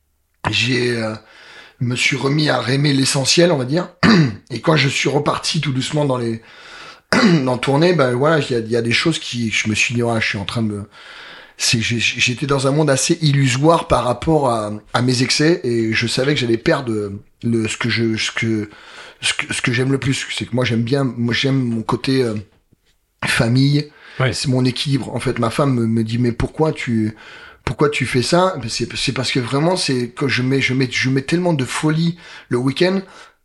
J'ai euh, me suis remis à aimer l'essentiel, on va dire. Et quand je suis reparti tout doucement dans les dans tourner, ben voilà, il y a, il y a des choses qui, je me suis dit, ouais, je suis en train de me, c'est, j'ai- j'étais dans un monde assez illusoire par rapport à, à mes excès et je savais que j'allais perdre le ce que je ce que ce que, ce que j'aime le plus, c'est que moi j'aime bien, moi j'aime mon côté euh, famille, Ouais. c'est mon équilibre. En fait, ma femme me, me dit mais pourquoi tu pourquoi tu fais ça? Ben, c'est c'est parce que vraiment c'est que je mets je mets je mets tellement de folie le week-end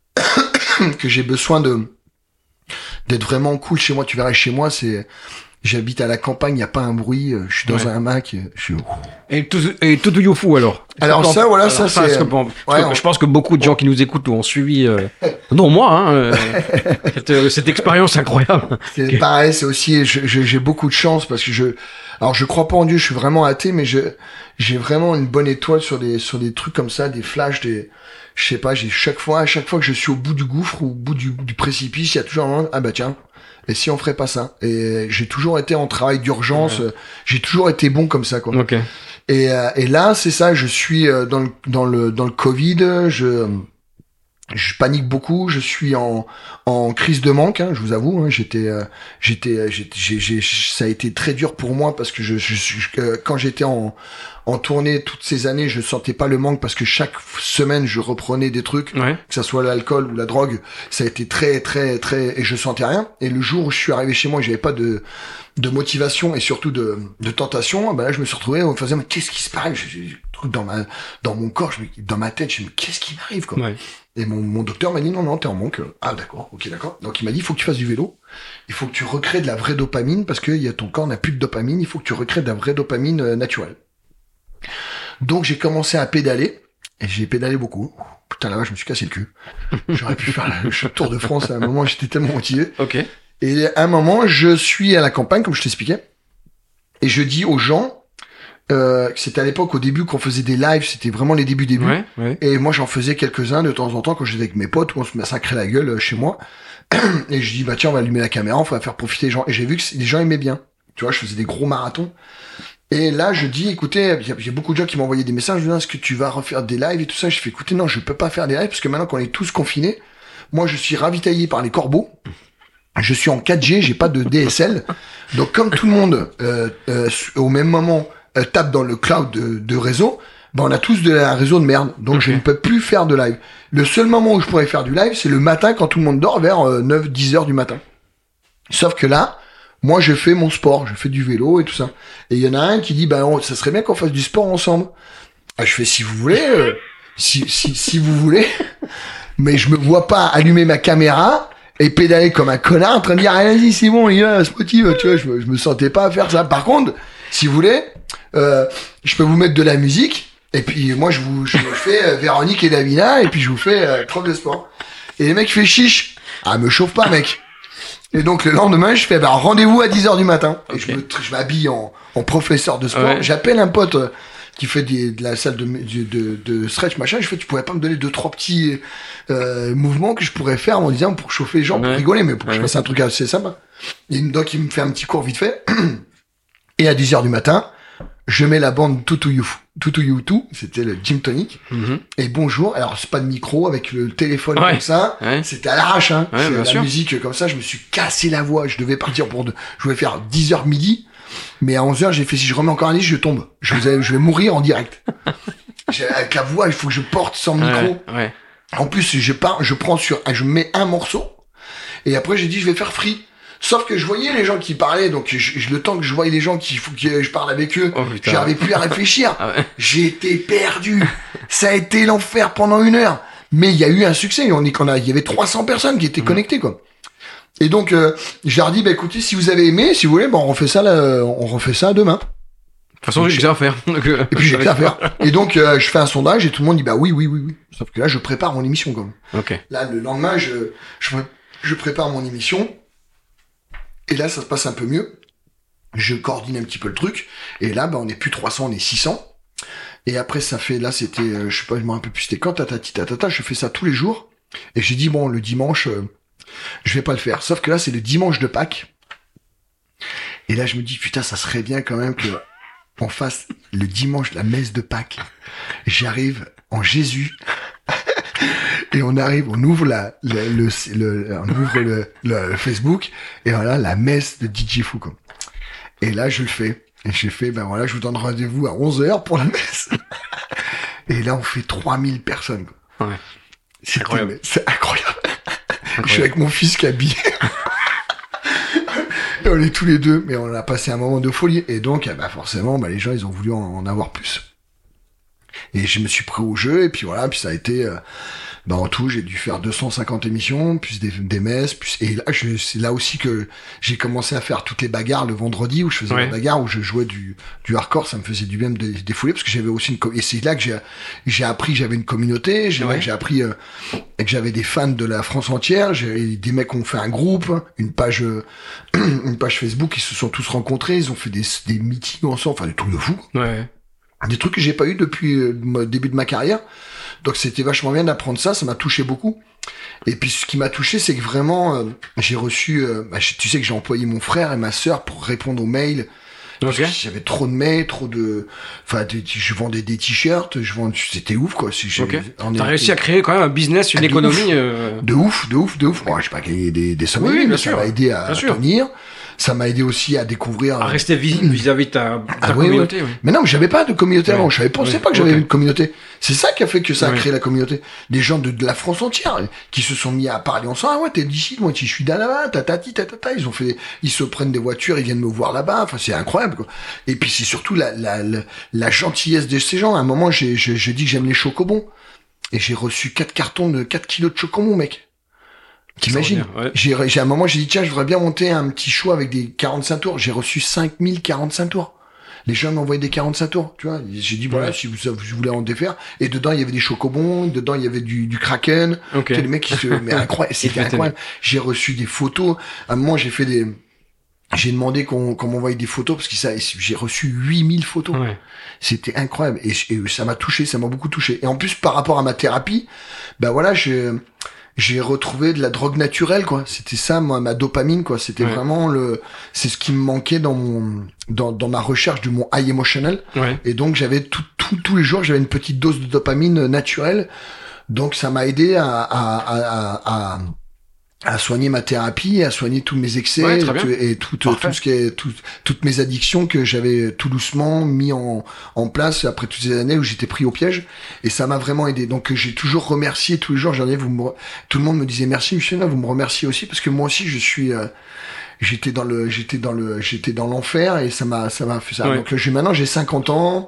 que j'ai besoin de d'être vraiment cool chez moi. Tu verras chez moi c'est j'habite à la campagne, il y a pas un bruit, euh, je suis dans Ouais. un hamac, euh, je suis Et tout, et tout you fou alors. Alors Est-ce que ça, t'en- voilà, ça, parce c'est- que bon, parce ouais, que on- je pense que beaucoup de gens qui nous écoutent ont suivi, euh, non moi, hein, euh, cette, euh, cette expérience incroyable. C'est Ok. pareil, c'est aussi, je- je- j'ai beaucoup de chance parce que je, alors je crois pas en Dieu, je suis vraiment athée, mais je, j'ai vraiment une bonne étoile sur des, sur des trucs comme ça, des flashs, des, je sais pas, j'ai chaque fois, à chaque fois que je suis au bout du gouffre ou au bout du, du précipice, il y a toujours un moment, ah bah tiens, et si on ferait pas ça? Et j'ai toujours été en travail d'urgence, Ouais. euh, j'ai toujours été bon comme ça, quoi. Ok. Et, euh, et là, c'est ça, je suis euh, dans le, dans le, dans le Covid, je, je panique beaucoup, je suis en, en crise de manque, hein, je vous avoue, hein, j'étais, euh, j'étais, j'étais- j'ai, j'ai, ça a été très dur pour moi parce que je, je, je- euh, quand j'étais en, en tournée toutes ces années, je sentais pas le manque parce que chaque semaine je reprenais des trucs, Ouais. que ça soit l'alcool ou la drogue, ça a été très, très, très, et je sentais rien. Et le jour où je suis arrivé chez moi, j'avais pas de, de motivation et surtout de, de tentation, ben là je me suis retrouvé, on me faisait, mais qu'est-ce qui se passe? J'ai j'ai des trucs dans ma, dans mon corps, je me, dans ma tête, je me dis, qu'est-ce qui m'arrive, quoi? Ouais. Et mon, mon docteur m'a dit non, non, t'es en manque. Ah d'accord, ok, d'accord. Donc il m'a dit, il faut que tu fasses du vélo, il faut que tu recrées de la vraie dopamine, parce que y a, ton corps n'a plus de dopamine, il faut que tu recrées de la vraie dopamine euh, naturelle. Donc j'ai commencé à pédaler, et j'ai pédalé beaucoup. Putain là-bas, je me suis cassé le cul. J'aurais pu faire le Tour de France à un moment, j'étais tellement motivé. Ok. Et à un moment, je suis à la campagne, comme je t'expliquais, et je dis aux gens, euh, c'était à l'époque, au début, qu'on faisait des lives, c'était vraiment les débuts débuts. Ouais. Ouais. Et moi, j'en faisais quelques-uns de temps en temps quand j'étais avec mes potes où on se massacrait la gueule euh, chez moi. Et je dis, bah tiens, on va allumer la caméra, on va faire profiter les gens. Et j'ai vu que les gens aimaient bien. Tu vois, je faisais des gros marathons. Et là, je dis, écoutez, il y, a- il y a beaucoup de gens qui m'ont envoyé des messages, je dis, est-ce que tu vas refaire des lives et tout ça? Je fais, écoutez, non, je peux pas faire des lives parce que maintenant qu'on est tous confinés, moi, je suis ravitaillé par les corbeaux. Je suis en quatre G, j'ai pas de D S L. Donc, comme tout le monde, euh, euh, au même moment, euh, tape dans le cloud de, de réseau, ben, on a tous de, un réseau de merde. Donc, Ok. je ne peux plus faire de live. Le seul moment où je pourrais faire du live, c'est le matin quand tout le monde dort vers euh, neuf dix heures du matin. Sauf que là, moi, je fais mon sport, je fais du vélo et tout ça. Et il y en a un qui dit, ben, on- ça serait bien qu'on fasse du sport ensemble. Ah, je fais, si vous voulez, euh, si, si, si vous voulez, mais je me vois pas allumer ma caméra et pédaler comme un connard en train de dire, allez-y, c'est bon, il y a, se motive, tu vois, je me, je me sentais pas à faire ça. Par contre, si vous voulez, euh, je peux vous mettre de la musique, et puis moi, je vous, je vous fais euh, Véronique et Davina, et puis je vous fais euh, prof de sport. Et les mecs fait chiche. Ah, me chauffe pas, mec. Et donc, le lendemain, je fais, bah, rendez-vous à dix heures du matin. Et Ok. je me, je m'habille en, en professeur de sport. Ouais. J'appelle un pote, euh, qui fait des, de la salle de, de, de, de stretch, machin. Je fais, tu pourrais pas me donner deux, trois petits, euh, mouvements que je pourrais faire en disant pour chauffer les gens, pour Ouais. rigoler, mais pour que je Ouais. fasse un truc assez sympa. Et donc, il me fait un petit cours vite fait. Et à dix heures du matin, je mets la bande Tutu You, Tutu You deux, c'était le Gym Tonic. Mhm. Et bonjour. Alors, c'est pas de micro avec le téléphone Ouais. comme ça. Ouais. C'était à l'arrache, hein. Ouais, C'est bien la sûr. musique comme ça. Je me suis cassé la voix. Je devais partir pour deux. Je voulais faire dix heures midi. Mais à onze heures, j'ai fait, si je remets encore un disque, je tombe. Je vais, je vais mourir en direct. J'ai- Avec la voix, il faut que je porte sans micro. Ouais. Ouais. En plus, je pars, je prends sur, je mets un morceau. Et après, j'ai dit, je vais faire free. Sauf que je voyais les gens qui parlaient, donc je, je, le temps que je voyais les gens qu'il faut que je parle avec eux, oh, j'arrivais plus à réfléchir. Ah ouais. J'étais perdu. Ça a été l'enfer pendant une heure. Mais il y a eu un succès. On est qu'on a, il y avait trois cents personnes qui étaient mmh. connectées, quoi. Et donc, euh, je leur dis, bah écoutez, si vous avez aimé, si vous voulez, bah, on refait ça, là, on refait ça demain. De toute façon, j'ai que ça à faire. Donc, euh, et puis j'ai que ça à faire. Et donc, euh, je fais un sondage et tout le monde dit, bah oui, oui, oui, oui. Sauf que là, je prépare mon émission, quoi. Ok. Là, le lendemain, je, je, je prépare mon émission. Et là, ça se passe un peu mieux. Je coordonne un petit peu le truc. Et là, bah, on est plus trois cents, on est six cents. Et après, ça fait, là, c'était, euh, je sais pas, je me rappelle plus c'était quand, tatati, tatata, je fais ça tous les jours. Et j'ai dit, bon, le dimanche, euh, je vais pas le faire. Sauf que là, c'est le dimanche de Pâques. Et là, je me dis, putain, ça serait bien quand même que on fasse le dimanche la messe de Pâques. J'arrive en Jésus. Et on arrive, on ouvre la, le, le, le on ouvre le, le, le Facebook. Et voilà, la messe de D J Fou, quoi. Et là, je le fais. Et j'ai fait, ben voilà, je vous donne rendez-vous à onze heures pour la messe. Et là, on fait trois mille personnes, quoi. Ouais. C'est incroyable. C'est incroyable. incroyable. Je suis avec mon fils qui est habillé. Et on est tous les deux, mais on a passé un moment de folie. Et donc, bah, forcément, bah, les gens, ils ont voulu en, en avoir plus. Et je me suis pris au jeu, et puis voilà, puis ça a été, euh, bah, en tout, j'ai dû faire deux cent cinquante émissions, plus des, des messes, plus, et là, je, c'est là aussi que j'ai commencé à faire toutes les bagarres le vendredi, où je faisais ouais. la bagarre, où je jouais du, du hardcore, ça me faisait du bien de me défouler, parce que j'avais aussi une, et c'est là que j'ai, j'ai appris que j'avais une communauté, j'ai, ouais. j'ai appris, euh, que j'avais des fans de la France entière, j'ai des mecs qui ont fait un groupe, une page, euh, une page Facebook, ils se sont tous rencontrés, ils ont fait des, des meetings ensemble, enfin, des trucs de fou. Ouais. Des trucs que j'ai pas eu depuis le début de ma carrière. Donc c'était vachement bien d'apprendre ça, ça m'a touché beaucoup. Et puis ce qui m'a touché, c'est que vraiment, euh, j'ai reçu, euh, bah, tu sais que j'ai employé mon frère et ma sœur pour répondre aux mails. Parce okay. que j'avais trop de mails, trop de, enfin, je vendais des t-shirts, je vendais, c'était ouf, quoi. Si okay. T'as réussi à créer quand même un business, une de économie. Ouf. Euh... De ouf, de ouf, de ouf. Bon, j'ai pas gagné des, des sommes, oui, mais sûr. ça m'a aidé à, à tenir. Ça m'a aidé aussi à découvrir... À rester visible vis-à-vis de ta, ta ah, communauté. Oui, oui. Oui. Mais non, mais j'avais pas de communauté ouais. avant. Je savais pensais oui. pas que j'avais okay. une communauté. C'est ça qui a fait que ça a oui. créé la communauté. Des gens de, de la France entière qui se sont mis à parler ensemble. Ah ouais, t'es d'ici, moi je suis d'à là-bas, tatati, tatata. Ils ont fait, ils se prennent des voitures, ils viennent me voir là-bas. Enfin, c'est incroyable, quoi. Et puis c'est surtout la, la, la, la gentillesse de ces gens. À un moment, j'ai, j'ai, j'ai dit que j'aime les chocobons. Et j'ai reçu quatre cartons de quatre kilos de chocobons, mec. T'imagines? Ouais. J'ai, j'ai, à un moment, j'ai dit, tiens, je voudrais bien monter un petit show avec des quarante-cinq tours. J'ai reçu cinq mille quarante-cinq tours. Les gens m'envoyaient des quarante-cinq tours, tu vois. J'ai dit, voilà, ouais. si vous, vous voulez en défaire. Et dedans, il y avait des chocobons, dedans, il y avait du, du Kraken. Okay. Tu sais, les mecs qui se, mais incroyable, c'était incroyable. J'ai reçu des photos. À un moment, j'ai fait des, j'ai demandé qu'on, qu'on m'envoie des photos parce que ça, j'ai reçu huit mille photos. Ouais. C'était incroyable. Et, et ça m'a touché, ça m'a beaucoup touché. Et en plus, par rapport à ma thérapie, ben voilà, je, j'ai retrouvé de la drogue naturelle, quoi. C'était ça, moi, ma dopamine, quoi. C'était ouais. vraiment le, c'est ce qui me manquait dans mon, dans, dans ma recherche de mon high emotional. Ouais. Et donc, j'avais tout, tout, tous les jours, j'avais une petite dose de dopamine naturelle. Donc, ça m'a aidé à, à, à, à, à soigner ma thérapie, à soigner tous mes excès ouais, et tout, tout, tout ce qui est, tout, toutes mes addictions que j'avais tout doucement mis en, en place après toutes ces années où j'étais pris au piège. Et ça m'a vraiment aidé. Donc, j'ai toujours remercié tous les jours. J'en ai, vous me, tout le monde me disait merci, Michel, vous me remerciez aussi parce que moi aussi, je suis, euh, j'étais dans le, j'étais dans le, j'étais dans l'enfer et ça m'a, ça m'a fait ça. Ouais. Donc, j'ai, maintenant, j'ai cinquante ans,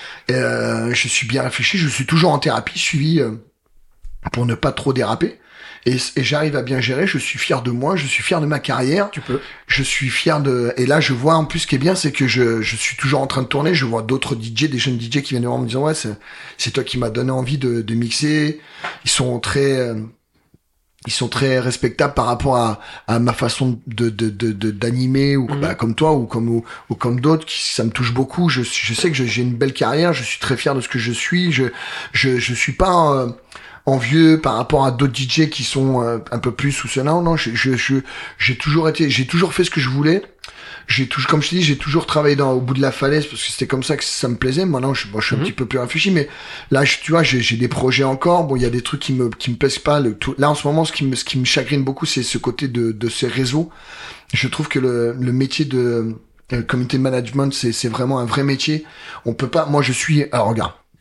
euh, je suis bien réfléchi, je suis toujours en thérapie, suivi, euh, pour ne pas trop déraper. Et, et j'arrive à bien gérer, je suis fier de moi, je suis fier de ma carrière. Tu peux. Je suis fier de... Et là, je vois, en plus, ce qui est bien, c'est que je, je suis toujours en train de tourner, je vois d'autres D J, des jeunes D J qui viennent me voir en me disant, ouais, c'est, c'est toi qui m'as donné envie de, de mixer. Ils sont très... Euh, ils sont très respectables par rapport à, à ma façon de, de, de, de d'animer, ou mmh. bah, comme toi, ou comme, ou, ou comme d'autres, qui, ça me touche beaucoup. Je, je sais que je, j'ai une belle carrière, je suis très fier de ce que je suis, je, je, je suis pas... Euh, envieux par rapport à d'autres D J qui sont euh, un peu plus sous ce non non je je je j'ai toujours été j'ai toujours fait ce que je voulais. J'ai toujours, comme je te dis, j'ai toujours travaillé dans au bout de la falaise parce que c'était comme ça que ça me plaisait. Maintenant je, bon, je suis mm-hmm. un petit peu plus réfléchi, mais là je, tu vois j'ai j'ai des projets encore. Bon, il y a des trucs qui me qui me plaisent pas. Le, tout, là en ce moment ce qui me ce qui me chagrine beaucoup c'est ce côté de de ces réseaux. Je trouve que le le métier de euh, community management c'est c'est vraiment un vrai métier. On peut pas, moi je suis alors regarde,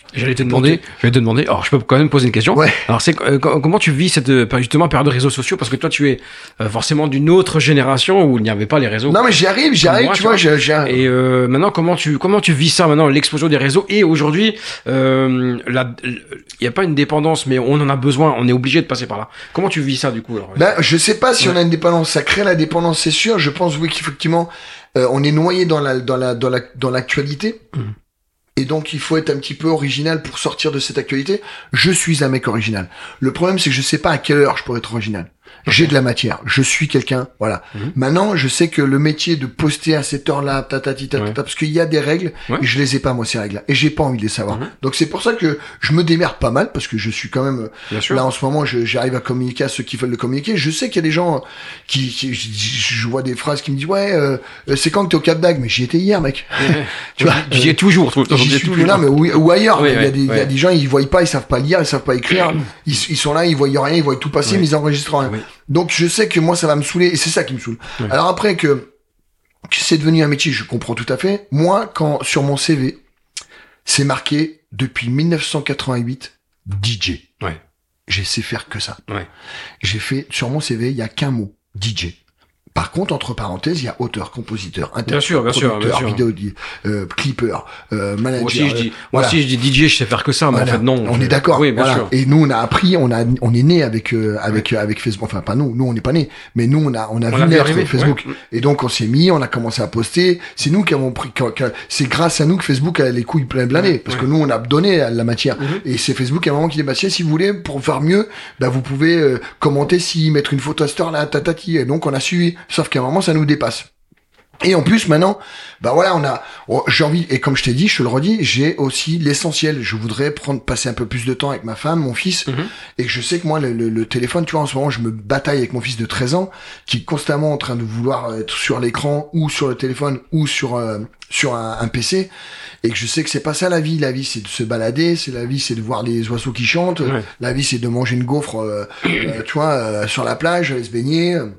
J'allais te demander, j'allais te demander. Alors, je peux quand même poser une question. Ouais. Alors, c'est euh, comment tu vis cette euh, justement période de réseaux sociaux, parce que toi, tu es euh, forcément d'une autre génération où il n'y avait pas les réseaux. Non, mais j'y arrive, j'y Comme arrive, moi, tu tu vois. vois. J'ai, j'ai... Et euh, maintenant, comment tu comment tu vis ça maintenant, l'explosion des réseaux, et aujourd'hui, euh, la- il n'y a pas une dépendance, mais on en a besoin, on est obligé de passer par là. Comment tu vis ça du coup alors Ben, je sais pas si Ouais. on a une dépendance. Ça crée la dépendance, c'est sûr. Je pense, oui, qu'effectivement, euh, on est noyé dans la, dans la, dans la, dans l'actualité. Mhm. Et donc, il faut être un petit peu original pour sortir de cette actualité. Je suis un mec original. Le problème, c'est que je sais pas à quelle heure je pourrais être original. J'ai de la matière. Je suis quelqu'un. Voilà. Mhm. Maintenant, je sais que le métier de poster à cette heure-là, tatati, tatata, Ouais. parce qu'il y a des règles, Ouais. et je les ai pas, moi, ces règles-là. Et j'ai pas envie de les savoir. Mhm. Donc, c'est pour ça que je me démerde pas mal, parce que je suis quand même, Bien sûr. là, en ce moment, je- j'arrive à communiquer à ceux qui veulent le communiquer. Je sais qu'il y a des gens qui, qui je, je vois des phrases qui me disent, ouais, euh, c'est quand que t'es au Cap d'Agde? Mais j'y étais hier, mec. tu vois, tu y es toujours. tout- J'y tu y es suis toujours. plus là, mais ou, ou ailleurs. Oui, il y a ouais, des, il y a ouais. des gens, ils voient pas, ils savent pas lire, ils savent pas écrire. Ils, ils sont là, ils voient rien, ils voient tout passer, Ouais. mais ils enregistrent rien. Oui. Donc, je sais que moi, ça va me saouler, et c'est ça qui me saoule. Ouais. Alors après que, que c'est devenu un métier, je comprends tout à fait. Moi, quand, sur mon C V, c'est marqué depuis mille neuf cent quatre-vingt-huit, D J. Ouais. J'ai sais faire que ça. Ouais. J'ai fait, sur mon C V, il y a qu'un mot, D J. Par contre, entre parenthèses, il y a auteur, compositeur, Bien sûr, bien sûr, bien producteur, sûr. vidéo, euh, clipper, euh, manager. Moi aussi, je dis, euh, moi voilà. aussi, je dis D J, je sais faire que ça, mais Voilà. en fait, non. On je- est d'accord. Oui, bien voilà. sûr. Et nous, on a appris, on a, on est né avec, euh, avec, euh, avec Facebook. Enfin, pas nous. Nous, on n'est pas nés. Mais nous, on a, on a On vu l'a vu naître arriver, Facebook. ouais. Et donc, on s'est mis, on a commencé à poster. C'est nous qui avons pris, que- que- c'est grâce à nous que Facebook a les couilles plein blindées. Parce Ouais. que nous, on a donné la matière. Mhm. Et c'est Facebook à un moment qui dit, bah, tiens, si vous voulez, pour faire mieux, bah, vous pouvez, euh, commenter si, mettre une photo à cette heure-là, tatati. Et donc, on a suivi. Sauf qu'à un moment, ça nous dépasse. Et en plus, maintenant, bah voilà, on a, oh, j'ai envie, et comme je t'ai dit, je te le redis, j'ai aussi l'essentiel. Je voudrais prendre, passer un peu plus de temps avec ma femme, mon fils, Mhm. et que je sais que moi, le, le, le téléphone, tu vois, en ce moment, je me bataille avec mon fils de treize ans, qui est constamment en train de vouloir être sur l'écran, ou sur le téléphone, ou sur, euh, sur un, un P C, et que je sais que c'est pas ça la vie. La vie, c'est de se balader, c'est la vie, c'est de voir les oiseaux qui chantent, Ouais. la vie, c'est de manger une gaufre, euh, euh, tu vois, euh, sur la plage, aller se baigner, euh,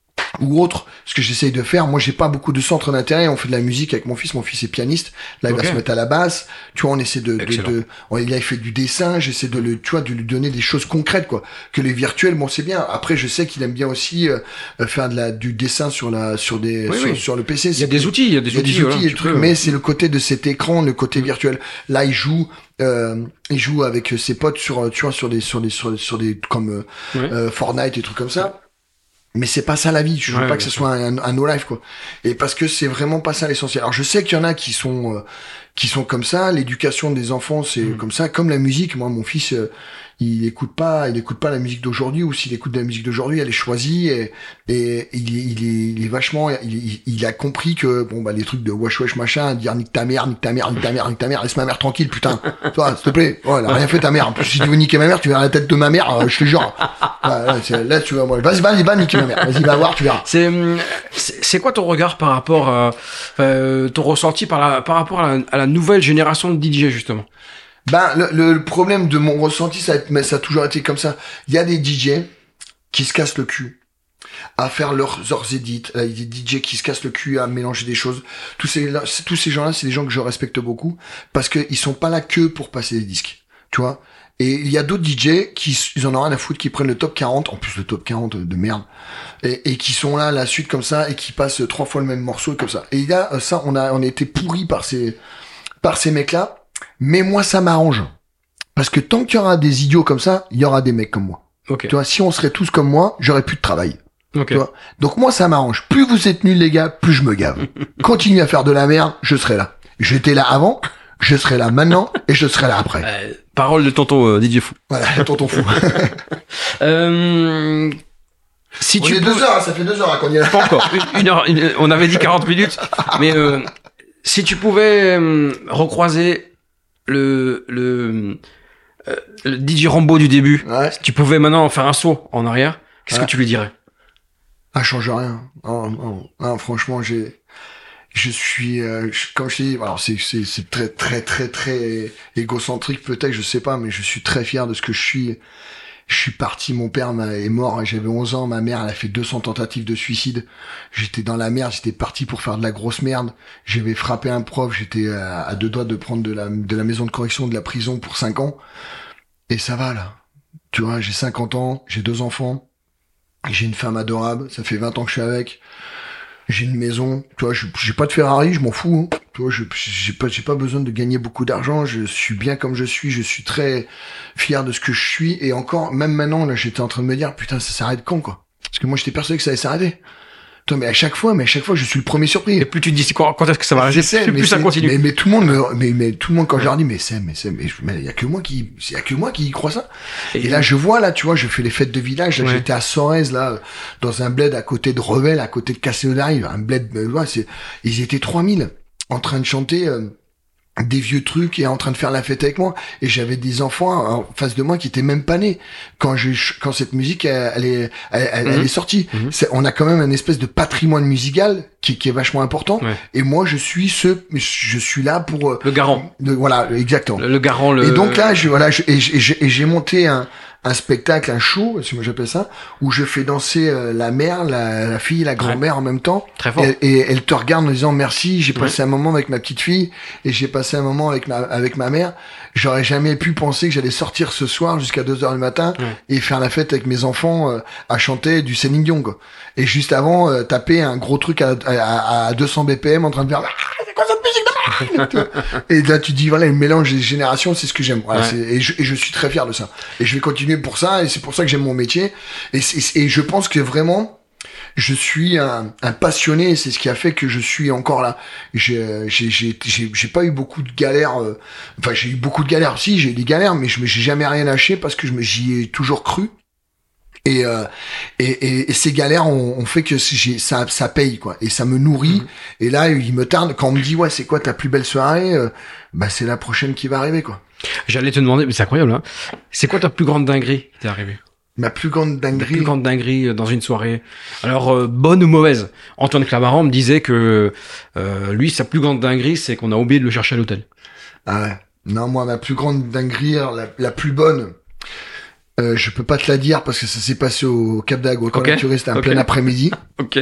ou autre, ce que j'essaye de faire. Moi, j'ai pas beaucoup de centres d'intérêt. On fait de la musique avec mon fils. Mon fils est pianiste. Là, il Ok. va se mettre à la basse. Tu vois, on essaie de, de, Excellent. de on, il a fait du dessin. J'essaie de le, tu vois, de lui donner des choses concrètes, quoi. Que les virtuels, bon, c'est bien. Après, je sais qu'il aime bien aussi euh, faire de la, du dessin sur la, sur des, Oui, sur, oui. sur le P C. Il y a des outils, il y a des Il y a outils. des outils voilà, et tu trucs, peux- mais c'est le côté de cet écran, le côté virtuel. Là, il joue, euh, il joue avec ses potes sur, tu vois, sur des, sur des, sur des, sur des comme euh, Ouais. euh, Fortnite et trucs comme ça. Mais c'est pas ça la vie. Je veux Ouais, pas que bien ce sûr. soit un, un no life, quoi. Et parce que c'est vraiment pas ça l'essentiel. Alors je sais qu'il y en a qui sont, euh, qui sont comme ça. L'éducation des enfants, c'est Mm. comme ça. Comme la musique. Moi, mon fils, euh, il écoute pas, il écoute pas la musique d'aujourd'hui, ou s'il écoute de la musique d'aujourd'hui, elle est choisie, et, et il, est, il est, il est vachement, il, il- il a compris que, bon, bah, les trucs de wesh wesh machin, dire nique ta mère, nique ta mère, nique ta mère, nique ta mère, laisse ma mère tranquille, putain. Toi, s'il te plaît. Oh, elle a rien fait ta mère. En plus, si tu veux niquer ma mère, tu verras la tête de ma mère, euh, je te jure. Ouais, là, c'est- là, tu vas, moi, vas-y, vas-y, va niquer ma mère. Vas-y, va voir, tu verras. C'est, hum, c'est c'est quoi ton regard par rapport à, euh, ton ressenti par la, par rapport à la, à la nouvelle génération de D J, justement? Ben, le, le, le problème de mon ressenti, ça a, été- mais ça a toujours été comme ça. Il y a des D J qui se cassent le cul à faire leurs, leurs edits. Là, il y a des D J qui se cassent le cul à mélanger des choses. Tous ces, là, c'est- tous ces gens-là, c'est des gens que je respecte beaucoup parce que ils sont pas là que pour passer des disques. Tu vois? Et il y a d'autres D J qui, s- ils en ont rien à foutre, qui prennent le top quarante, en plus le top quarante de merde, et, et qui sont là à la suite comme ça, et qui passent trois fois le même morceau comme ça. Et il y a, euh, ça, on a, on a été pourris par ces, par ces mecs-là. Mais moi, ça m'arrange. Parce que tant qu'il y aura des idiots comme ça, il y aura des mecs comme moi. Ok. Tu vois, si on serait tous comme moi, j'aurais plus de travail. Ok. Tu vois. Donc moi, ça m'arrange. Plus vous êtes nuls, les gars, plus je me gave. Continuez à faire de la merde, je serai là. J'étais là avant, je serai là maintenant, et je serai là après. Euh, parole de tonton euh, Didier Fou. Voilà, tonton fou. Euh, si On tu est peux- deux heures, hein, ça fait deux heures hein, qu'on y est là. Pas encore. Une, une heure. une- on avait dit quarante minutes. Mais euh, si tu pouvais euh, recroiser le le, euh, le D J Rambo du début, Ouais. si tu pouvais maintenant faire un saut en arrière, qu'est-ce Ouais. que tu lui dirais? Ah, change rien. Non, non, non, franchement, j'ai, je suis, euh, je- comme je t'ai dit, alors c'est, c'est, c'est très, très, très, très égocentrique peut-être, je sais pas, mais je suis très fier de ce que je suis Je suis parti, mon père m'a- est mort, j'avais onze ans, ma mère elle a fait deux cents tentatives de suicide. J'étais dans la merde, j'étais parti pour faire de la grosse merde. J'avais frappé un prof, j'étais à, à deux doigts de prendre de la, de la maison de correction, de la prison pour cinq ans. Et ça va là. Tu vois, j'ai cinquante ans, j'ai deux enfants, j'ai une femme adorable, ça fait vingt ans que je suis avec. J'ai une maison, tu vois, je- j'ai pas de Ferrari, je m'en fous. Hein. Tu vois, je j'ai pas j'ai pas besoin de gagner beaucoup d'argent, je suis bien comme je suis, je suis très fier de ce que je suis et encore même maintenant là, j'étais en train de me dire putain, ça s'arrête quand quoi. Parce que moi j'étais persuadé que ça allait s'arrêter. Toi, mais à chaque fois, mais à chaque fois je suis le premier surpris. Et plus tu te dis quand, quand est-ce que ça va arrêter, Je sais, plus, mais plus ça c'est- continue. Mais, mais tout le monde me, mais, mais tout le monde quand je leur dis mais c'est mais c'est mais je- mais il y a que moi qui il y a que moi qui y crois ça. Et, là je vois là, tu vois, je fais les fêtes de village, là, Ouais. j'étais à Sorèze là dans un bled à côté de Revel, à côté de Castelnaudary, un bled euh, ouais, c'est ils étaient trois mille en train de chanter euh, des vieux trucs et en train de faire la fête avec moi et j'avais des enfants en face de moi qui étaient même pas nés quand je quand cette musique elle, elle est elle, elle, elle Mhm. est sortie. Mhm. C'est- on a quand même un espèce de patrimoine musical qui, qui est vachement important Ouais. et moi je suis ce je suis là pour euh, Le garant. de- voilà exactement. Le, le garant, le... Et donc là je voilà je, et j'ai- et j'ai et j'ai monté un un spectacle, un show, si moi j'appelle ça, où je fais danser euh, la mère, la, la fille, la grand-mère en même temps. Très fort. Et, et elle te regarde en disant merci, j'ai Ouais. passé un moment avec ma petite fille et j'ai passé un moment avec ma avec ma mère. J'aurais jamais pu penser que j'allais sortir ce soir jusqu'à deux heures du matin Ouais. et faire la fête avec mes enfants euh, à chanter du Céline Dion quoi. Et juste avant euh, taper un gros truc à, à, à deux cents B P M en train de faire ah, c'est quoi cette musique de et là tu dis voilà le mélange des générations c'est ce que j'aime voilà, Ouais. c'est- et, je, et je suis très fier de ça et je vais continuer pour ça et c'est pour ça que j'aime mon métier et, c'est- et je pense que vraiment je suis un, un passionné et c'est ce qui a fait que je suis encore là. J'ai j'ai j'ai j'ai j'ai pas eu beaucoup de galères. euh, Enfin j'ai eu beaucoup de galères. Si j'ai eu des galères, mais je me j'ai jamais rien lâché parce que je me j'y ai toujours cru. Et, euh, et, et, et ces galères ont, ont fait que si j'ai ça ça paye quoi et ça me nourrit. Mhm. Et là il me tarde quand on me dit ouais c'est quoi ta plus belle soirée euh, bah c'est la prochaine qui va arriver quoi. J'allais te demander, mais c'est incroyable, hein. C'est quoi ta plus grande dinguerie qui t'est arrivée? Ma plus grande La dinguerie. plus grande dinguerie euh, dans une soirée. Alors, euh, bonne ou mauvaise? Antoine Clamaran me disait que, euh, lui, sa plus grande dinguerie, c'est qu'on a oublié de le chercher à l'hôtel. Ah ouais. Non, moi, ma plus grande dinguerie, alors, la, la plus bonne, euh, je peux pas te la dire parce que ça s'est passé au Cap d'Agde, au camp Ok. naturiste, un Ok. plein après-midi, Ok.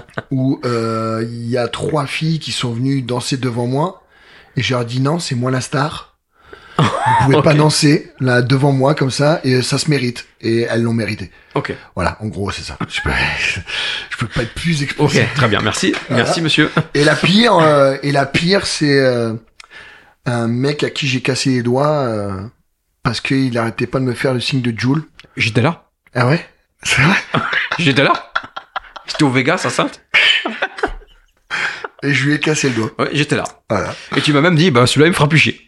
où euh, il y a trois filles qui sont venues danser devant moi, et je leur dis non, c'est moi la star. Vous pouvez Ok. pas danser là devant moi comme ça, et ça se mérite. Et elles l'ont mérité. Ok. Voilà, en gros, c'est ça. Je peux, je peux pas être plus Ok. explicite. Très bien. Merci. Voilà. Merci, monsieur. Et la pire, euh, et la pire, c'est euh, un mec à qui j'ai cassé les doigts euh, parce qu'il arrêtait pas de me faire le signe de Joule. J'étais là. Ah ouais, c'est vrai. J'étais là. J'étais au Vegas à Sainte. Et je lui ai cassé le doigt. Ouais, j'étais là. Voilà. Et tu m'as même dit, bah, celui-là, il me fera plus chier.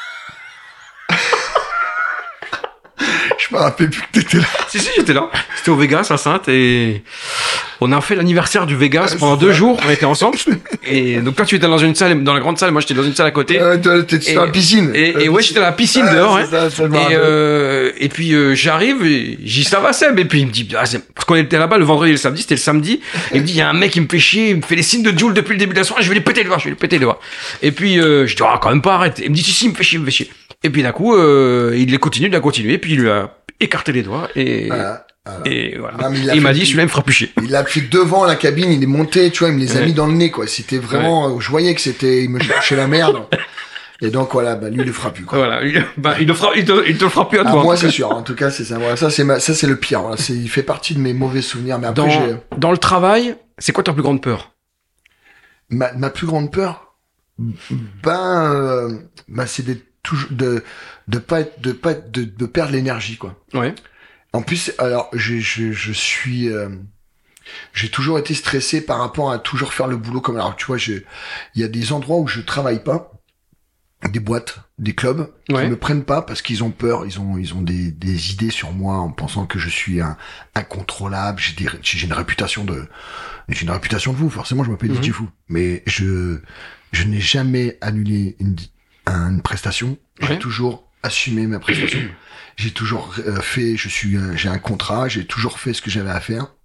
Je me rappelle plus que t'étais là. Si, si, j'étais là. C'était au Vegas à Sainte et on a fait l'anniversaire du Vegas Ah, pendant c'est deux ça. jours. On était ensemble. Et donc toi, tu étais dans une salle, dans la grande salle. Moi, j'étais dans une salle à côté. Euh, toi, t'étais Et- dans la piscine. Et, et ouais, j'étais dans la piscine Ah, dehors. c'est Hein. ça, ça, je me Et, rappelle. euh, et puis euh, j'arrive, et j'ai dit ça va Seb. Et puis il me dit, ah, c'est- parce qu'on était là-bas le vendredi et le samedi, c'était le samedi. Et il me dit, il y a un mec qui me fait chier, il me fait les signes de Joule depuis le début de la soirée. Je vais lui péter le doigt, je vais lui péter le doigt. Et puis euh, je dis, ah quand même pas, arrête. Il me dit, si si, il me fait chier, il me fait chier. Et puis d'un coup, euh, il les continue, il a continué. Et puis il lui a écarté les doigts et Voilà, voilà. et voilà. Non, mais il Et a il m'a fait- dit, celui-là, il me fera plus chier. Il l'a fait devant la cabine, il est monté, tu vois, il me les a Ouais. mis dans le nez, quoi. C'était vraiment, je voyais que c'était, il me cherchait la merde. Et donc voilà, bah lui, il le fera plus, quoi. Voilà, il, bah, il, le fera, il, te, il te le fera plus à Ah, toi. en moi, tout cas. c'est sûr. En tout cas, c'est ça. Voilà, ça, c'est ma, ça, c'est le pire. Voilà, c'est, il fait partie de mes mauvais souvenirs. Mais après, j'ai, Dans, dans le travail, c'est quoi ta plus grande peur? ma, ma plus grande peur, ben, euh, ben, c'est d'être toujours, de, de pas être, de pas être, de, de perdre l'énergie, quoi. Ouais. En plus, alors, je, je, je suis, euh, j'ai toujours été stressé par rapport à toujours faire le boulot comme, alors, tu vois, je, il y a des endroits où je travaille pas, des boîtes, des clubs, Ouais. qui me prennent pas parce qu'ils ont peur, ils ont, ils ont des, des idées sur moi en pensant que je suis un, incontrôlable, j'ai des, j'ai une réputation de, j'ai une réputation de fou, forcément, je m'appelle Mhm. D J Fou. Mais je, je n'ai jamais annulé une, une prestation, j'ai Ouais. toujours assumé ma prestation. J'ai toujours euh, fait, je suis, un- j'ai un contrat, j'ai toujours fait ce que j'avais à faire.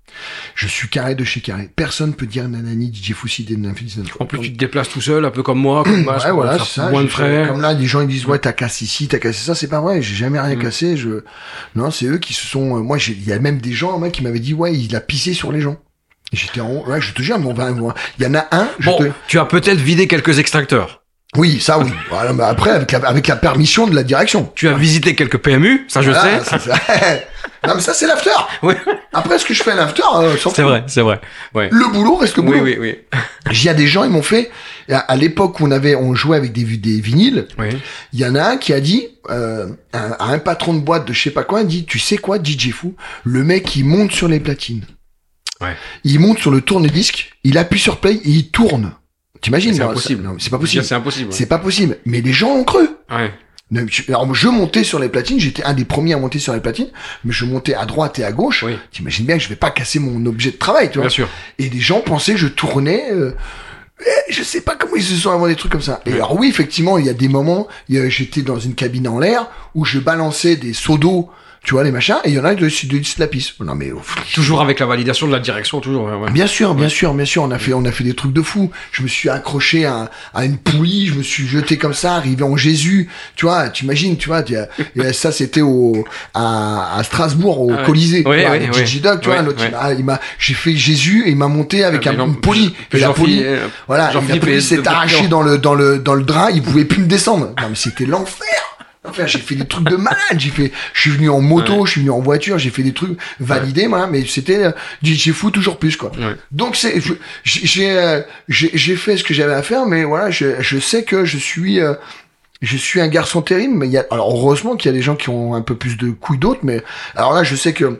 Je suis carré de chez carré. Personne peut dire nanani, D J Fou, si des nanani. En plus, tu te déplaces tout seul, un peu comme moi, comme moi, ouais, voilà, c'est ça. Moins de frais. Comme là, des gens, ils disent, ouais, t'as cassé ici, t'as cassé ça. C'est pas vrai. J'ai jamais rien Mm. cassé. Je, non, c'est eux qui se sont, moi, j'ai, il y a même des gens, moi, qui m'avaient dit, ouais, il a pissé sur les gens. Et j'étais en, ouais, je te jure, mon vin, moi. Il y en a un, je Bon, te... tu as peut-être vidé quelques extincteurs. Oui, ça, oui. Voilà, mais après, avec la, avec la permission de la direction. Tu as visité quelques P M U, ça je Voilà, sais. ça, ça... non, mais ça, c'est l'after. Oui. Après, ce que je fais à l'after, euh, s'en C'est fout. vrai, c'est vrai. Ouais. Le boulot reste le Oui, boulot. oui, oui. Il y a des gens, ils m'ont fait, à, à l'époque où on avait, on jouait avec des, des vinyles, Oui. il y en a un qui a dit, euh, à, à un patron de boîte de je sais pas quoi, il dit, tu sais quoi, D J Fou, le mec, il monte sur les platines. Ouais. Il monte sur le tourne-disque, il appuie sur play et il tourne. T'imagines? C'est non, impossible. ça- non, c'est pas possible. C'est impossible. C'est pas possible. Mais les gens ont cru. Ouais. Alors, je montais sur les platines, j'étais un des premiers à monter sur les platines, mais je montais à droite et à gauche. Oui. T'imagines bien que je vais pas casser mon objet de travail, tu vois. Bien sûr. Et des gens pensaient que je tournais, euh, eh, je sais pas comment ils se sont inventés des trucs comme ça. Et Ouais. alors oui, effectivement, il y a des moments, il y a- j'étais dans une cabine en l'air où je balançais des seaux d'eau, tu vois, les machins, et il y en a qui de, de, de la pisse. Non mais, oh, Toujours avec la validation de la direction, toujours. Ouais, ouais. bien sûr, bien sûr, bien sûr, on a fait, on a fait des trucs de fou. Je me suis accroché à, à une poulie, je me suis jeté comme ça, arrivé en Jésus. Tu vois, tu imagines, tu vois, tu- et ça c'était au, à, à Strasbourg, au Ah ouais. Colisée. Ouais, Tu vois, ouais, avec ouais. Gigi Dog, tu Ouais, vois, l'autre, ouais. il m'a- il m'a, j'ai fait Jésus et il m'a monté avec Ah, un, mais non, une poulie. je- Et la Jean-Philippe, poulie, euh, voilà, Jean-Philippe la poulie est s'est de- arrachée dans le, dans le, dans le drap, il pouvait plus me descendre. Non mais c'était l'enfer. Enfin, j'ai fait des trucs de malade, j'ai fait, je suis venu en moto, Ouais. je suis venu en voiture, j'ai fait des trucs validés, moi, mais c'était euh, D J Fou toujours plus, quoi. Ouais. Donc c'est, je- j'ai, j'ai, euh, j'ai, j'ai fait ce que j'avais à faire, mais voilà, je, je sais que je suis, euh, je suis un garçon terrible, mais il y a, alors heureusement qu'il y a des gens qui ont un peu plus de couilles d'autres, mais alors là, je sais que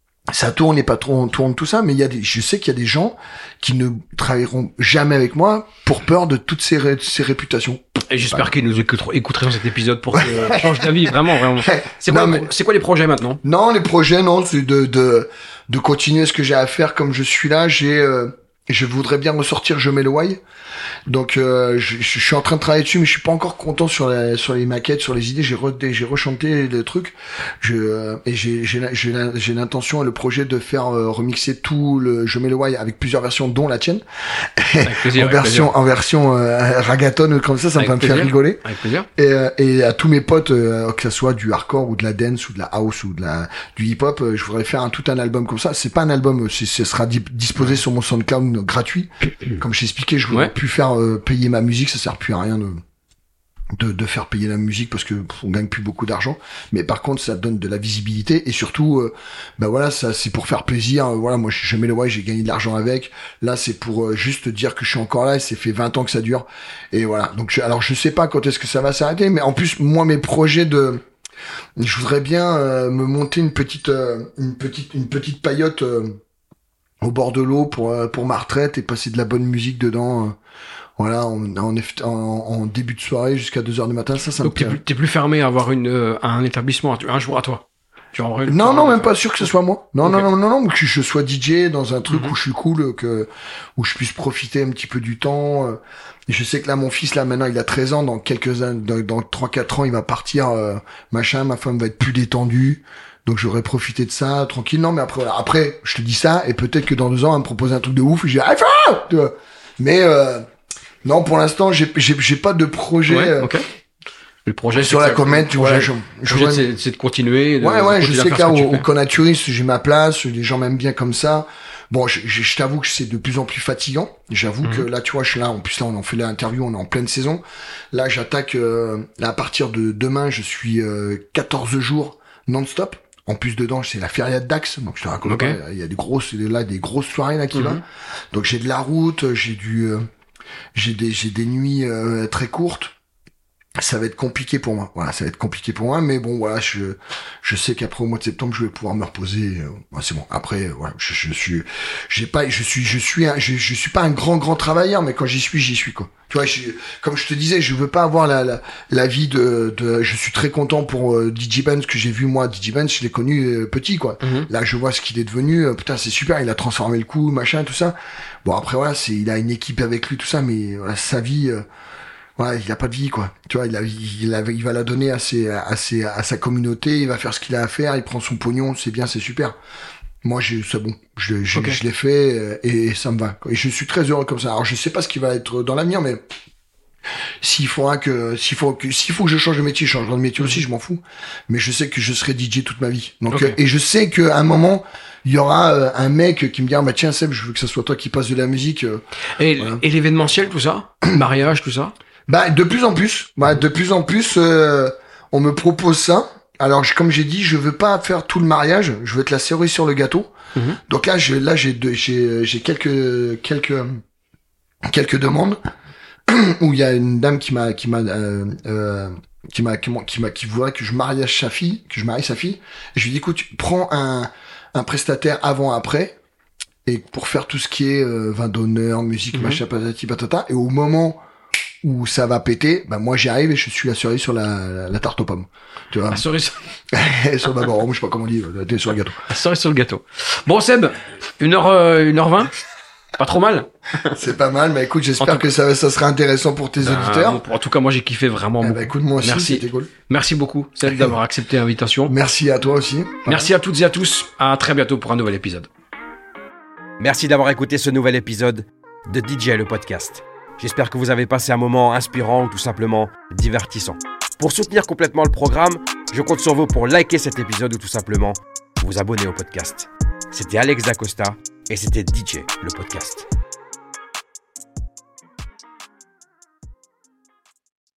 ça tourne et pas trop, on tourne tout ça, mais il y a des, je sais qu'il y a des gens qui ne travailleront jamais avec moi pour peur de toutes ces, ré- ces réputations. Et j'espère qu'ils nous écouteront, écouteront cet épisode pour qu'ils changent d'avis, vraiment, vraiment. C'est quoi, Non, les- mais- c'est quoi les projets maintenant? Non, les projets, non, c'est de, de, de continuer ce que j'ai à faire comme je suis là. J'ai, euh, je voudrais bien ressortir Je mets le why. Donc, euh, je, je suis en train de travailler dessus, mais je suis pas encore content sur la, sur les maquettes, sur les idées. J'ai re, j'ai rechanté le truc. Je, euh, et j'ai, j'ai, la- j'ai, la- j'ai l'intention et le projet de faire euh, remixer tout le Je mets le why avec plusieurs versions, dont la tienne. Avec plaisir. en avec version, plaisir. en version euh, ragaton comme ça, ça Avec va me faire plaisir. rigoler. Avec plaisir. Et, euh, et à tous mes potes, euh, que ça soit du hardcore ou de la dance ou de la house ou de la du hip hop, euh, je voudrais faire un, tout un album comme ça. C'est pas un album, c'est, ce sera di- disposé sur mon SoundCloud gratuit. Comme j'ai expliqué, je voudrais Ouais. plus faire euh, payer ma musique, ça sert plus à rien de de, de faire payer la musique parce que pff, on gagne plus beaucoup d'argent. Mais par contre, ça donne de la visibilité et surtout, euh, bah voilà, ça c'est pour faire plaisir. Euh, voilà, moi je mets le ouais, j'ai gagné de l'argent avec. Là, c'est pour euh, juste dire que je suis encore là. Et c'est fait vingt ans que ça dure. Et voilà. Donc, je, alors je sais pas quand est-ce que ça va s'arrêter, mais en plus, moi, mes projets de je voudrais bien euh, me monter une petite, euh, une petite, une petite paillote euh, au bord de l'eau pour euh, pour ma retraite et passer de la bonne musique dedans. Euh, voilà, en, en, en, en début de soirée jusqu'à deux heures du matin, ça, ça Donc me t'es plaît. plus, t'es plus fermé à avoir une, euh, un établissement, un jour à toi. Tu aurais une- Non, non, même pas sûr que ce soit moi. Non, Ok. non, non, non, non, que je sois D J dans un truc Mhm. où je suis cool, que où je puisse profiter un petit peu du temps. euh. Et je sais que là, mon fils, là, maintenant, il a treize ans. Dans quelques années, dans, dans trois quatre ans, il va partir, euh, machin. Ma femme va être plus détendue. Donc j'aurais profité de ça, tranquille. Non, mais après, voilà. Après, je te dis ça, et peut-être que dans deux ans, elle me propose un truc de ouf, et je dis, ah, fais-le tu vois. Mais euh, non, pour l'instant, j'ai j'ai j'ai pas de projet Ouais, euh, ok. Le projet, sur c'est la que- comète. Tu vois, ouais, je, le je projet, vois- c'est, c'est de continuer. De, Ouais, de ouais, je continuer à sais faire qu'à ce que au, tu au fais. Conaturiste, j'ai ma place, les gens m'aiment bien comme ça. Bon, je, je, je t'avoue que c'est de plus en plus fatigant. J'avoue Mhm. que là, tu vois, je suis là. En plus, là, on en fait l'interview, on est en pleine saison. Là, j'attaque. Euh, là, à partir de demain, je suis euh, quatorze jours non-stop. En plus, dedans, c'est la feria de Dax. Donc, je te raconte Ok. pas. Il y a des grosses, là, des grosses soirées là qui Mhm. va. Donc, j'ai de la route, j'ai du, euh, j'ai des, j'ai des nuits euh, très courtes. Ça va être compliqué pour moi. Voilà, ça va être compliqué pour moi, mais bon, voilà, je, je sais qu'après au mois de septembre, je vais pouvoir me reposer. euh, ouais, c'est bon. Après, euh, voilà, je, je suis, j'ai pas, je suis, je suis, un, je, je suis pas un grand grand travailleur, mais quand j'y suis, j'y suis quoi. Tu vois, je, comme je te disais, je veux pas avoir la la, la vie de, de. Je suis très content pour euh, D J Benz que j'ai vu moi. D J Benz, je l'ai connu euh, petit quoi. Mhm. Là, je vois ce qu'il est devenu. Euh, putain, c'est super. Il a transformé le coup, machin, tout ça. Bon, après voilà, c'est, il a une équipe avec lui, tout ça, mais voilà, sa vie. Euh, Ouais, il a pas de vie, quoi. Tu vois, il a, il a, il va la donner à ses, à ses, à sa communauté, il va faire ce qu'il a à faire, il prend son pognon, c'est bien, c'est super. Moi, j'ai, c'est bon. Je, je, Okay. je l'ai fait et, et ça me va. Et je suis très heureux comme ça. Alors, je sais pas ce qui va être dans l'avenir, mais s'il faudra que, s'il faut que, s'il faut que je change de métier, je changerai de métier aussi, je m'en fous. Mais je sais que je serai D J toute ma vie. Donc, Okay. euh, et je sais qu'à un moment, il y aura euh, un mec qui me dira, bah tiens Seb, je veux que ce soit toi qui passe de la musique. Euh, Et, voilà. et l'événementiel, tout ça, mariage, tout ça. Bah de plus en plus, bah, de plus en plus, euh, on me propose ça. Alors je- comme j'ai dit, je veux pas faire tout le mariage, je veux être la cerise sur le gâteau. Mm-hmm. Donc là, je, là j'ai deux- j'ai j'ai quelques quelques quelques demandes où il y a une dame qui m'a qui m'a euh, euh, qui m'a qui m'a qui m'a qui voudrait que je marie sa fille, que je marie sa fille. Et je lui dis écoute, prends un un prestataire avant après et pour faire tout ce qui est euh, vin d'honneur, musique, Mhm. machin patati patata. Et au moment où ça va péter, bah moi j'y arrive et je suis la cerise sur la, la, la tarte aux pommes. Tu vois, La cerise, sur ma bon, je sais pas comment on dit, la tête sur le gâteau. la cerise sur le gâteau. Bon, Seb, une heure, euh, une heure vingt. Pas trop mal. C'est pas mal, mais écoute, En j'espère tout que ça, ça sera intéressant pour tes Ah, auditeurs. bon, en tout cas, moi, j'ai kiffé vraiment Eh beaucoup. ben, écoute, moi aussi, Merci. c'était cool. Merci beaucoup, Seb, d'avoir accepté l'invitation. Merci à toi aussi. Merci à toutes et à tous. À très bientôt pour un nouvel épisode. Merci d'avoir écouté ce nouvel épisode de D J le podcast. J'espère que vous avez passé un moment inspirant ou tout simplement divertissant. Pour soutenir complètement le programme, je compte sur vous pour liker cet épisode ou tout simplement vous abonner au podcast. C'était Alex Dacosta et c'était D J le podcast.